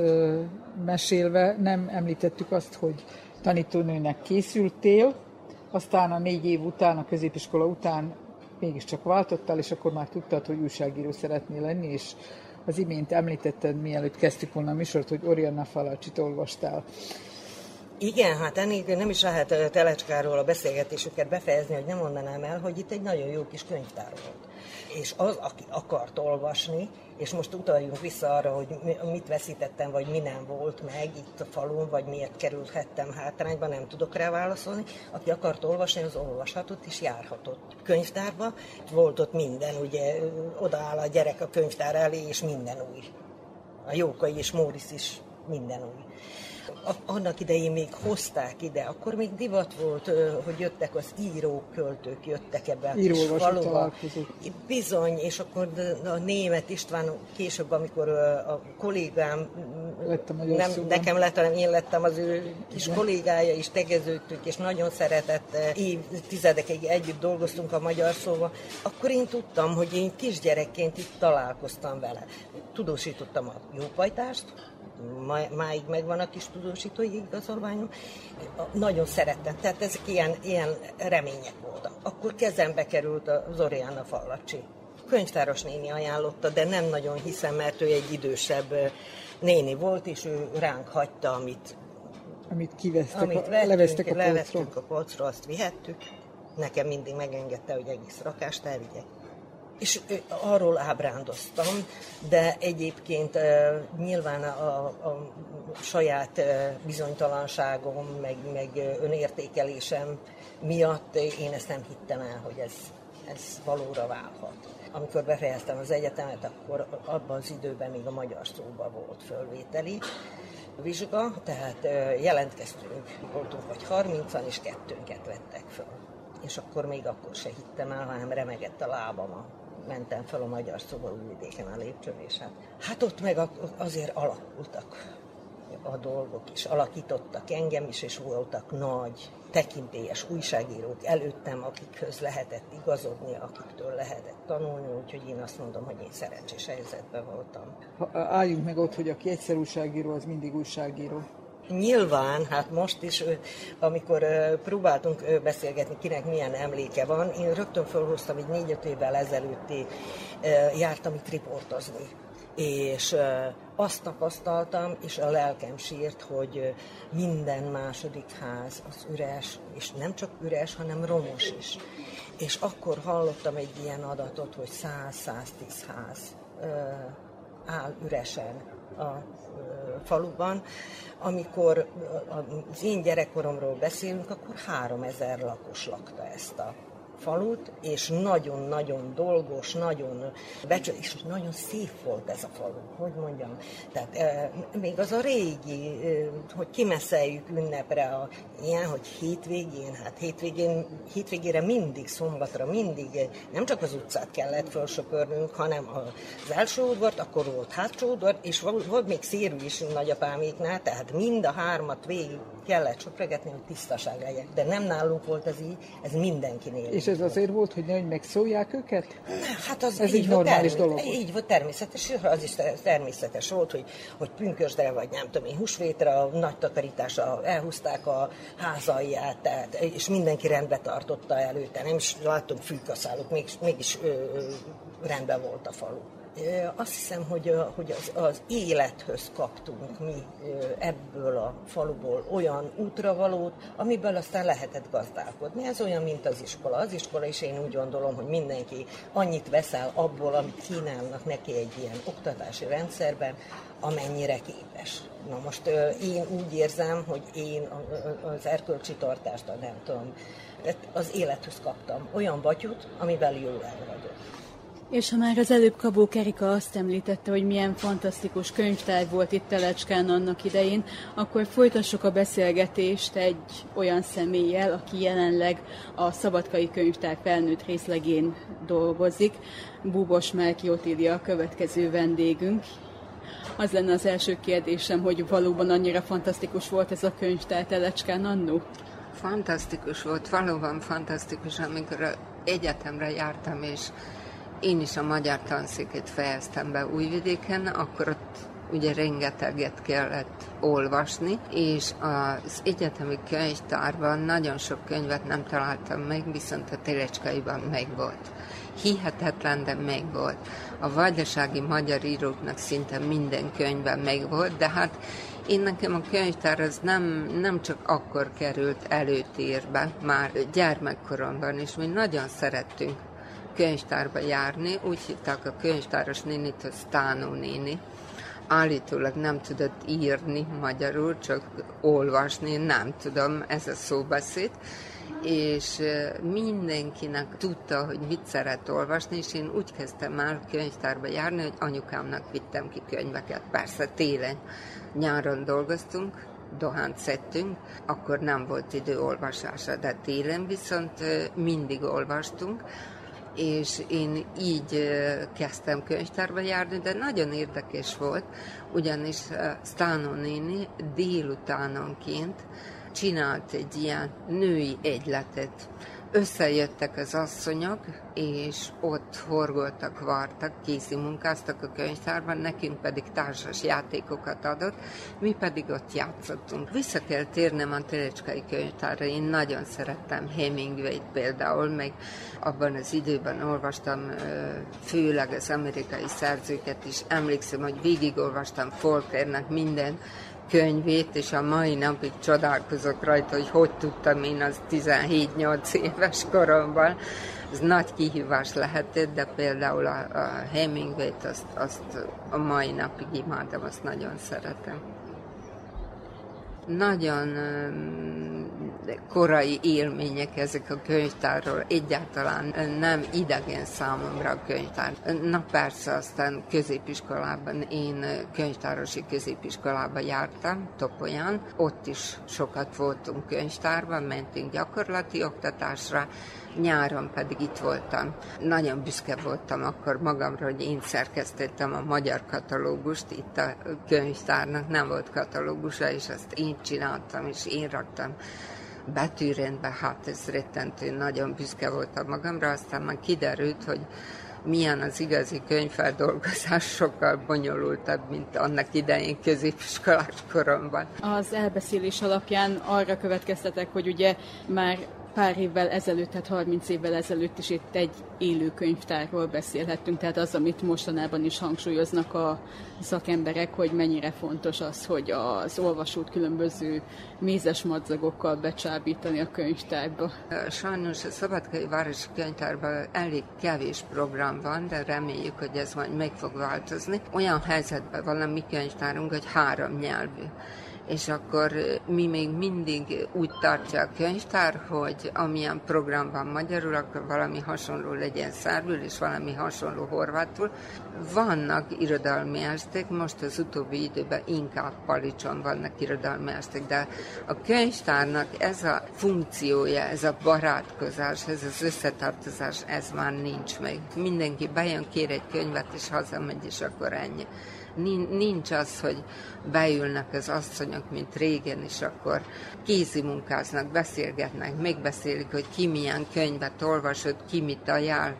mesélve nem említettük azt, hogy tanítónőnek készültél, aztán a 4 év után, a középiskola után mégiscsak váltottál, és akkor már tudtad, hogy újságíró szeretnél lenni, és az imént említetted, mielőtt kezdtük volna a műsort, hogy Orianna Fallacsit olvastál. Igen, hát ennél nem is lehet Telecskáról a beszélgetésüket befejezni, hogy nem mondanám el, hogy itt egy nagyon jó kis könyvtár volt. És az, aki akart olvasni, és most utaljunk vissza arra, hogy mit veszítettem, vagy mi nem volt meg itt a falun, vagy miért kerülhettem hátrányba, nem tudok rá válaszolni. Aki akart olvasni, az olvashatott és járhatott könyvtárba. Volt ott minden, ugye odaáll a gyerek a könyvtár elé, és minden új. A Jókai és Móricz is minden új. Annak idején még hozták ide, akkor még divat volt, hogy jöttek az írók, költők, jöttek ebbe a kis faluba. Bizony, és akkor a Németh István később, amikor a kollégám, nem nekem lett, hanem én lettem az ő kis kollégája, és tegeződtük, és nagyon szeretett, évtizedekig együtt dolgoztunk a Magyar Szóval, akkor én tudtam, hogy én kisgyerekként itt találkoztam vele. Tudósítottam a Jópajtást, máig megvan a kis tudósítói igazolványom. Nagyon szerettem, tehát ezek ilyen remények voltak. Akkor kezembe került a Zorianna Fallacsy. Könyvtáros néni ajánlotta, de nem nagyon hiszem, mert ő egy idősebb néni volt, és ő ránk hagyta, amit leveztünk a polcról, azt vihettük. Nekem mindig megengedte, hogy egész rakást elvigyek. És arról ábrándoztam, de egyébként nyilván a saját bizonytalanságom, meg önértékelésem miatt én ezt nem hittem el, hogy ez valóra válhat. Amikor befejeztem az egyetemet, akkor abban az időben még a Magyar Szóban volt fölvételi vizsga, tehát jelentkeztünk, voltunk vagy 30-an, és 2-nket vettek föl. És akkor se hittem el, hanem remegett a lábam. Mentem fel a Magyar Szóba Újvidéken a lépcsőn, és hát ott meg azért alakultak a dolgok is, alakítottak engem is, és voltak nagy, tekintélyes újságírók előttem, akikhöz lehetett igazodni, akiktől lehetett tanulni, úgyhogy én azt mondom, hogy én szerencsés helyzetben voltam. Álljunk meg ott, hogy aki egyszer újságíró, az mindig újságíró. Nyilván, hát most is, amikor próbáltunk beszélgetni, kinek milyen emléke van, én rögtön felhoztam, hogy 4-5 évvel ezelőtti jártam itt riportozni. És azt tapasztaltam, és a lelkem sírt, hogy minden második ház az üres, és nem csak üres, hanem romos is. És akkor hallottam egy ilyen adatot, hogy 100-110 ház áll üresen a faluban. Amikor az én gyerekkoromról beszélünk, akkor 3000 lakos lakta ezt a falut, és nagyon-nagyon dolgos, és nagyon szép volt ez a falu, hogy mondjam. Tehát még az a régi, hogy kimesszeljük ünnepre, ilyen, hogy hétvégére mindig, szombatra mindig, nem csak az utcát kellett felsöpörnünk, hanem az első udvart, akkor volt hátsó udvar, és volt még szérű is nagyapáméknál, tehát mind a 3 végig kellett söpregetni, hogy tisztaság legyen. De nem nálunk volt ez így, ez mindenkinél. És ez azért volt, hogy nehogy megszólják őket? Hát az ez így normális dolog. Így volt természetes, az is természetes volt, hogy pünkösdre vagy nem tudom én, húsvétre a nagy takarításra elhúzták a házalját, tehát, és mindenki rendbe tartotta előtte, nem is láttunk fűkaszálók, mégis rendben volt a falu. Azt hiszem, hogy az élethöz kaptunk mi ebből a faluból olyan útravalót, amiből aztán lehetett gazdálkodni. Ez olyan, mint az iskola. Az iskola is én úgy gondolom, hogy mindenki annyit veszel abból, amit kínálnak neki egy ilyen oktatási rendszerben, amennyire képes. Na most én úgy érzem, hogy én az erkölcsi tartást, nem tudom, az élethöz kaptam olyan batyut, amivel jól el vagyok. És ha már az előbb Kabó Erika azt említette, hogy milyen fantasztikus könyvtár volt itt Telecskán annak idején, akkor folytassuk a beszélgetést egy olyan személlyel, aki jelenleg a Szabadkai Könyvtár felnőtt részlegén dolgozik. Búbos Márki Otília a következő vendégünk. Az lenne az első kérdésem, hogy valóban annyira fantasztikus volt ez a könyvtár Telecskán annó? Fantasztikus volt, valóban fantasztikus, amikor egyetemre jártam, és én is a magyar tanszékét fejeztem be Újvidéken, akkor ott ugye rengeteget kellett olvasni, és az egyetemi könyvtárban nagyon sok könyvet nem találtam meg, viszont a Telecskaiban megvolt. Hihetetlen, de megvolt. A vajdasági magyar íróknak szinte minden könyve megvolt, de hát Én nekem a könyvtár az nem csak akkor került előtérbe, már gyermekkoromban is, mi nagyon szerettünk könyvtárba járni, úgy hívták a könyvtáros nénit, hogy Stánó néni. Állítólag nem tudott írni magyarul, csak olvasni, nem tudom, ez a szóbeszéd, és mindenkinek tudta, hogy mit szeret olvasni, és én úgy kezdtem el könyvtárba járni, hogy anyukámnak vittem ki könyveket. Persze télen, nyáron dolgoztunk, dohánt szedtünk, akkor nem volt idő olvasásra, de télen viszont mindig olvastunk, és én így kezdtem könyvtárba járni, de nagyon érdekes volt, ugyanis Stánó néni délutánonként csinált egy ilyen női egyletet. Összejöttek az asszonyok, és ott horgoltak, vartak, kézimunkáztak a könyvtárban, nekünk pedig társas játékokat adott, mi pedig ott játszottunk. Vissza kell térnem a Telecskai könyvtárra, én nagyon szerettem Hemingway-t például, meg abban az időben olvastam főleg az amerikai szerzőket is, emlékszem, hogy végigolvastam Faulknernek minden könyvét, és a mai napig csodálkozok rajta, hogy tudtam én az 17-8 éves koromban. Ez nagy kihívás lehetett, de például a Hemingway-t azt a mai napig imádom, azt nagyon szeretem. Nagyon korai élmények ezek a könyvtárról, egyáltalán nem idegen számomra a könyvtár. Na persze, aztán középiskolában, én könyvtárosi középiskolában jártam, Topolyán, ott is sokat voltunk könyvtárban, mentünk gyakorlati oktatásra, nyáron pedig itt voltam. Nagyon büszke voltam akkor magamra, hogy én szerkesztettem a magyar katalógust, itt a könyvtárnak nem volt katalógusa, és azt én csináltam, és én raktam betűrendbe, hát ez rettentő, nagyon büszke voltam magamra, aztán már kiderült, hogy milyen az igazi könyvfeldolgozás, sokkal bonyolultabb, mint annak idején középiskolás koromban. Az elbeszélés alapján arra következtetek, hogy ugye már pár évvel ezelőtt, tehát 30 évvel ezelőtt is itt egy élő könyvtárról beszélhettünk, tehát az, amit mostanában is hangsúlyoznak a szakemberek, hogy mennyire fontos az, hogy az olvasót különböző mézes madzagokkal becsábítani a könyvtárba. Sajnos a Szabadkai Városi Könyvtárban elég kevés program van, de reméljük, hogy ez majd meg fog változni. Olyan helyzetben van a mi könyvtárunk, hogy 3 nyelvű. És akkor mi még mindig úgy tartja a könyvtár, hogy amilyen program van magyarul, akkor valami hasonló legyen szerbül, és valami hasonló horvátul. Vannak irodalmi esték, most az utóbbi időben inkább Palicson vannak irodalmi esték, de a könyvtárnak ez a funkciója, ez a barátkozás, ez az összetartozás, ez már nincs meg. Mindenki bejön, kér egy könyvet, és hazamegy, és akkor ennyi. Nincs az, hogy beülnek az asszonyok, mint régen, és akkor kézimunkáznak, beszélgetnek, megbeszélik, hogy ki milyen könyvet olvasott, ki mit ajánl.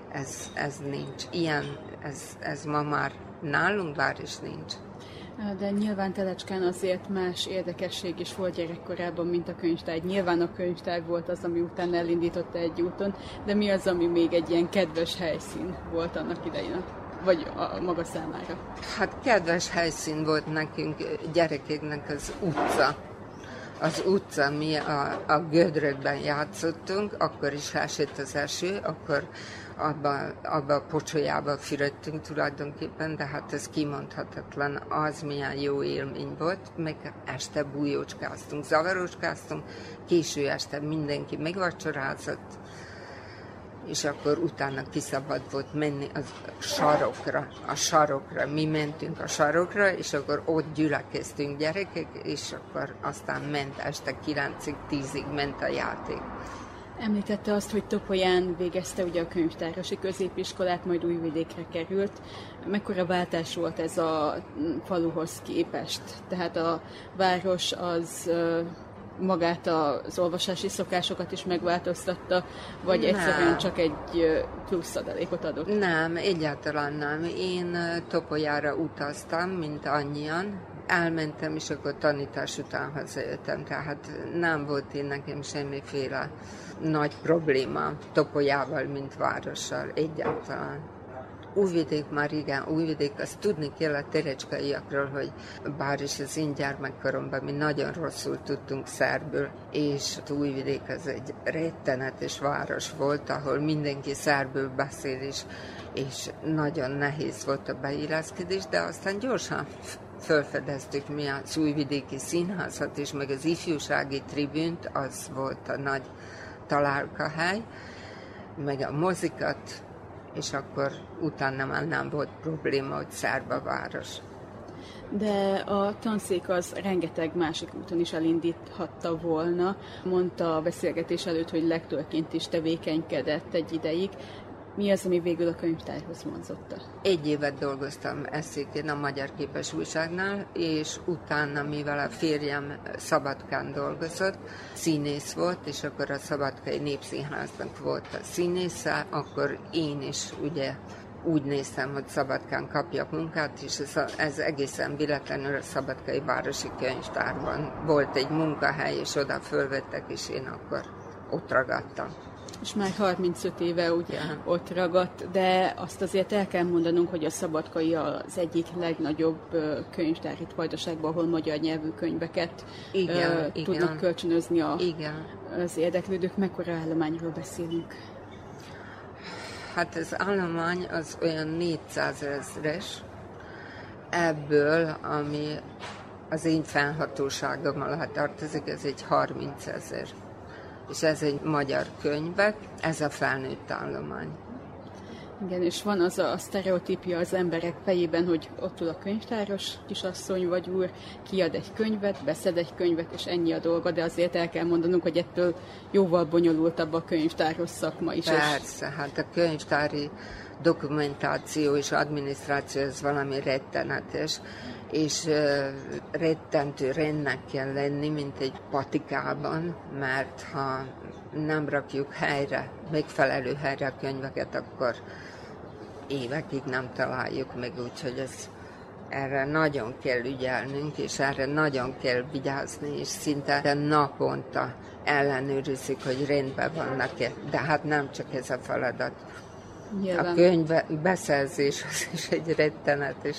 Ez nincs. Ilyen, ez ma már nálunk bár is nincs. De nyilván Telecskán azért más érdekesség is volt gyerekkorában, mint a könyvtár. Nyilván a könyvtár volt az, ami után elindította egy úton, de mi az, ami még egy ilyen kedves helyszín volt annak idején? Vagy a maga számára? Hát kedves helyszín volt nekünk gyerekeknek az utca. Az utca, mi a gödrökben játszottunk, akkor is esett az eső, akkor abba a pocsolyába fürödtünk tulajdonképpen, de hát ez kimondhatatlan, az milyen jó élmény volt, meg este bújócskáztunk, zavaroskáztunk, késő este mindenki megvacsorázott, és akkor utána kiszabad volt menni a sarokra. Mi mentünk a sarokra, és akkor ott gyülekeztünk gyerekek, és akkor aztán ment este 9-ig, 10-ig ment a játék. Említette azt, hogy Topolyán végezte ugye a könyvtárosi középiskolát, majd Újvidékre került. Mekkora váltás volt ez a faluhoz képest? Tehát a város az magát az olvasási szokásokat is megváltoztatta, vagy egyszerűen csak egy plusz adalékot adott? Nem, egyáltalán nem. Én Topolyára utaztam, mint annyian. Elmentem, és akkor tanítás után hazajöttem, tehát nem volt én nekem semmiféle nagy probléma Topolyával, mint várossal, egyáltalán. Újvidék már igen, Újvidék, azt tudni kell a terecskaiakról, hogy bár is az én gyermekkoromban mi nagyon rosszul tudtunk szerbül, és Újvidék az egy rettenetes város volt, ahol mindenki szerbül beszél, és nagyon nehéz volt a beilleszkedés, de aztán gyorsan felfedeztük mi az Újvidéki Színházat is, meg az ifjúsági tribünt, az volt a nagy találkahely, meg a mozikat, és akkor utána már nem volt probléma, hogy szerb a város. De a tanszék az rengeteg másik úton is elindíthatta volna. Mondta a beszélgetés előtt, hogy lektorként is tevékenykedett egy ideig. Mi az, ami végül a könyvtárhoz vonzotta? 1 évet dolgoztam eszékén a Magyar Képes Újságnál, és utána, mivel a férjem Szabadkán dolgozott, színész volt, és akkor a Szabadkai Népszínháznak volt a színésze, akkor én is ugye úgy néztem, hogy Szabadkán kapjak munkát, és ez egészen véletlenül a Szabadkai Városi Könyvtárban volt egy munkahely, és oda fölvettek, és én akkor ott ragadtam. És már 35 éve ugye ott ragadt, de azt azért el kell mondanunk, hogy a Szabadkai az egyik legnagyobb könyvtár itt Vajdaságban, ahol magyar nyelvű könyveket tudnak kölcsönözni az érdeklődők. Mekkora állományról beszélünk? Hát az állomány az olyan 400 000-es, ebből, ami az én fennhatóságom alá tartozik, ez egy 30 000. És ez egy magyar könyvek, ez a felnőtt állomány. Igen, és van az a sztereotípia az emberek fejében, hogy ott ül a könyvtáros kisasszony vagy úr, kiad egy könyvet, beszed egy könyvet, és ennyi a dolga, de azért el kell mondanunk, hogy ettől jóval bonyolultabb a könyvtáros szakma is. Persze, hát a könyvtári dokumentáció és adminisztráció ez valami rettenetes, és rettentő rendnek kell lenni, mint egy patikában, mert ha nem rakjuk helyre, megfelelő helyre a könyveket, akkor évekig nem találjuk meg, úgyhogy erre nagyon kell ügyelnünk, és erre nagyon kell vigyázni, és szinte naponta ellenőrizik, hogy rendben vannak-e, de hát nem csak ez a feladat. Nyilván. A könyv beszerzés az is egy rettenetes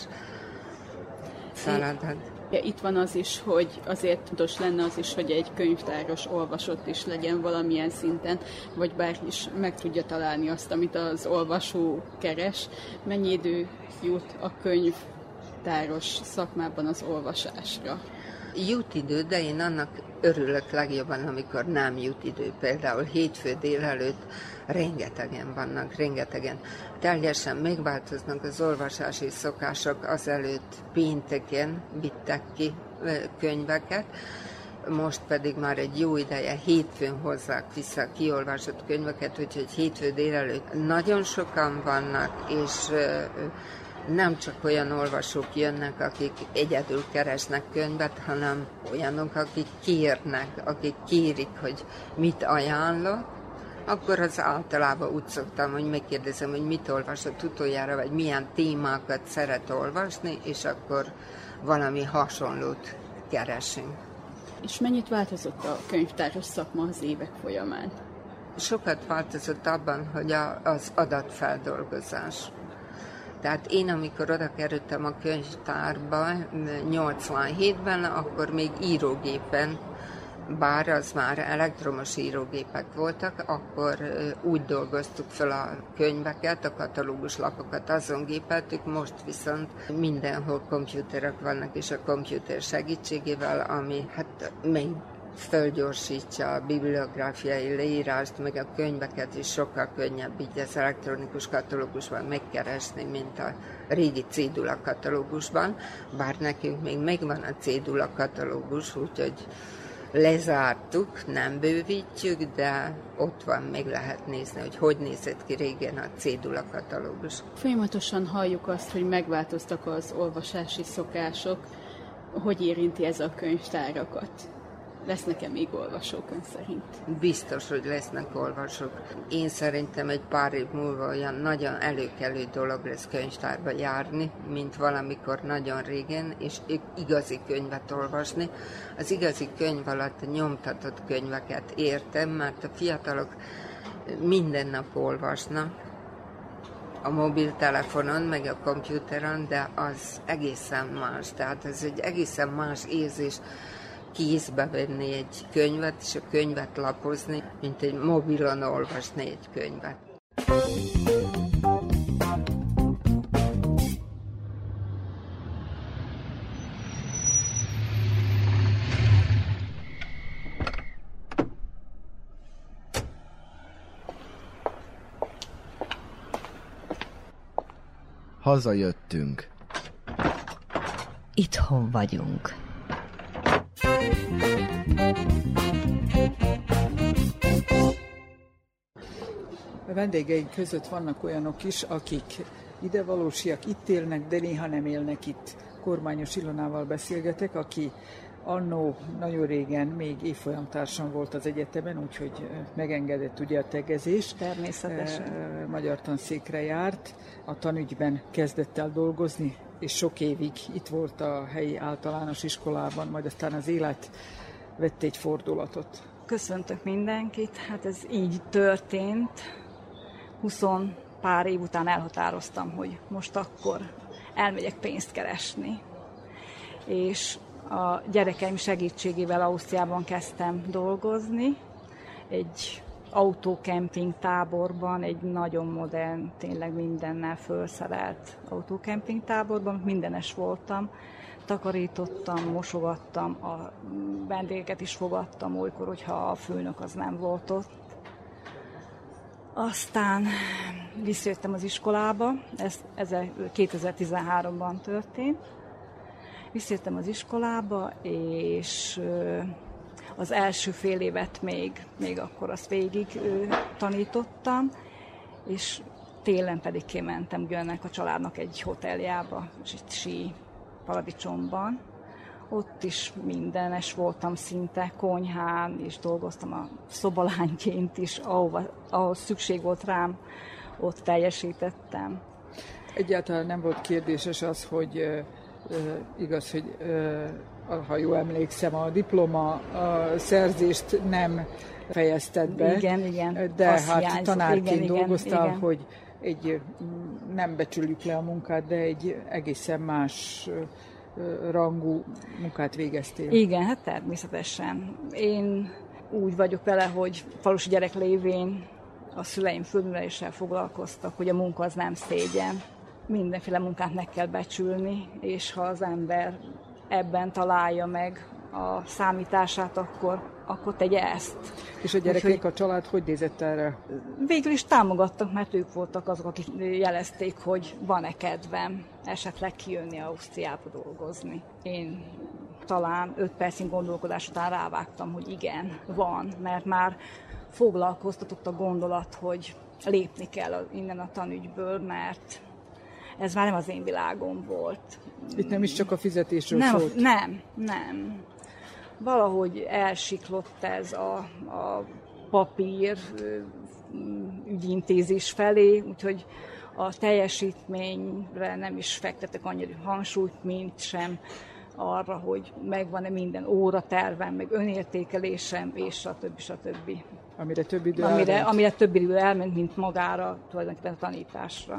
feladat. Itt van az is, hogy azért fontos lenne az is, hogy egy könyvtáros olvasott is legyen valamilyen szinten, vagy bárki is meg tudja találni azt, amit az olvasó keres. Mennyi idő jut a könyvtáros szakmában az olvasásra? Jut idő, de én annak örülök legjobban, amikor nem jut idő. Például hétfő délelőtt rengetegen vannak, rengetegen. Teljesen megváltoznak az olvasási szokások, azelőtt pénteken vittek ki könyveket, most pedig már egy jó ideje hétfőn hozzák vissza a kiolvasott könyveket, úgyhogy hétfő délelőtt nagyon sokan vannak, és nem csak olyan olvasók jönnek, akik egyedül keresnek könyvet, hanem olyanok, akik kérnek, akik kérik, hogy mit ajánlok, akkor az általában úgy szoktam, hogy megkérdezem, hogy mit olvasott utoljára, vagy milyen témákat szeret olvasni, és akkor valami hasonlót keresünk. És mennyit változott a könyvtáros szakma az évek folyamán? Sokat változott abban, hogy az adatfeldolgozás. Tehát én, amikor oda kerültem a könyvtárba 87-ben, akkor még írógépen, bár az már elektromos írógépek voltak, akkor úgy dolgoztuk fel a könyveket, a katalógus lapokat azon gépeltük, most viszont mindenhol komputerek vannak, és a komputer segítségével, ami hát még fölgyorsítja a bibliográfiai leírást, meg a könyveket is sokkal könnyebb így az elektronikus katalógusban megkeresni, mint a régi cédula katalógusban, bár nekünk még megvan a cédula katalógus, úgyhogy lezártuk, nem bővítjük, de ott van, meg lehet nézni, hogy nézett ki régen a cédula katalógus. Folyamatosan halljuk azt, hogy megváltoztak az olvasási szokások. Hogy érinti ez a könyvtárakat? Lesznek-e még olvasók ön szerint? Biztos, hogy lesznek olvasók. Én szerintem egy pár év múlva olyan nagyon előkelő dolog lesz könyvtárba járni, mint valamikor nagyon régen, és igazi könyvet olvasni. Az igazi könyv alatt a nyomtatott könyveket értem, mert a fiatalok minden nap olvasnak, a mobiltelefonon, meg a komputeren, de az egészen más. Tehát ez egy egészen más érzés kézbe venni egy könyvet, és a könyvet lapozni, mint egy mobilon olvasni egy könyvet. Hazajöttünk. Itthon vagyunk. A vendégeink között vannak olyanok is, akik idevalósiak, itt élnek, de néha nem élnek itt. Kormányos Ilonával beszélgetek, aki annó nagyon régen még évfolyamtársam volt az egyetemen, úgyhogy megengedett ugye a tegezés. Természetesen. Magyar tanszékre járt, a tanügyben kezdett el dolgozni, és sok évig itt volt a helyi általános iskolában, majd aztán az élet vett egy fordulatot. Köszöntök mindenkit, hát ez így történt. 20 pár év után elhatároztam, hogy most akkor elmegyek pénzt keresni. És a gyerekeim segítségével Ausztriában kezdtem dolgozni, egy autókemping táborban, egy nagyon modern, tényleg mindennel felszerelt autókemping táborban, mindenes voltam, takarítottam, mosogattam, a vendégeket is fogadtam olykor, hogyha a főnök az nem volt ott. Aztán visszajöttem az iskolába, ez 2013-ban történt. Visszajöttem az iskolába, és az első fél évet még akkor azt végig tanítottam, és télen pedig kimentem ugye ennek a családnak egy hoteljába, és egy sí paradicsomban. Ott is mindenes voltam szinte, konyhán, és dolgoztam a szobalányként is, ahol szükség volt rám, ott teljesítettem. Egyáltalán nem volt kérdéses az, hogy igaz, hogy ha jól emlékszem, a diploma szerzést nem fejezted be. Igen. De hát hiányzott. tanárként dolgoztál, igen. hogy nem becsüljük le a munkát, de egy egészen más rangú munkát végeztél. Igen, hát természetesen. Én úgy vagyok vele, hogy falusi gyerek lévén a szüleim földműveléssel foglalkoztak, hogy a munka az nem szégyen. Mindenféle munkát meg kell becsülni, és ha az ember ebben találja meg a számítását, akkor tegye ezt. És a gyerekek, a család hogy nézett erre? Végül is támogattak, mert ők voltak azok, akik jelezték, hogy van-e kedvem esetleg kijönni Ausztriába dolgozni. Én talán 5 percig gondolkodás után rávágtam, hogy igen, van, mert már foglalkoztatott a gondolat, hogy lépni kell innen a tanügyből, mert ez már nem az én világom volt. Itt nem is csak a fizetésről szólt? Nem. Valahogy elsiklott ez a papír ügyintézés felé, úgyhogy a teljesítményre nem is fektetek annyira hangsúlyt, mint sem arra, hogy megvan-e minden óratervem, meg önértékelésem, és stb. Amire több idő amire több idő elment, mint magára tulajdonképpen a tanításra.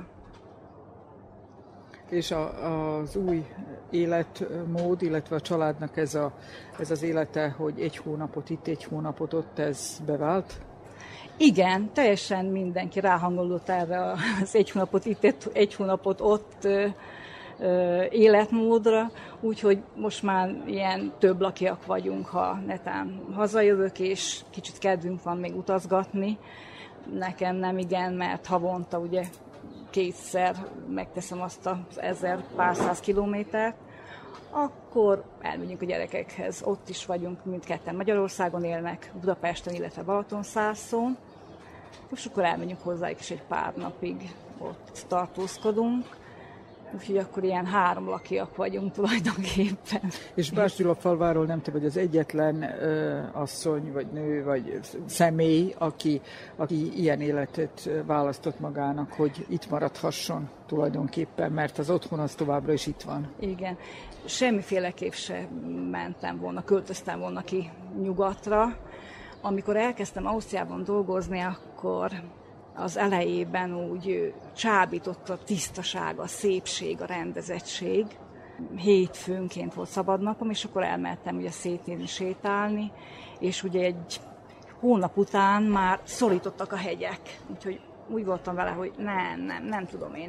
És az új életmód, illetve a családnak ez az élete, hogy 1 hónapot itt, 1 hónapot ott, ez bevált? Igen, teljesen mindenki ráhangolódott erre az 1 hónapot itt, 1 hónapot ott életmódra, úgyhogy most már ilyen több lakiak vagyunk, ha netán hazajövök, és kicsit kedvünk van még utazgatni. Nekem nem igen, mert havonta ugye 2-szer megteszem azt az 1000 pár száz kilométert, akkor elmegyünk a gyerekekhez. Ott is vagyunk, mindketten Magyarországon élnek, Budapesten, illetve Balatonszárszón, és akkor elmegyünk hozzájuk is egy pár napig, ott tartózkodunk. Úgyhogy akkor ilyen 3 lakiak vagyunk tulajdonképpen. És Bács-Gyulafalváról nem te vagy az egyetlen asszony, vagy nő, vagy személy, aki ilyen életet választott magának, hogy itt maradhasson tulajdonképpen, mert az otthon az továbbra is itt van. Igen. Semmiféleképp se mentem volna, költöztem volna ki nyugatra. Amikor elkezdtem Ausztriában dolgozni, akkor az elejében úgy csábított a tisztaság, a szépség, a rendezettség. Hétfőnként volt szabadnapom, és akkor elmentem ugye szétnézni, sétálni, és ugye egy hónap után már szorítottak a hegyek, úgyhogy úgy voltam vele, hogy nem tudom én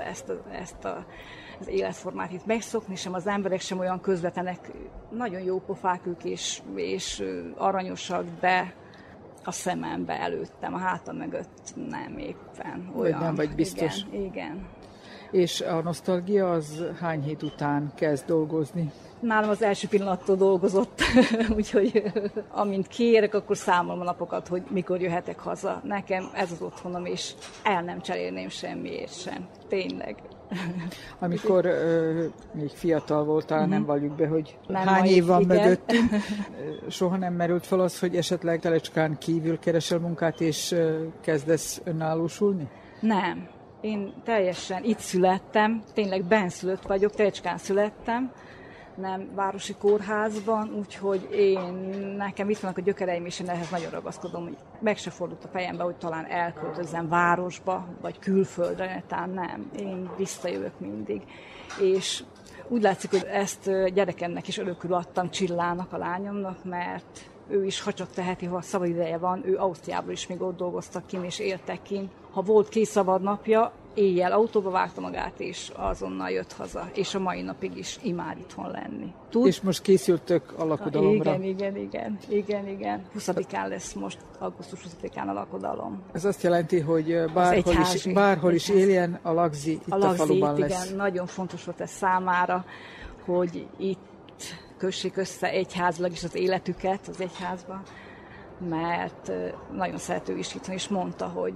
ezt az életformát itt megszokni, sem az emberek sem olyan közvetlenek, nagyon jó pofák ők és aranyosak, de a szemembe előttem, a hátam mögött nem éppen olyan. Vagy nem vagy biztos. Igen. És a nosztalgia az hány hét után kezd dolgozni? Nálam az első pillanattól dolgozott, úgyhogy amint kiérek, akkor számolom a napokat, hogy mikor jöhetek haza. Nekem ez az otthonom, és el nem cserélném semmiért sem. Tényleg. Amikor még fiatal voltál, nem valljuk be, hogy nem hány év van igen. mögöttünk. Soha nem merült fel az, hogy esetleg Telecskán kívül keresel munkát, és kezdesz önállósulni? Nem. Én teljesen itt születtem, tényleg benszülött vagyok, Telecskán születtem, nem városi kórházban, úgyhogy nekem itt vannak a gyökereim, és én ehhez nagyon ragaszkodom, hogy meg se fordult a fejembe, hogy talán elköltözzem városba, vagy külföldre, talán nem. Én visszajövök mindig. És úgy látszik, hogy ezt gyerekemnek is örökül adtam, Csillának, a lányomnak, mert ő is, ha csak teheti, ha szabad ideje van, ő Ausztriából is még ott dolgoztak kint, és éltek kint. Ha volt 2 szabad napja, éjjel autóba vágta magát, és azonnal jött haza. És a mai napig is imád itthon lenni. És most készültök a lakodalomra? Igen. 20-án lesz most, augusztus 20-án a lakodalom. Ez azt jelenti, hogy bárhol is éljen, a Lagzi itt a faluban lesz. Igen, nagyon fontos volt ez számára, hogy itt kössék össze egyházilag is az életüket az egyházban, mert nagyon szerető is itthon, és mondta, hogy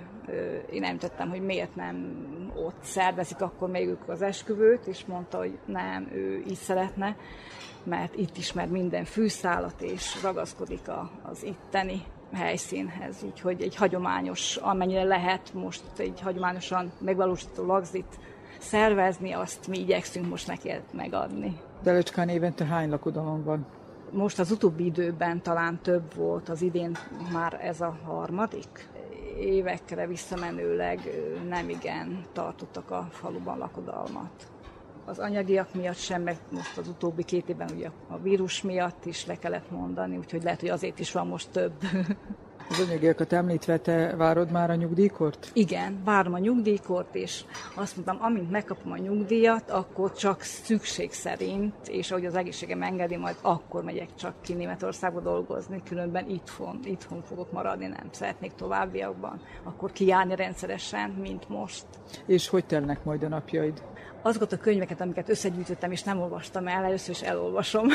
én nem tettem, hogy miért nem ott szervezik akkor még ők az esküvőt, és mondta, hogy nem, ő így szeretne, mert itt ismer minden fűszálat, és ragaszkodik az itteni helyszínhez. Úgyhogy egy hagyományos, amennyire lehet most egy hagyományosan megvalósító Lagzit szervezni, azt mi igyekszünk most neki megadni. Telecskán évente hány lakodalom van? Most az utóbbi időben talán több volt, az idén már ez a 3. Évekre visszamenőleg nem igen tartottak a faluban lakodalmat. Az anyagiak miatt sem, meg most az utóbbi 2 évben ugye a vírus miatt is le kellett mondani, úgyhogy lehet, hogy azért is van most több. Az anyagiakat említve, te várod már a nyugdíjkort? Igen, várom a nyugdíjkort, és azt mondtam, amint megkapom a nyugdíjat, akkor csak szükség szerint, és ahogy az egészségem engedi, majd akkor megyek csak ki Németországba dolgozni, különben itthon fogok maradni, nem szeretnék továbbiakban. Akkor kijárni rendszeresen, mint most. És hogy telnek majd a napjaid? Azokat a könyveket, amiket összegyűjtöttem, és nem olvastam el, először is elolvasom.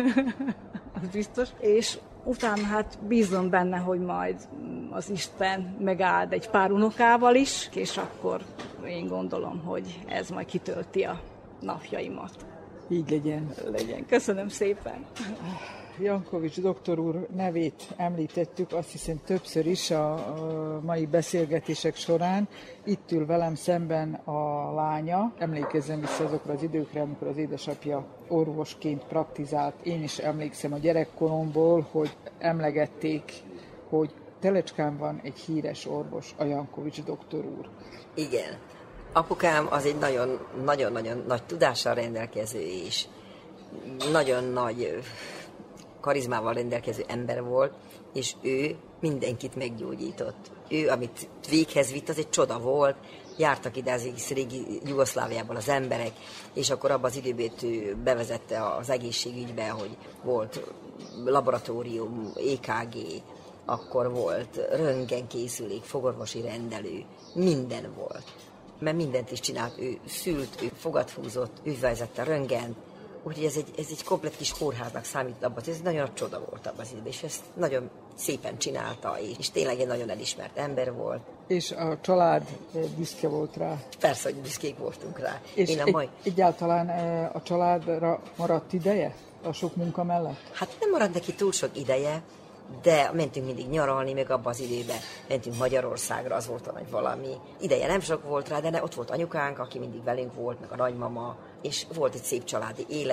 Az biztos. És utána hát bízom benne, hogy majd az Isten megáld egy pár unokával is, és akkor én gondolom, hogy ez majd kitölti a napjaimat. Így legyen. Köszönöm szépen. Jankovics doktor úr nevét említettük, azt hiszem többször is a mai beszélgetések során. Itt ül velem szemben a lánya. Emlékezzem vissza azokra az időkre, amikor az édesapja orvosként praktizált. Én is emlékszem a gyerekkoromból, hogy emlegették, hogy Telecskán van egy híres orvos, a Jankovics doktor úr. Igen. Apukám az egy nagyon-nagyon nagy tudással rendelkező és nagyon nagy karizmával rendelkező ember volt, és ő mindenkit meggyógyított. Ő, amit véghez vitt, az egy csoda volt. Jártak ide az egész régi Jugoszláviából az emberek, és akkor abban az időben ő bevezette az egészségügybe, hogy volt laboratórium, EKG, akkor volt röntgenkészülék, fogorvosi rendelő, minden volt. Mert mindent is csinált, ő szült, ő fogathúzott, ő vezette a röntgent, úgyhogy ez egy komplett kis kórháznak számít abban, ez nagyon nagy csoda volt abban az időben, és ezt nagyon szépen csinálta, és tényleg egy nagyon elismert ember volt. És a család büszke volt rá? Persze, hogy büszkék voltunk rá. És egyáltalán a családra maradt ideje a sok munka mellett? Hát nem maradt neki túl sok ideje, de mentünk mindig nyaralni, meg abban az időben mentünk Magyarországra, az volt a nagy valami. Ideje nem sok volt rá, de ott volt anyukánk, aki mindig velünk volt, meg a nagymama, és volt egy szép családi élet.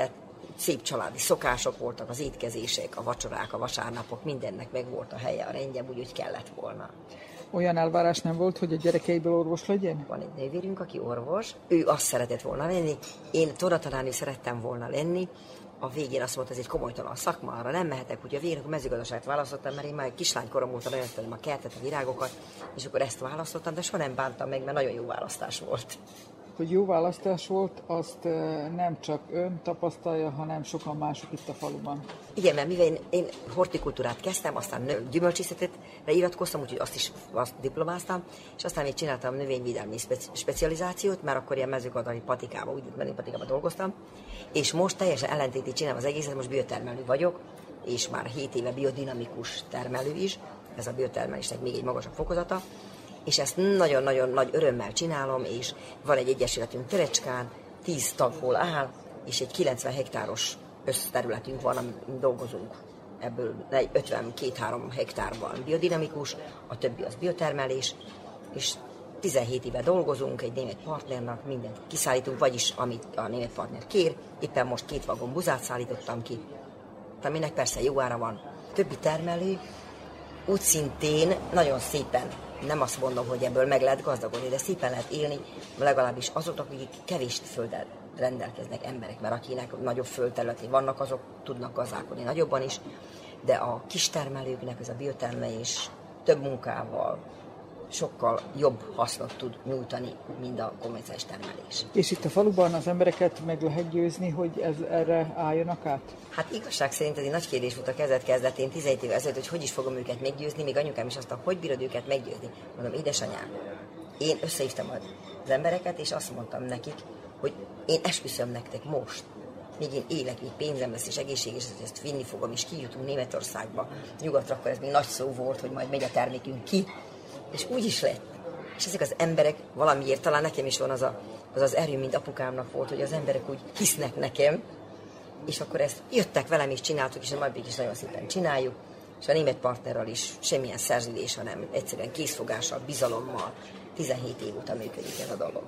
szép családi szokások voltak, az étkezések, a vacsorák, a vasárnapok, mindennek meg volt a helye, a rendje, úgy kellett volna. Olyan elvárás nem volt, hogy a gyerekeiből orvos legyen? Van egy nővérünk, aki orvos, ő azt szeretett volna lenni, én tornatanárnő szerettem volna lenni, a végén azt mondta, ez egy komolytalan szakma, arra nem mehetek, úgyhogy a végén a mezőgazdaságot választottam, mert én már kislánykorom óta nagyon szeretem a kertet, a virágokat, és akkor ezt választottam, de soha nem bántam meg, mert nagyon jó választás volt. Hogy jó választás volt, azt nem csak ön tapasztalja, hanem sokan mások itt a faluban. Igen, mert mivel én hortikultúrát kezdtem, aztán gyümölcsészetre iratkoztam, úgyhogy azt diplomáztam, és aztán még csináltam növényvédelmi specializációt, mert akkor ilyen mezőgazdasági patikában, úgy patikában dolgoztam, és most teljesen ellentétét csinálom az egészet, most biotermelő vagyok, és már 7 éve biodinamikus termelő is, ez a biotermelésnek még egy magasabb fokozata, és ezt nagyon-nagyon nagy örömmel csinálom, és van egy egyesületünk Terecskán, 10 tagból áll, és egy 90 hektáros összterületünk van, amin dolgozunk. Ebből 52-3 hektár van biodinamikus, a többi az biotermelés, és 17 éve dolgozunk egy német partnernak, mindent kiszállítunk, vagyis amit a német partner kér. Éppen most 2 vagon buzát szállítottam ki, aminek persze jó ára van. Többi termelő úgy szintén nagyon szépen, nem azt mondom, hogy ebből meg lehet gazdagodni, de szépen lehet élni, legalábbis azok, akik kevés földdel rendelkeznek emberek, mert akinek nagyobb földterületén vannak, azok tudnak gazdálkodni nagyobban is, de a kistermelőknek ez a biotermelés több munkával sokkal jobb hasznot tud nyújtani, mint a konvencionális termelés. És itt a faluban az embereket meg lehet győzni, hogy erre álljanak át? Hát igazság szerint ez egy nagy kérdés volt a kezdetén, 17 évvel ezelőtt, hogy is fogom őket meggyőzni, még anyukám is azt, hogy bírod őket meggyőzni. Mondom, édesanyám, én összehívtam az embereket, és azt mondtam nekik, hogy én esküszöm nektek most, még én élek, még pénzem lesz, és egészséges, és ezt vinni fogom, és kijutunk Németországba, nyugatra, akkor ez még nagy szó volt, hogy majd megy a termékünk ki, és úgy is lett. És ezek az emberek valamiért, talán nekem is van az erő, mint apukámnak volt, hogy az emberek úgy hisznek nekem, és akkor ezt jöttek velem és csináltuk, és majd is nagyon szépen csináljuk, és a német partnerrel is semmilyen szerződés, hanem egyszerűen készfogással, bizalommal. 17 év óta működik ez a dolog.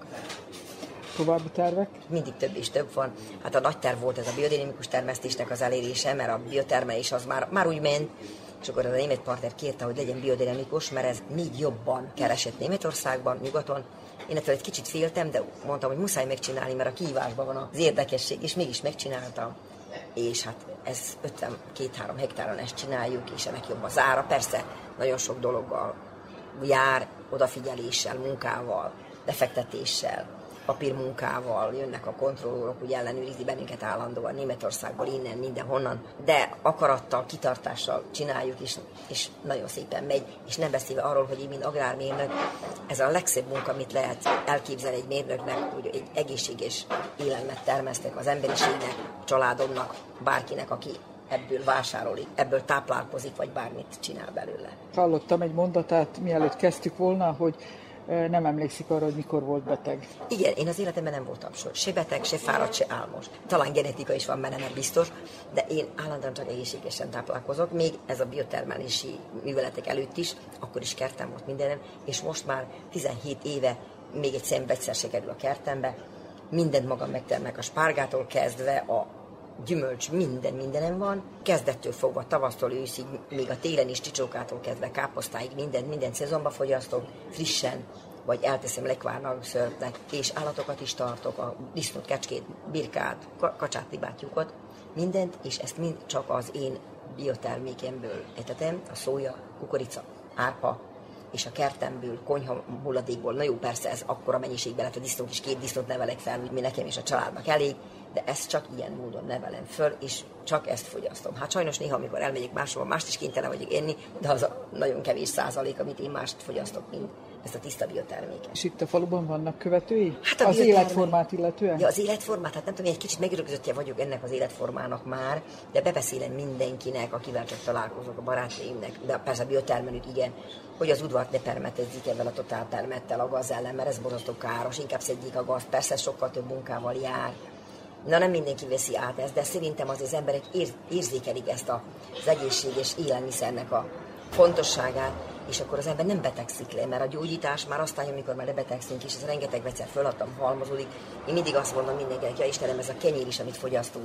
További tervek? Mindig több és több van. Hát a nagy terv volt ez a biodinamikus termesztésnek az elérése, mert a biotermelés az már úgy ment, és akkor az a német partner kérte, hogy legyen biodinamikus, mert ez még jobban keresett Németországban, nyugaton. Én ettől egy kicsit féltem, de mondtam, hogy muszáj megcsinálni, mert a kihívásban van az érdekesség, és mégis megcsináltam. És hát ez 52-3 hektáron ezt csináljuk, és ennek jobb az ára. Persze nagyon sok dologgal jár, odafigyeléssel, munkával, befektetéssel, papírmunkával, jönnek a kontrollórok, úgy ellenőrizni bennünket állandóan Németországból, innen, mindenhonnan, de akarattal, kitartással csináljuk, és nagyon szépen megy, és nem beszélve arról, hogy én, mint agrármérnök, ez a legszebb munka, amit lehet elképzelni egy mérnöknek, hogy egy egészséges élelmet termesztek az emberiségnek, a családomnak, bárkinek, aki ebből vásárolik, ebből táplálkozik, vagy bármit csinál belőle. Hallottam egy mondatát, mielőtt kezdtük volna, hogy nem emlékszik arra, hogy mikor volt beteg. Igen, én az életemben nem voltam se beteg, se fáradt, se álmos. Talán genetika is van benne, nem biztos, de én állandóan csak egészségesen táplálkozok, még ez a biotermelési műveletek előtt is, akkor is kertem volt mindenem, és most már 17 éve még egy szemvegyszer se kerül a kertembe, mindent magam megtermelek, a spárgától kezdve, a gyümölcs, mindenem van, kezdettől fogva, tavasztól őszig, még a télen is csicsókától kezdve káposztáig, minden szezonban fogyasztok, frissen, vagy elteszem lekvárnak, szörpnek, és állatokat is tartok, a disznót, kecskét, birkát, kacsát, libátyúkat, mindent, és ezt mind csak az én biotermékemből etetem, a szója, kukorica, árpa, és a kertemből, konyha hulladékból, na jó, persze ez akkora mennyiségben lett, a disznók is 2 disznót nevelek fel, úgy mi nekem és a családnak elég, de ezt csak ilyen módon nevelem föl, és csak ezt fogyasztom. Hát sajnos néha, amikor elmegyek máshova, mást is kénytelen vagyok enni, de az a nagyon kevés százalék, amit én mást fogyasztok, mint ezt a tiszta bioterméket. És itt a faluban vannak követői? Hát az életformát illetően? Ja, az életformát, hát nem tudom, egy kicsit megrögzöttje vagyok ennek az életformának már, de bebeszélem mindenkinek, akivel csak találkozok, a barátaimnak, de persze a biotermelők, igen, hogy az udvart ne permetezzék ebben a totáltermettel, a gaz ellen, mert ez borzasztó káros, inkább szedjék a gazt, persze sokkal több munkával jár. Na, nem mindenki veszi át ezt, de szerintem az emberek érzékelik ezt az egészséges élelmiszernek a fontosságát, és akkor az ember nem betegszik le, mert a gyógyítás már aztán, amikor már lebetegszünk, és ez rengeteg vegyszer föladtam, halmozódik. Én mindig azt mondom mindenkinek, ja Istenem, ez a kenyér is, amit fogyasztunk,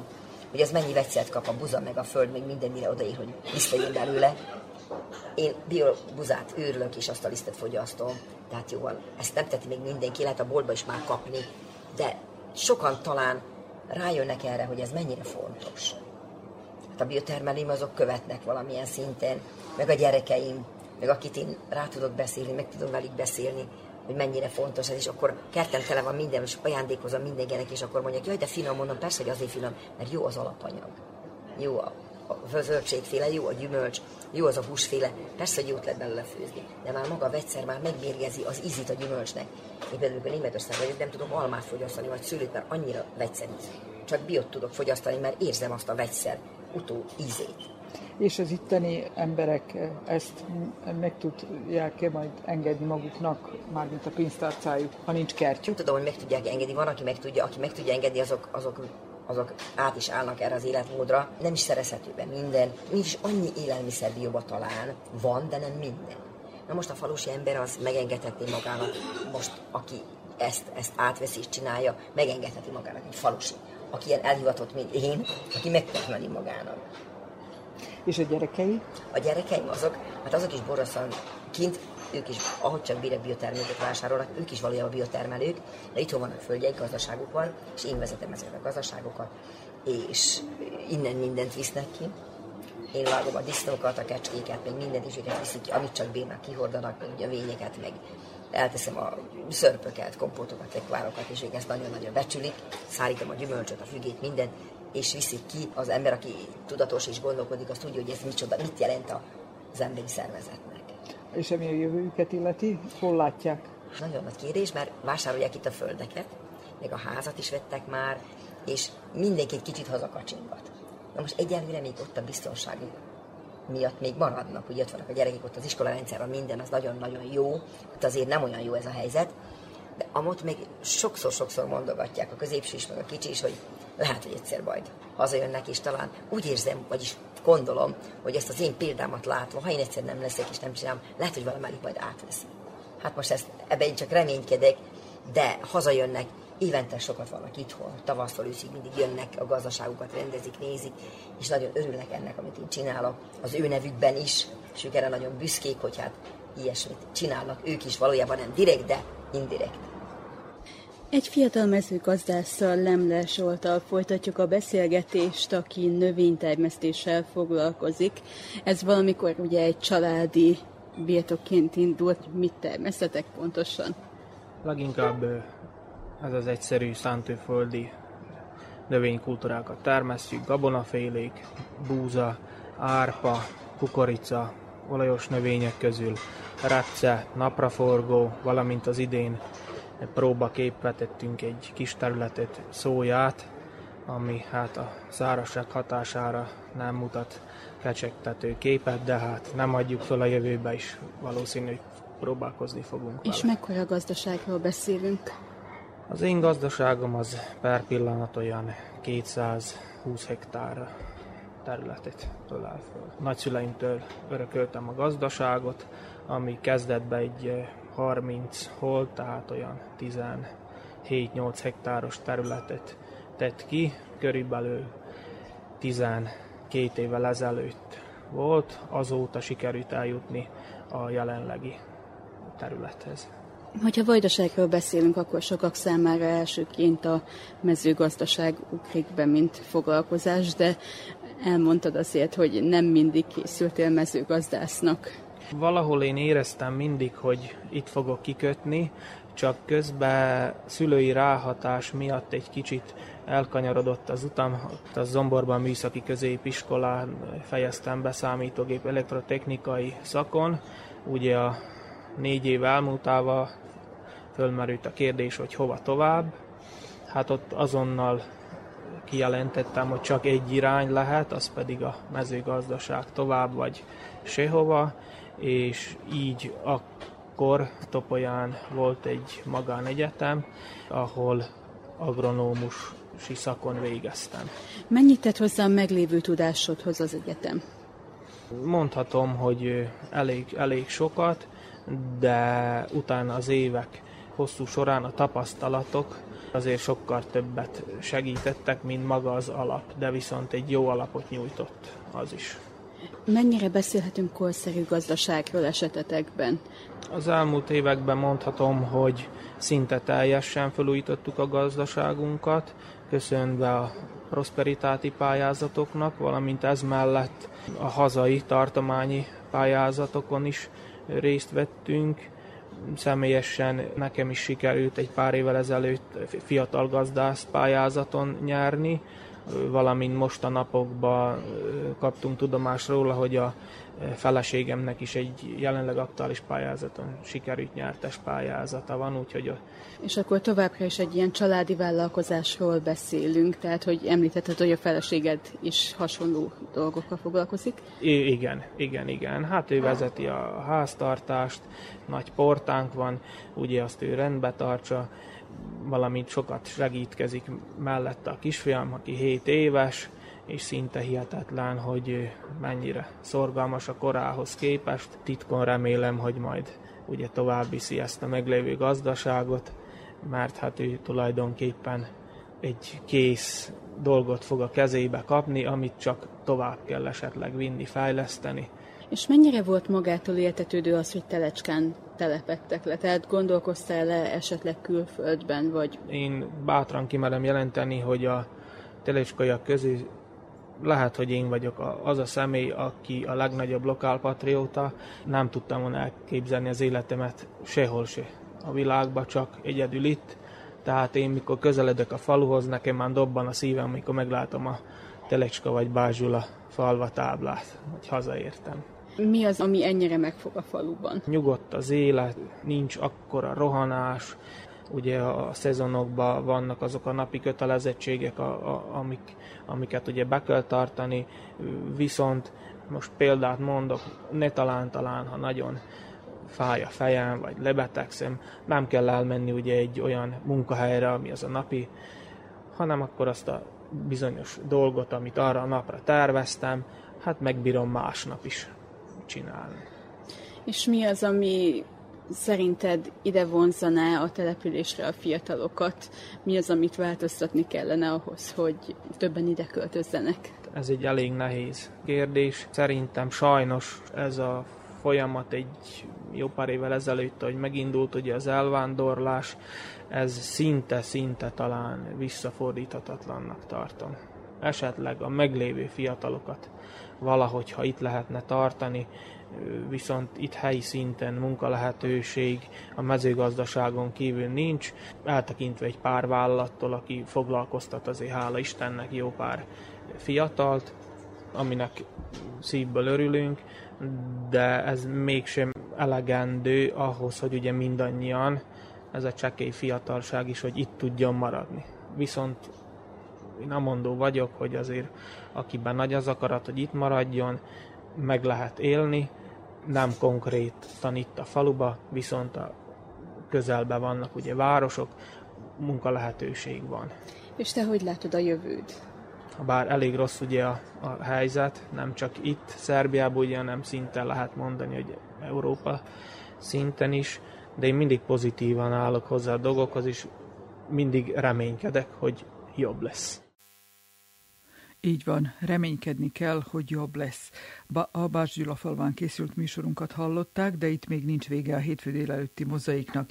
hogy az mennyi vegyszert kap a buza, meg a föld, meg minden, mire odaír, hogy visszajön belőle. Én biobuzát őrlök, és azt a lisztet fogyasztom. Tehát jó van, ezt nem teti még mindenki, lehet a boltba is már kapni, de sokan talán rájönnek erre, hogy ez mennyire fontos. Hát a biotermelőim azok követnek valamilyen szinten, meg a gyerekeim, meg akit én rá tudok beszélni, meg tudom velük beszélni, hogy mennyire fontos ez, és akkor kertem tele van minden, és ajándékozom mindenkinek, és akkor mondják, jaj, de finom, mondom, persze, hogy azért finom, mert jó az alapanyag, jó a zöldségféle, jó a gyümölcs, jó az a húsféle, persze, hogy jót lehet belőle főzni, de már maga a vegyszer már megmérgezi az ízét a gyümölcsnek. Én például, amikor Németországban vagyok, nem tudom almát fogyasztani, vagy szőlőt, mert annyira vegyszeríz. Csak biot tudok fogyasztani, mert érzem azt a vegyszer ízét. És az itteni emberek ezt meg tudják majd engedni maguknak, mármint a pénztárcájuk, ha nincs kertjük? Nem tudom, hogy meg tudják engedni, van, aki meg tudja engedni, azok át is állnak erre az életmódra. Nem is szerezhető be minden. Nincs is annyi élelmiszer bioba talán, van, de nem minden. Na most a falusi ember az megengedheti magának, most aki ezt átveszi és csinálja, megengedheti magának egy falusi. Aki ilyen elhivatott, mint én, aki megtermeli magának. És a gyerekei? A gyerekeim azok is borzasztóan kint, ők is, ahogy csak bírek bioterméket vásárolnak, ők is valójában biotermelők, de itthon vannak földjeik, gazdaságuk van, és én vezetem ezeket a gazdaságokat, és innen mindent visznek ki. Én vágom a disznókat, a kecskéket, meg mindent is őket viszik ki, amit csak bírnak, kihordanak, meg ugye a vényeket, meg elteszem a szörpöket, kompótokat, lekvárokat, és ők ezt nagyon-nagyon becsülik, szárítom a gyümölcsöt, a fügét, mindent, és viszik ki. Az ember, aki tudatos és gondolkodik, azt tudja, hogy ez mit jelent az emberi szervezetnek. És ami a jövőjüket illeti, hol látják? Nagyon nagy kérés, mert vásárolják itt a földeket, meg a házat is vettek már, és mindenki egy kicsit hazakacsingat. Na most egyelőre még ott a biztonságuk miatt még maradnak, ugye ott vannak a gyerekek, ott az iskolarendszer, minden az nagyon-nagyon jó, ott azért nem olyan jó ez a helyzet, de amott még sokszor mondogatják a középső is, meg a kicsi is, hogy lehet, hogy egyszer majd hazajönnek, és talán úgy érzem, vagyis gondolom, hogy ezt az én példámat látva, ha én egyszer nem leszek és nem csinálom, lehet, hogy valamelyik majd átveszi. Hát most ebben én csak reménykedek, de hazajönnek, évente sokat vannak itthon, tavasztól őszig mindig jönnek, a gazdaságukat rendezik, nézik, és nagyon örülnek ennek, amit én csinálok, az ő nevükben is, és ők erre nagyon büszkék, hogy hát ilyesmit csinálnak ők is, valójában nem direkt, de indirekt. Egy fiatal mezőgazdásszal, Lemle Zsolttal folytatjuk a beszélgetést, aki növénytermesztéssel foglalkozik. Ez valamikor ugye egy családi birtokként indult. Mit termesztetek pontosan? Leginkább ez az egyszerű szántóföldi növénykultúrákat termesztjük, gabonafélék, búza, árpa, kukorica, olajos növények közül repce, napraforgó, valamint az idén próbaképp vetettünk egy kis területet szóját, ami hát a szárazság hatására nem mutat kecsegtető képet, de hát nem hagyjuk fel a jövőbe is, valószínű, hogy próbálkozni fogunk vele. És mekkora gazdaságról beszélünk? Az én gazdaságom az per pillanat olyan 220 hektár területet ölel föl. Nagyszüleimtől örököltem a gazdaságot, ami kezdetben egy 30 holt, tehát olyan 17-8 hektáros területet tett ki, körülbelül 12 évvel ezelőtt volt, azóta sikerült eljutni a jelenlegi területhez. Hogyha vajdaságról beszélünk, akkor sokak számára elsőként a mezőgazdaság ugrik be, mint foglalkozás, de elmondtad azért, hogy nem mindig készültél mezőgazdásznak. Valahol én éreztem mindig, hogy itt fogok kikötni, csak közben szülői ráhatás miatt egy kicsit elkanyarodott az utam. A Zomborban műszaki középiskolán fejeztem be számítógép elektrotechnikai szakon. Ugye a 4 év elmúltával fölmerült a kérdés, hogy hova tovább. Hát ott azonnal kijelentettem, hogy csak egy irány lehet, az pedig a mezőgazdaság, tovább vagy sehova, és így akkor Topolyán volt egy magánegyetem, ahol agronómusi szakon végeztem. Mennyit tett hozzá a meglévő tudásodhoz az egyetem? Mondhatom, hogy elég sokat, de utána az évek hosszú során a tapasztalatok azért sokkal többet segítettek, mint maga az alap, de viszont egy jó alapot nyújtott az is. Mennyire beszélhetünk korszerű gazdaságról esetetekben? Az elmúlt években mondhatom, hogy szinte teljesen felújítottuk a gazdaságunkat, köszönve a prosperitáti pályázatoknak, valamint ez mellett a hazai tartományi pályázatokon is részt vettünk. Személyesen nekem is sikerült egy pár évvel ezelőtt fiatal gazdász pályázaton nyerni, valamint most a napokban kaptunk tudomást róla, hogy a feleségemnek is egy jelenleg aktuális pályázaton sikerült nyertes pályázata van, úgyhogy... És akkor továbbra is egy ilyen családi vállalkozásról beszélünk, tehát hogy említetted, hogy a feleséged is hasonló dolgokkal foglalkozik? Igen. Hát ő vezeti a háztartást, nagy portánk van, ugye azt ő rendbe tartsa, valamint sokat segítkezik mellette a kisfiam, aki 7 éves, és szinte hihetetlen, hogy mennyire szorgalmas a korához képest. Titkon remélem, hogy majd ugye tovább viszi ezt a meglévő gazdaságot, mert hát ő tulajdonképpen egy kész dolgot fog a kezébe kapni, amit csak tovább kell esetleg vinni, fejleszteni. És mennyire volt magától értetődő az, hogy Telecskán telepedtek le? Tehát gondolkoztál-e esetleg külföldben, vagy... Én bátran kimerem jelenteni, hogy a telecskaiak közül lehet, hogy én vagyok az a személy, aki a legnagyobb lokálpatrióta. Nem tudtam volna elképzelni az életemet sehol se a világban, csak egyedül itt. Tehát én, mikor közeledek a faluhoz, nekem már dobban a szívem, mikor meglátom a Telecska vagy Bázsula falvatáblát, hogy hazaértem. Mi az, ami ennyire megfog a faluban? Nyugodt az élet, nincs akkora rohanás, ugye a szezonokban vannak azok a napi kötelezettségek, amiket ugye be kell tartani, viszont most példát mondok, ne talán, ha nagyon fáj a fejem, vagy lebetegszem, nem kell elmenni ugye egy olyan munkahelyre, ami az a napi, hanem akkor azt a bizonyos dolgot, amit arra a napra terveztem, hát megbírom másnap is csinálni. És mi az, ami szerinted ide vonzaná a településre a fiatalokat? Mi az, amit változtatni kellene ahhoz, hogy többen ide költözzenek? Ez egy elég nehéz kérdés. Szerintem sajnos ez a folyamat egy jó pár évvel ezelőtt, hogy megindult ugye az elvándorlás, ez szinte talán visszafordíthatatlannak tartom. Esetleg a meglévő fiatalokat valahogy, ha itt lehetne tartani, viszont itt helyi szinten munkalehetőség a mezőgazdaságon kívül nincs, eltekintve egy pár vállalattól, aki foglalkoztat azért hála Istennek jó pár fiatalt, aminek szívből örülünk, de ez mégsem elegendő ahhoz, hogy ugye mindannyian, ez a csekély fiatalság is, hogy itt tudjon maradni. Viszont én amondó vagyok, hogy azért akiben nagy az akarat, hogy itt maradjon, meg lehet élni, nem konkrétan itt a faluba, viszont a közelben vannak ugye városok, munkalehetőség van. És te hogy látod a jövőd? Bár elég rossz ugye a helyzet, nem csak itt Szerbiában ugye, hanem szinte lehet mondani, hogy Európa szinten is, de én mindig pozitívan állok hozzá a dolgokhoz, és mindig reménykedek, hogy jobb lesz. Így van, reménykedni kell, hogy jobb lesz. A Bács-Gyulafalván készült műsorunkat hallották, de itt még nincs vége a hétfő délelőtti mozaiknak.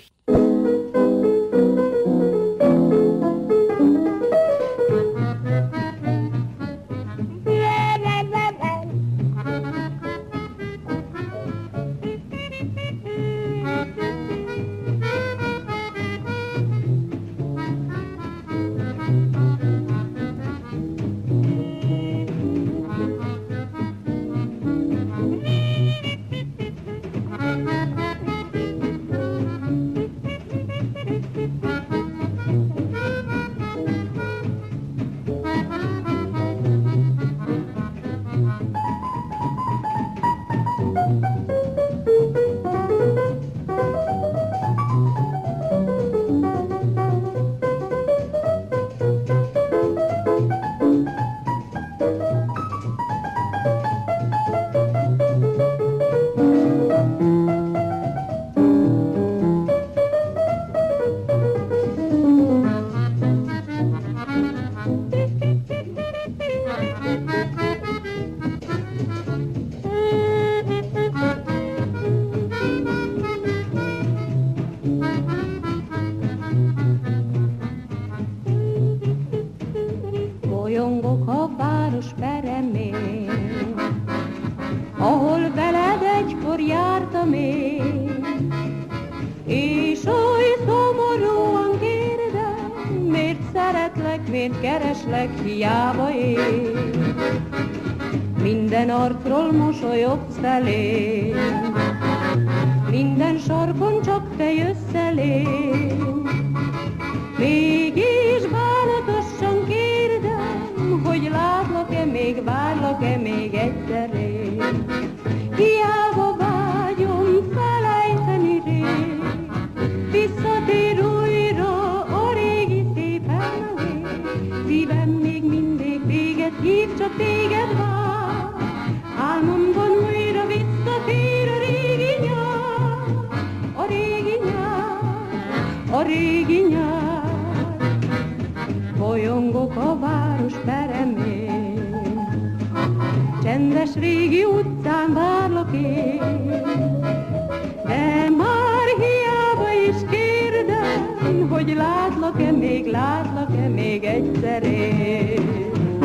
kereslek, hiába él. Minden arcról mosolyogsz felém, minden sarkon csak te jössz elém. Mégis bánatosan kérdem, hogy látlak-e még, várlak-e még egyszer én. Hiába vágyom felejteni rég, visszatér újra a régi szép emlék. Szívem még mindig téged hív, csak téged vár, álmomban újra visszatér a régi nyár, a régi nyár, a régi nyár. Bolyongok a város peremén, csendes régi utcán várlak én, de már hiába is kérdem, hogy látlak-e még egyszer én.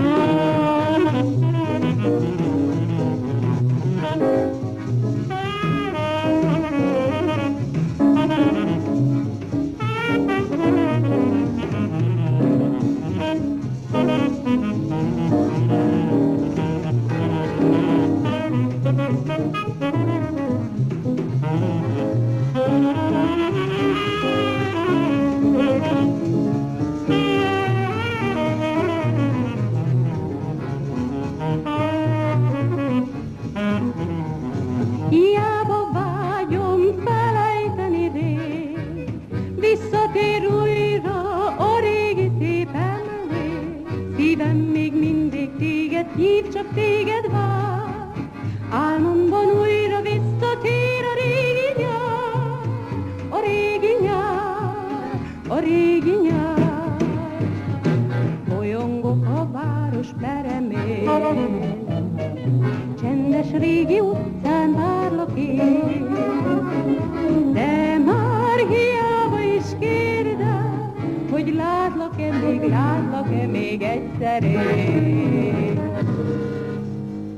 Hiába vágyom felejteni rég, visszatér újra a régi szép emlék. Szívem még mindig téged hív, csak téged vár, álmomban újra visszatér a régi nyár, a régi nyár, a régi nyár. Bolyongok a város peremén, csendes régi utcán várlak én, de már hiába is kérdem, hogy látlak-e még egyszer én.